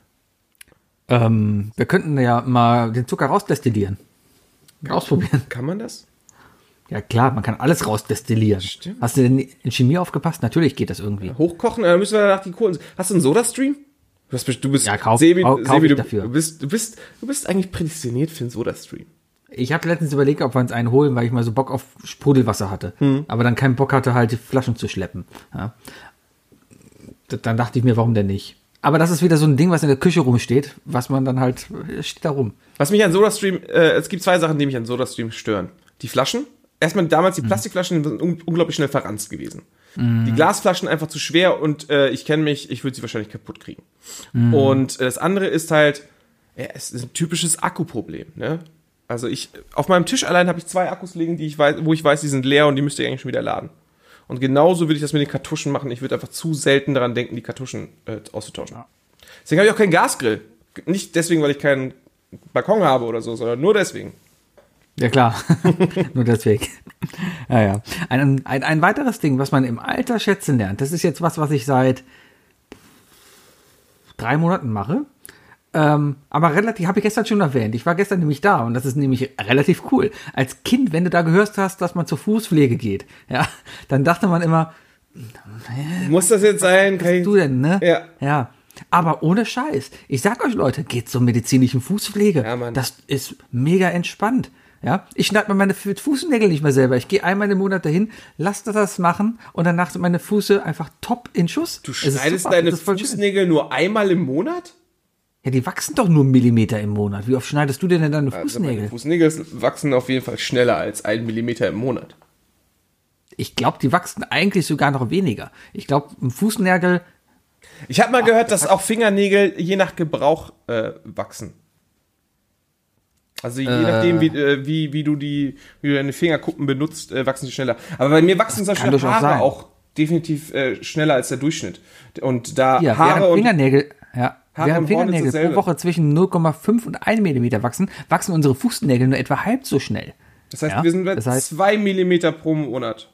[SPEAKER 3] Ähm, wir könnten ja mal den Zucker rausdestillieren. Ausprobieren.
[SPEAKER 2] Kann man das?
[SPEAKER 3] Ja klar, man kann alles rausdestillieren.
[SPEAKER 2] Stimmt.
[SPEAKER 3] Hast du denn in Chemie aufgepasst? Natürlich geht das irgendwie.
[SPEAKER 2] Hochkochen, dann müssen wir danach die Kohlen. Hast du einen Soda-Stream? Du bist, du bist,
[SPEAKER 3] Ja, kauf-
[SPEAKER 2] Sebi,
[SPEAKER 3] kauf- kauf
[SPEAKER 2] Sebi,
[SPEAKER 3] ich
[SPEAKER 2] du,
[SPEAKER 3] dafür.
[SPEAKER 2] du bist, du bist, du bist eigentlich prädestiniert für einen Soda-Stream.
[SPEAKER 3] Ich habe letztens überlegt, ob wir uns einen holen, weil ich mal so Bock auf Sprudelwasser hatte. Aber dann keinen Bock hatte, halt die Flaschen zu schleppen. Ja. D- Dann dachte ich mir, warum denn nicht? Aber das ist wieder so ein Ding, was in der Küche rumsteht, was man dann halt, steht da rum.
[SPEAKER 2] Was mich an SodaStream, äh, es gibt zwei Sachen, die mich an SodaStream stören. Die Flaschen. Erstmal damals die Plastikflaschen sind un- unglaublich schnell verranzt gewesen. Die Glasflaschen einfach zu schwer und äh, ich kenne mich, ich würde sie wahrscheinlich kaputt kriegen. Und äh, das andere ist halt, ja, es ist ein typisches Akkuproblem, ne? Also ich, auf meinem Tisch allein habe ich zwei Akkus liegen, die ich weiß, wo ich weiß, die sind leer und die müsste ich eigentlich schon wieder laden. Und genauso würde ich das mit den Kartuschen machen. Ich würde einfach zu selten daran denken, die Kartuschen äh, auszutauschen. Deswegen habe ich auch keinen Gasgrill. Nicht deswegen, weil ich keinen Balkon habe oder so, sondern nur deswegen.
[SPEAKER 3] Ja klar, nur deswegen. Ja, ja. Ein, ein, ein weiteres Ding, was man im Alter schätzen lernt, das ist jetzt was, was ich seit drei Monaten mache. Ähm, aber relativ, habe ich gestern schon erwähnt. Ich war gestern nämlich da und das ist nämlich relativ cool. Als Kind, wenn du da gehört hast, dass man zur Fußpflege geht, ja, dann dachte man immer,
[SPEAKER 2] Muss das jetzt sein? Kann
[SPEAKER 3] was
[SPEAKER 2] ich,
[SPEAKER 3] du denn, ne?
[SPEAKER 2] Ja.
[SPEAKER 3] Ja. Aber ohne Scheiß. Ich sag euch, Leute, geht zur medizinischen Fußpflege.
[SPEAKER 2] Ja, Mann.
[SPEAKER 3] Das ist mega entspannt. Ja, ich schneide mir meine Fußnägel nicht mehr selber. Ich gehe einmal im Monat dahin, lasse das machen und danach sind meine Füße einfach top in Schuss.
[SPEAKER 2] Du
[SPEAKER 3] Es ist
[SPEAKER 2] schneidest
[SPEAKER 3] super,
[SPEAKER 2] deine
[SPEAKER 3] das ist voll schön.
[SPEAKER 2] Fußnägel nur einmal im Monat?
[SPEAKER 3] Ja, die wachsen doch nur einen Millimeter im Monat. Wie oft schneidest du denn denn deine
[SPEAKER 2] Also
[SPEAKER 3] Fußnägel?
[SPEAKER 2] meine Fußnägel wachsen auf jeden Fall schneller als ein Millimeter im Monat.
[SPEAKER 3] Ich glaube, die wachsen eigentlich sogar noch weniger. Ich glaube, ein Fußnägel,
[SPEAKER 2] Ich habe mal gehört, dass auch Fingernägel je nach Gebrauch äh, wachsen. Also je
[SPEAKER 3] Äh.
[SPEAKER 2] nachdem, wie, äh, wie, wie, du die, wie du deine Fingerkuppen benutzt, äh, wachsen sie schneller. Aber bei mir wachsen zum
[SPEAKER 3] kann
[SPEAKER 2] Beispiel
[SPEAKER 3] durchaus
[SPEAKER 2] Haare
[SPEAKER 3] sein.
[SPEAKER 2] auch definitiv äh, schneller als der Durchschnitt. Und da
[SPEAKER 3] ja,
[SPEAKER 2] Haare
[SPEAKER 3] während
[SPEAKER 2] und
[SPEAKER 3] Fingernägel, ja,
[SPEAKER 2] Haare
[SPEAKER 3] Während
[SPEAKER 2] und Hornhaut
[SPEAKER 3] Fingernägel
[SPEAKER 2] dasselbe.
[SPEAKER 3] pro Woche zwischen null Komma fünf und ein Millimeter wachsen, wachsen unsere Fußnägel nur etwa halb so schnell.
[SPEAKER 2] Das heißt,
[SPEAKER 3] Ja,
[SPEAKER 2] wir sind bei
[SPEAKER 3] das heißt-
[SPEAKER 2] zwei Millimeter pro Monat.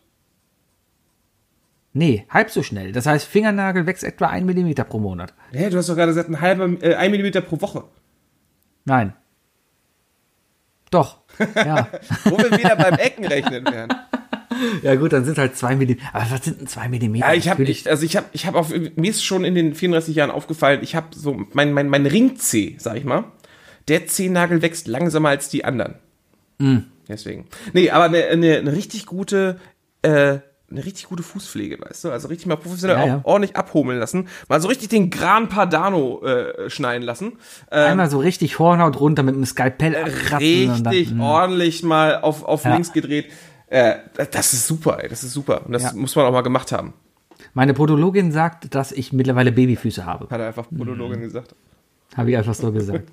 [SPEAKER 3] Nee, halb so schnell. Das heißt, Fingernagel wächst etwa ein Millimeter pro Monat.
[SPEAKER 2] Hä, du hast doch gerade gesagt, ein halber, äh, ein Millimeter pro Woche.
[SPEAKER 3] Nein. Doch. Ja.
[SPEAKER 2] Wo wir wieder beim Eckenrechnen wären.
[SPEAKER 3] Ja gut, dann sind halt zwei Millimeter. Aber was sind denn zwei Millimeter?
[SPEAKER 2] Ja, ich habe,
[SPEAKER 3] Natürlich-
[SPEAKER 2] ich, also ich habe, ich habe auf, mir ist schon in den vierunddreißig Jahren aufgefallen, ich habe so, mein, mein, mein Ringzeh, sag ich mal, der Zehennagel wächst langsamer als die anderen.
[SPEAKER 3] Mm.
[SPEAKER 2] Deswegen. Nee, aber eine, eine, eine richtig gute, äh, eine richtig gute Fußpflege, weißt du? Also richtig mal professionell
[SPEAKER 3] Ja,
[SPEAKER 2] auch
[SPEAKER 3] ja.
[SPEAKER 2] ordentlich abhummeln lassen. Mal so richtig den Gran Padano äh, schneiden lassen. Ähm,
[SPEAKER 3] Einmal so richtig Hornhaut runter mit einem Skalpell abkratzen. und
[SPEAKER 2] richtig
[SPEAKER 3] dann, mm.
[SPEAKER 2] ordentlich mal auf, auf
[SPEAKER 3] Ja.
[SPEAKER 2] links gedreht. Äh, das ist super, ey. Das ist super. Und das
[SPEAKER 3] Ja.
[SPEAKER 2] muss man auch mal gemacht haben.
[SPEAKER 3] Meine Podologin sagt, dass ich mittlerweile Babyfüße habe.
[SPEAKER 2] Hat er einfach Monologin gesagt.
[SPEAKER 3] Habe ich einfach so gesagt.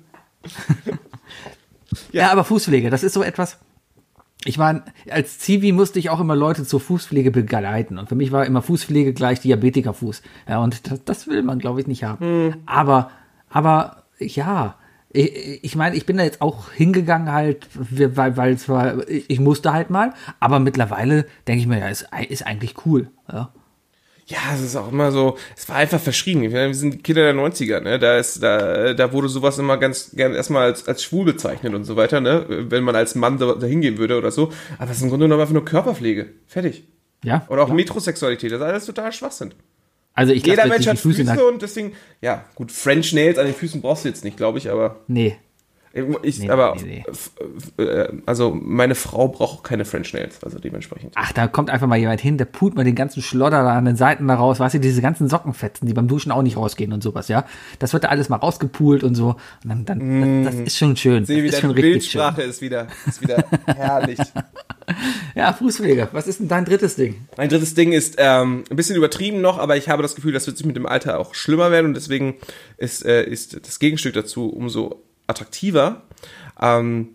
[SPEAKER 3] ja. aber Fußpflege, das ist so etwas. Ich meine, als Zivi musste ich auch immer Leute zur Fußpflege begleiten. Und für mich war immer Fußpflege gleich Diabetikerfuß. Ja, und das, das will man, glaube ich, nicht haben.
[SPEAKER 2] Hm.
[SPEAKER 3] Aber, aber, ja. Ich, ich meine, ich bin da jetzt auch hingegangen halt, weil, weil es war, ich musste halt mal. Aber mittlerweile denke ich mir, ja, ist, ist eigentlich cool. Ja.
[SPEAKER 2] Ja, es ist auch immer so, es war einfach verschrien. Wir sind die Kinder der neunziger, ne? Da ist, da, da wurde sowas immer ganz gern erstmal als, als schwul bezeichnet und so weiter, ne? Wenn man als Mann da, da hingehen würde oder so. Aber es ist im Grunde genommen einfach nur Körperpflege. Fertig.
[SPEAKER 3] Ja.
[SPEAKER 2] Oder auch
[SPEAKER 3] ja.
[SPEAKER 2] Metrosexualität. Das ist alles total Schwachsinn.
[SPEAKER 3] Also ich
[SPEAKER 2] Jeder
[SPEAKER 3] lasse
[SPEAKER 2] Mensch
[SPEAKER 3] die
[SPEAKER 2] hat
[SPEAKER 3] Füße
[SPEAKER 2] Füße
[SPEAKER 3] nach-
[SPEAKER 2] und deswegen, ja, gut, French Nails an den Füßen brauchst du jetzt nicht, glaube ich, aber
[SPEAKER 3] Nee.
[SPEAKER 2] ich,
[SPEAKER 3] Nee,
[SPEAKER 2] aber,
[SPEAKER 3] nee, nee.
[SPEAKER 2] f- äh, also meine Frau braucht auch keine French Nails, also dementsprechend.
[SPEAKER 3] Ach, da kommt einfach mal jemand hin, der pult mal den ganzen Schlodder da an den Seiten da raus, weißt du, diese ganzen Sockenfetzen, die beim Duschen auch nicht rausgehen und sowas, ja. Das wird da alles mal rausgepult und so. Und dann, dann das, das ist schon schön.
[SPEAKER 2] Sehe, wie
[SPEAKER 3] das ist schon
[SPEAKER 2] deine
[SPEAKER 3] richtig schön.
[SPEAKER 2] Bildsprache ist wieder, ist wieder herrlich.
[SPEAKER 3] Ja, Fußpflege. Was ist denn dein drittes Ding?
[SPEAKER 2] Mein drittes Ding ist ähm, ein bisschen übertrieben noch, aber ich habe das Gefühl, das wird sich mit dem Alter auch schlimmer werden und deswegen ist, äh, ist das Gegenstück dazu umso attraktiver, ähm,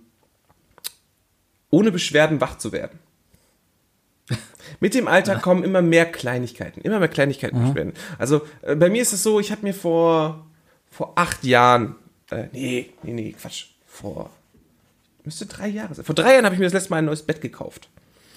[SPEAKER 2] ohne Beschwerden wach zu werden. Mit dem Alter kommen immer mehr Kleinigkeiten, immer mehr Kleinigkeiten Beschwerden. Also äh, bei mir ist es so, ich habe mir vor, vor acht Jahren, äh, nee, nee, nee, Quatsch, vor, müsste drei Jahre sein. Vor drei Jahren habe ich mir das letzte Mal ein neues Bett gekauft.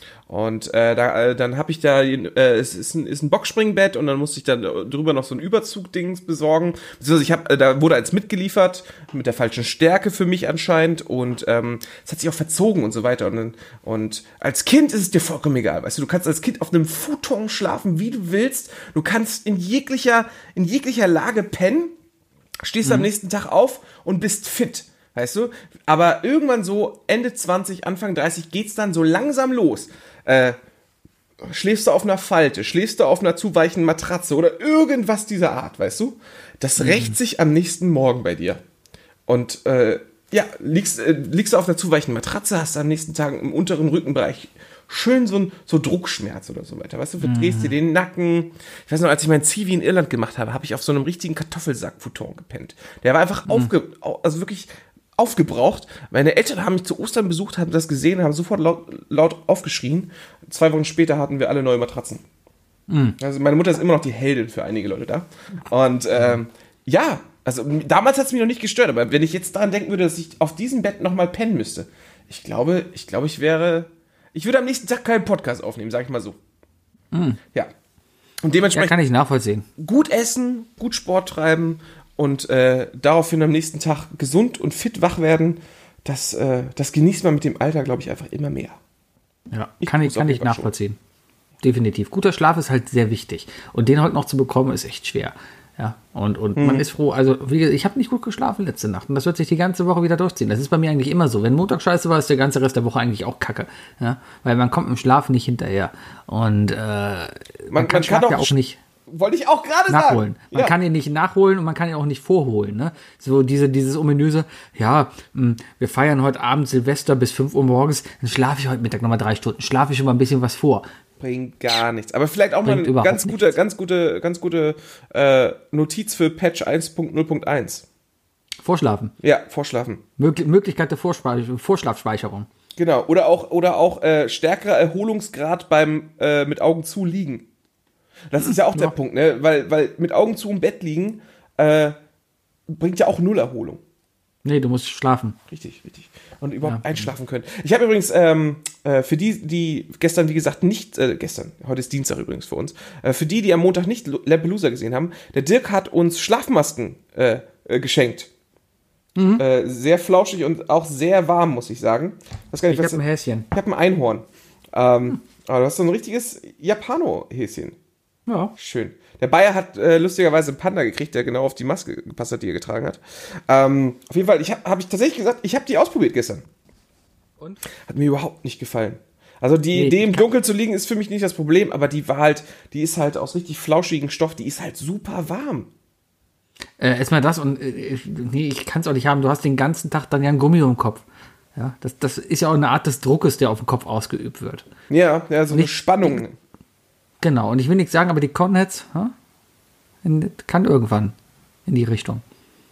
[SPEAKER 2] Und äh, da, äh, dann habe ich da, äh, es ist ein, ist ein Boxspringbett und dann musste ich dann drüber noch so ein Überzug-Dings besorgen. Beziehungsweise ich habe, äh, da wurde eins mitgeliefert, mit der falschen Stärke für mich anscheinend und ähm, es hat sich auch verzogen und so weiter. Und, dann- und als Kind ist es dir vollkommen egal, weißt du, du kannst als Kind auf einem Futon schlafen, wie du willst. Du kannst in jeglicher, in jeglicher Lage pennen, stehst am nächsten Tag auf und bist fit. Weißt du? Aber irgendwann so Ende zwanzig, Anfang dreißig geht's dann so langsam los. Äh, schläfst du auf einer Falte, schläfst du auf einer zu weichen Matratze oder irgendwas dieser Art, weißt du? Das rächt sich am nächsten Morgen bei dir. Und äh, ja, liegst, äh, liegst du auf einer zu weichen Matratze, hast am nächsten Tag im unteren Rückenbereich schön so ein so Druckschmerz oder so weiter. Weißt du, verdrehst dir den Nacken. Ich weiß noch, als ich mein Zivi in Irland gemacht habe, habe ich auf so einem richtigen Kartoffelsack-Futon gepennt. Der war einfach aufge... also wirklich aufgebraucht. Meine Eltern haben mich zu Ostern besucht, haben das gesehen, haben sofort laut, laut aufgeschrien. Zwei Wochen später hatten wir alle neue Matratzen.
[SPEAKER 3] Mhm.
[SPEAKER 2] Also meine Mutter ist immer noch die Heldin für einige Leute da. Und ähm, ja, also damals hat es mich noch nicht gestört, aber wenn ich jetzt daran denken würde, dass ich auf diesem Bett nochmal pennen müsste, ich glaube, ich glaube, ich wäre, ich würde am nächsten Tag keinen Podcast aufnehmen, sag ich mal so.
[SPEAKER 3] Mhm.
[SPEAKER 2] Ja. Und
[SPEAKER 3] Ja,
[SPEAKER 2] dementsprechend
[SPEAKER 3] kann ich nachvollziehen.
[SPEAKER 2] gut essen, gut Sport treiben und äh, daraufhin am nächsten Tag gesund und fit wach werden, das, äh, das genießt man mit dem Alter, glaube ich, einfach immer mehr.
[SPEAKER 3] Ja,
[SPEAKER 2] Ich
[SPEAKER 3] kann ich,
[SPEAKER 2] tu's auf
[SPEAKER 3] kann
[SPEAKER 2] jeden
[SPEAKER 3] ich
[SPEAKER 2] Fall
[SPEAKER 3] nachvollziehen. Definitiv. Guter Schlaf ist halt sehr wichtig. Und den heute noch zu bekommen, ist echt schwer. Ja, und, und man ist froh. Also, wie gesagt, ich habe nicht gut geschlafen letzte Nacht. Und das wird sich die ganze Woche wieder durchziehen. Das ist bei mir eigentlich immer so. Wenn Montag scheiße war, ist der ganze Rest der Woche eigentlich auch kacke. Ja, weil man kommt im Schlaf nicht hinterher. Und äh, man,
[SPEAKER 2] Man,
[SPEAKER 3] kann
[SPEAKER 2] man
[SPEAKER 3] Schlaf
[SPEAKER 2] kann
[SPEAKER 3] ja
[SPEAKER 2] auch,
[SPEAKER 3] auch nicht
[SPEAKER 2] wollte ich auch gerade sagen.
[SPEAKER 3] nachholen. Man
[SPEAKER 2] Ja.
[SPEAKER 3] kann ihn nicht nachholen und man kann ihn auch nicht vorholen. Ne? So diese, dieses ominöse, ja, mh, wir feiern heute Abend Silvester bis fünf Uhr morgens, dann schlafe ich heute Mittag nochmal drei Stunden, schlafe ich schon mal ein bisschen was vor.
[SPEAKER 2] Bringt gar nichts. Aber vielleicht auch mal
[SPEAKER 3] Bringt
[SPEAKER 2] eine
[SPEAKER 3] überhaupt
[SPEAKER 2] ganz gute, ganz gute, ganz gute äh, Notiz für Patch eins Punkt null Punkt eins.
[SPEAKER 3] Vorschlafen.
[SPEAKER 2] Ja, vorschlafen.
[SPEAKER 3] Möglich- Möglichkeit der Vorspeicher- Vorschlafspeicherung.
[SPEAKER 2] Genau. Oder auch, oder auch äh, stärkerer Erholungsgrad beim äh, mit Augen zu liegen. Das ist ja auch der Punkt, ne? Weil, weil mit Augen zu im Bett liegen, äh, bringt ja auch null Erholung.
[SPEAKER 3] Nee, du musst schlafen.
[SPEAKER 2] Richtig, richtig. Und überhaupt
[SPEAKER 3] Ja.
[SPEAKER 2] einschlafen können. Ich habe übrigens, ähm, äh, für die, die gestern, wie gesagt, nicht, äh, gestern, heute ist Dienstag übrigens für uns, äh, für die, die am Montag nicht Lampelusa gesehen haben, der Dirk hat uns Schlafmasken äh, äh, geschenkt. Mhm. Äh, sehr flauschig und auch sehr warm, muss ich sagen. Was gar nicht,
[SPEAKER 3] Ich
[SPEAKER 2] was
[SPEAKER 3] hab ein Häschen.
[SPEAKER 2] Ich habe ein Einhorn. Ähm, aber du hast so ein richtiges Japano-Häschen.
[SPEAKER 3] Ja.
[SPEAKER 2] Schön. Der Bayer hat äh, lustigerweise einen Panda gekriegt, der genau auf die Maske gepasst hat, die er getragen hat. Ähm, auf jeden Fall, ich habe hab ich tatsächlich gesagt, ich habe die ausprobiert gestern.
[SPEAKER 3] Und?
[SPEAKER 2] Hat mir überhaupt nicht gefallen. Also die
[SPEAKER 3] Nee,
[SPEAKER 2] Idee im
[SPEAKER 3] ich kann-
[SPEAKER 2] Dunkeln zu liegen ist für mich nicht das Problem, aber die war halt, die ist halt aus richtig flauschigem Stoff, die ist halt super warm.
[SPEAKER 3] Äh, erstmal das und äh, ich- nee, ich kann es auch nicht haben. Du hast den ganzen Tag dann ja ein Gummi im Kopf. Ja, das, das ist ja auch eine Art des Druckes, der auf den Kopf ausgeübt wird.
[SPEAKER 2] Ja, ja, so eine
[SPEAKER 3] Nicht-
[SPEAKER 2] Spannung.
[SPEAKER 3] Genau, und ich will nichts sagen, aber die Conheads ha, in, kann irgendwann in die Richtung.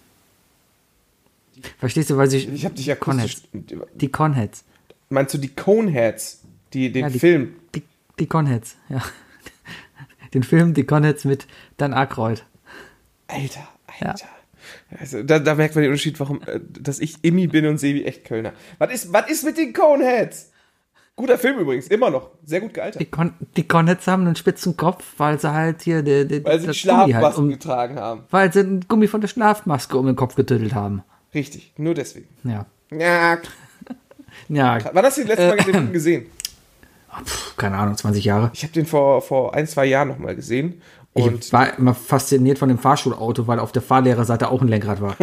[SPEAKER 3] Verstehst du, weil sie
[SPEAKER 2] Ich habe dich ja
[SPEAKER 3] Conheads. Die Conheads.
[SPEAKER 2] Meinst du die Coneheads? Die, den
[SPEAKER 3] Ja, die,
[SPEAKER 2] Film?
[SPEAKER 3] Die, die Conheads, ja. Den Film Die Conheads mit Dan Aykroyd.
[SPEAKER 2] Alter,
[SPEAKER 3] Ja.
[SPEAKER 2] Alter. Also, da, da merkt man den Unterschied, warum, äh, dass ich Immi bin und Sebi echt Kölner. Was ist, was ist mit den Coneheads? Guter Film übrigens, immer noch. Sehr gut gealtert.
[SPEAKER 3] Die, Con die Conheads haben einen spitzen Kopf, weil sie halt hier die, die,
[SPEAKER 2] Weil sie
[SPEAKER 3] das
[SPEAKER 2] die
[SPEAKER 3] Gummi
[SPEAKER 2] Schlafmasken
[SPEAKER 3] halt um,
[SPEAKER 2] getragen haben.
[SPEAKER 3] weil sie ein Gummi von der Schlafmaske um den Kopf getüttelt haben.
[SPEAKER 2] Richtig, nur deswegen.
[SPEAKER 3] Ja.
[SPEAKER 2] Ja.
[SPEAKER 3] Ja,
[SPEAKER 2] Wann hast du den letzten Mal den Film gesehen?
[SPEAKER 3] pf, keine Ahnung, zwanzig Jahre.
[SPEAKER 2] Ich habe den vor, vor ein, zwei Jahren nochmal gesehen. Und
[SPEAKER 3] Ich war immer fasziniert von dem Fahrschulauto, weil auf der Fahrlehrerseite auch ein Lenkrad war.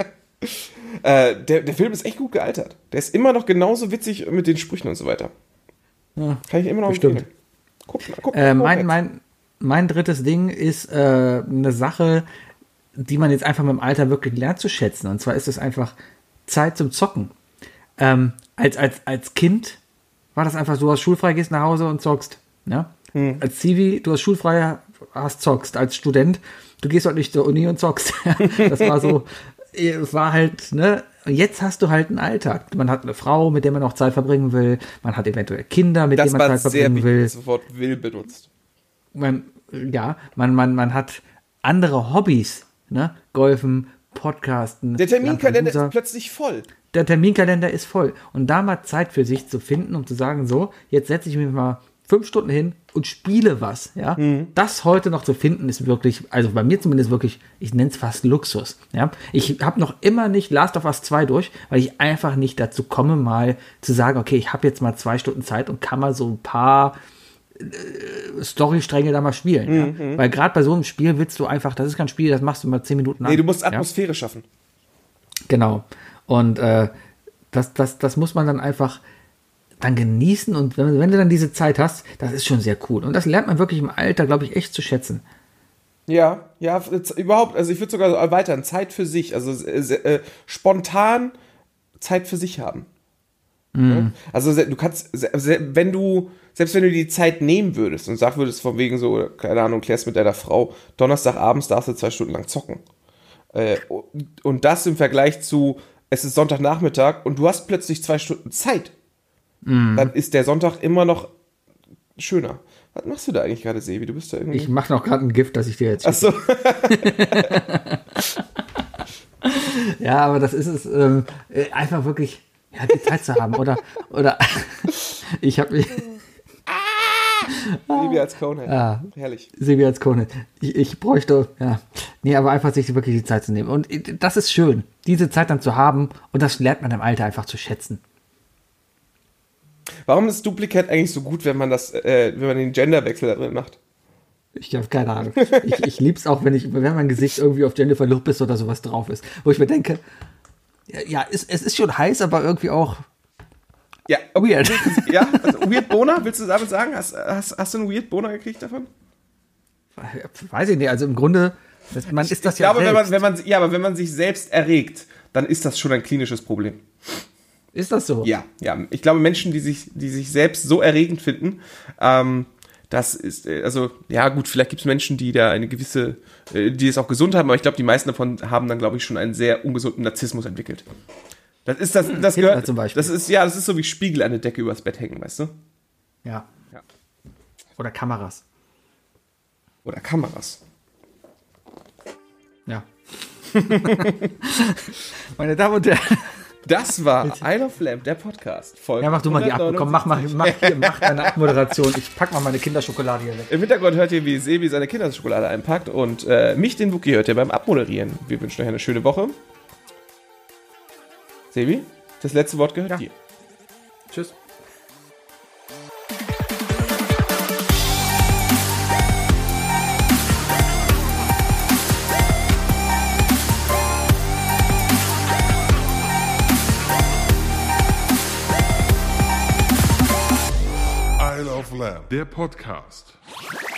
[SPEAKER 2] äh, der, der Film ist echt gut gealtert. Der ist immer noch genauso witzig mit den Sprüchen und so weiter.
[SPEAKER 3] Ja,
[SPEAKER 2] Kann ich immer noch
[SPEAKER 3] bestimmt.
[SPEAKER 2] empfehlen. Guck, guck,
[SPEAKER 3] Äh,
[SPEAKER 2] guck
[SPEAKER 3] mein,
[SPEAKER 2] jetzt.
[SPEAKER 3] mein, mein drittes Ding ist äh, eine Sache, die man jetzt einfach mit dem Alter wirklich lernt zu schätzen. Und zwar ist es einfach Zeit zum Zocken. Ähm, als, als, als Kind war das einfach so, du hast schulfrei, gehst nach Hause und zockst. Ne?
[SPEAKER 2] Hm.
[SPEAKER 3] Als Zivi, du hast schulfrei, hast zockst. Als Student, du gehst halt nicht zur Uni und zockst. Das war so, es war halt, ne? Und jetzt hast du halt einen Alltag. Man hat eine Frau, mit der man auch Zeit verbringen will. Man hat eventuell Kinder, mit
[SPEAKER 2] Das
[SPEAKER 3] denen man
[SPEAKER 2] war
[SPEAKER 3] Zeit
[SPEAKER 2] sehr
[SPEAKER 3] verbringen
[SPEAKER 2] wichtig,
[SPEAKER 3] will.
[SPEAKER 2] dass du das Wort will benutzt.
[SPEAKER 3] Man, ja, man, man, man hat andere Hobbys, ne? Golfen, Podcasten.
[SPEAKER 2] Der Terminkalender
[SPEAKER 3] Lampedusa.
[SPEAKER 2] ist plötzlich voll.
[SPEAKER 3] Der Terminkalender ist voll. Und da mal Zeit für sich zu finden, um zu sagen, so, jetzt setze ich mich mal fünf Stunden hin und spiele was, ja. Das heute noch zu finden, ist wirklich, also bei mir zumindest wirklich, ich nenne es fast Luxus, ja. Ich habe noch immer nicht Last of Us zwei durch, weil ich einfach nicht dazu komme, mal zu sagen, okay, ich habe jetzt mal zwei Stunden Zeit und kann mal so ein paar äh, Storystränge da mal spielen, ja? Weil gerade bei so einem Spiel willst du einfach, das ist kein Spiel, das machst du mal zehn Minuten lang.
[SPEAKER 2] Nee, du musst
[SPEAKER 3] ja?
[SPEAKER 2] Atmosphäre schaffen.
[SPEAKER 3] Genau. Und äh, das, das, das muss man dann einfach dann genießen und wenn, wenn du dann diese Zeit hast, das ist schon sehr cool. Und das lernt man wirklich im Alter, glaube ich, echt zu schätzen.
[SPEAKER 2] Ja, ja, z- überhaupt, also ich würde sogar erweitern, Zeit für sich, also äh, äh, spontan Zeit für sich haben. Ja? Also se- du kannst, se- se- wenn du, selbst wenn du die Zeit nehmen würdest und sagen würdest von wegen so, keine Ahnung, klärst mit deiner Frau, Donnerstagabends darfst du zwei Stunden lang zocken. Äh, und, und das im Vergleich zu, es ist Sonntagnachmittag und du hast plötzlich zwei Stunden Zeit, dann ist der Sonntag immer noch schöner. Was machst du da eigentlich gerade, Sebi? Du bist da irgendwie...
[SPEAKER 3] Ich mache noch gerade ein Gift, das ich dir jetzt
[SPEAKER 2] Ach so.
[SPEAKER 3] Ja, aber das ist es, ähm, äh, einfach wirklich, ja, die Zeit zu haben. Oder, oder ich habe mich,
[SPEAKER 2] Sebi als Conehead.
[SPEAKER 3] Ah.
[SPEAKER 2] Herrlich.
[SPEAKER 3] Sebi als Kone, ich, ich bräuchte, ja, nee, aber einfach sich wirklich die Zeit zu nehmen. Und äh, das ist schön, diese Zeit dann zu haben und das lernt man im Alter einfach zu schätzen.
[SPEAKER 2] Warum ist Duplicate eigentlich so gut, wenn man das, äh, wenn man den Genderwechsel da drin macht?
[SPEAKER 3] Ich habe keine Ahnung. Ich, ich lieb's auch, wenn ich, wenn mein Gesicht irgendwie auf Jennifer Lopez oder sowas drauf ist. Wo ich mir denke, ja, ja es, es ist schon heiß, aber irgendwie auch
[SPEAKER 2] Ja,
[SPEAKER 3] weird.
[SPEAKER 2] ja, also Weird Boner, willst du damit sagen? Hast, hast, hast du einen Weird Boner gekriegt davon?
[SPEAKER 3] Weiß ich nicht, also im Grunde, das, man ist das
[SPEAKER 2] Ich
[SPEAKER 3] ja
[SPEAKER 2] glaube, wenn
[SPEAKER 3] selbst.
[SPEAKER 2] man, wenn man, ja, aber wenn man sich selbst erregt, dann ist das schon ein klinisches Problem.
[SPEAKER 3] Ist das so?
[SPEAKER 2] Ja, ja. Ich glaube, Menschen, die sich, die sich selbst so erregend finden, ähm, das ist, äh, also, ja gut, vielleicht gibt es Menschen, die da eine gewisse, äh, die es auch gesund haben, aber ich glaube, die meisten davon haben dann, glaube ich, schon einen sehr ungesunden Narzissmus entwickelt. Das ist das, das
[SPEAKER 3] Hitler
[SPEAKER 2] gehört,
[SPEAKER 3] zum Beispiel.
[SPEAKER 2] das ist, ja, das ist so wie Spiegel an der Decke übers Bett hängen, weißt du?
[SPEAKER 3] Ja.
[SPEAKER 2] Ja.
[SPEAKER 3] Oder Kameras.
[SPEAKER 2] Oder Kameras.
[SPEAKER 3] Ja. Meine Damen und Herren.
[SPEAKER 2] Das war Isle of Lamp, der Podcast. Folge
[SPEAKER 3] Ja, mach du mal die Ab. Komm, mach, mach, mach, hier, mach deine Abmoderation. Ich pack mal meine Kinderschokolade hier weg.
[SPEAKER 2] Im Hintergrund hört ihr, wie Sebi seine Kinderschokolade einpackt und äh, mich, den Wookie, hört ihr beim Abmoderieren. Wir wünschen euch eine schöne Woche. Sebi, das letzte Wort gehört
[SPEAKER 3] Ja.
[SPEAKER 2] dir.
[SPEAKER 3] Tschüss.
[SPEAKER 1] Isle of Lamp, der Podcast.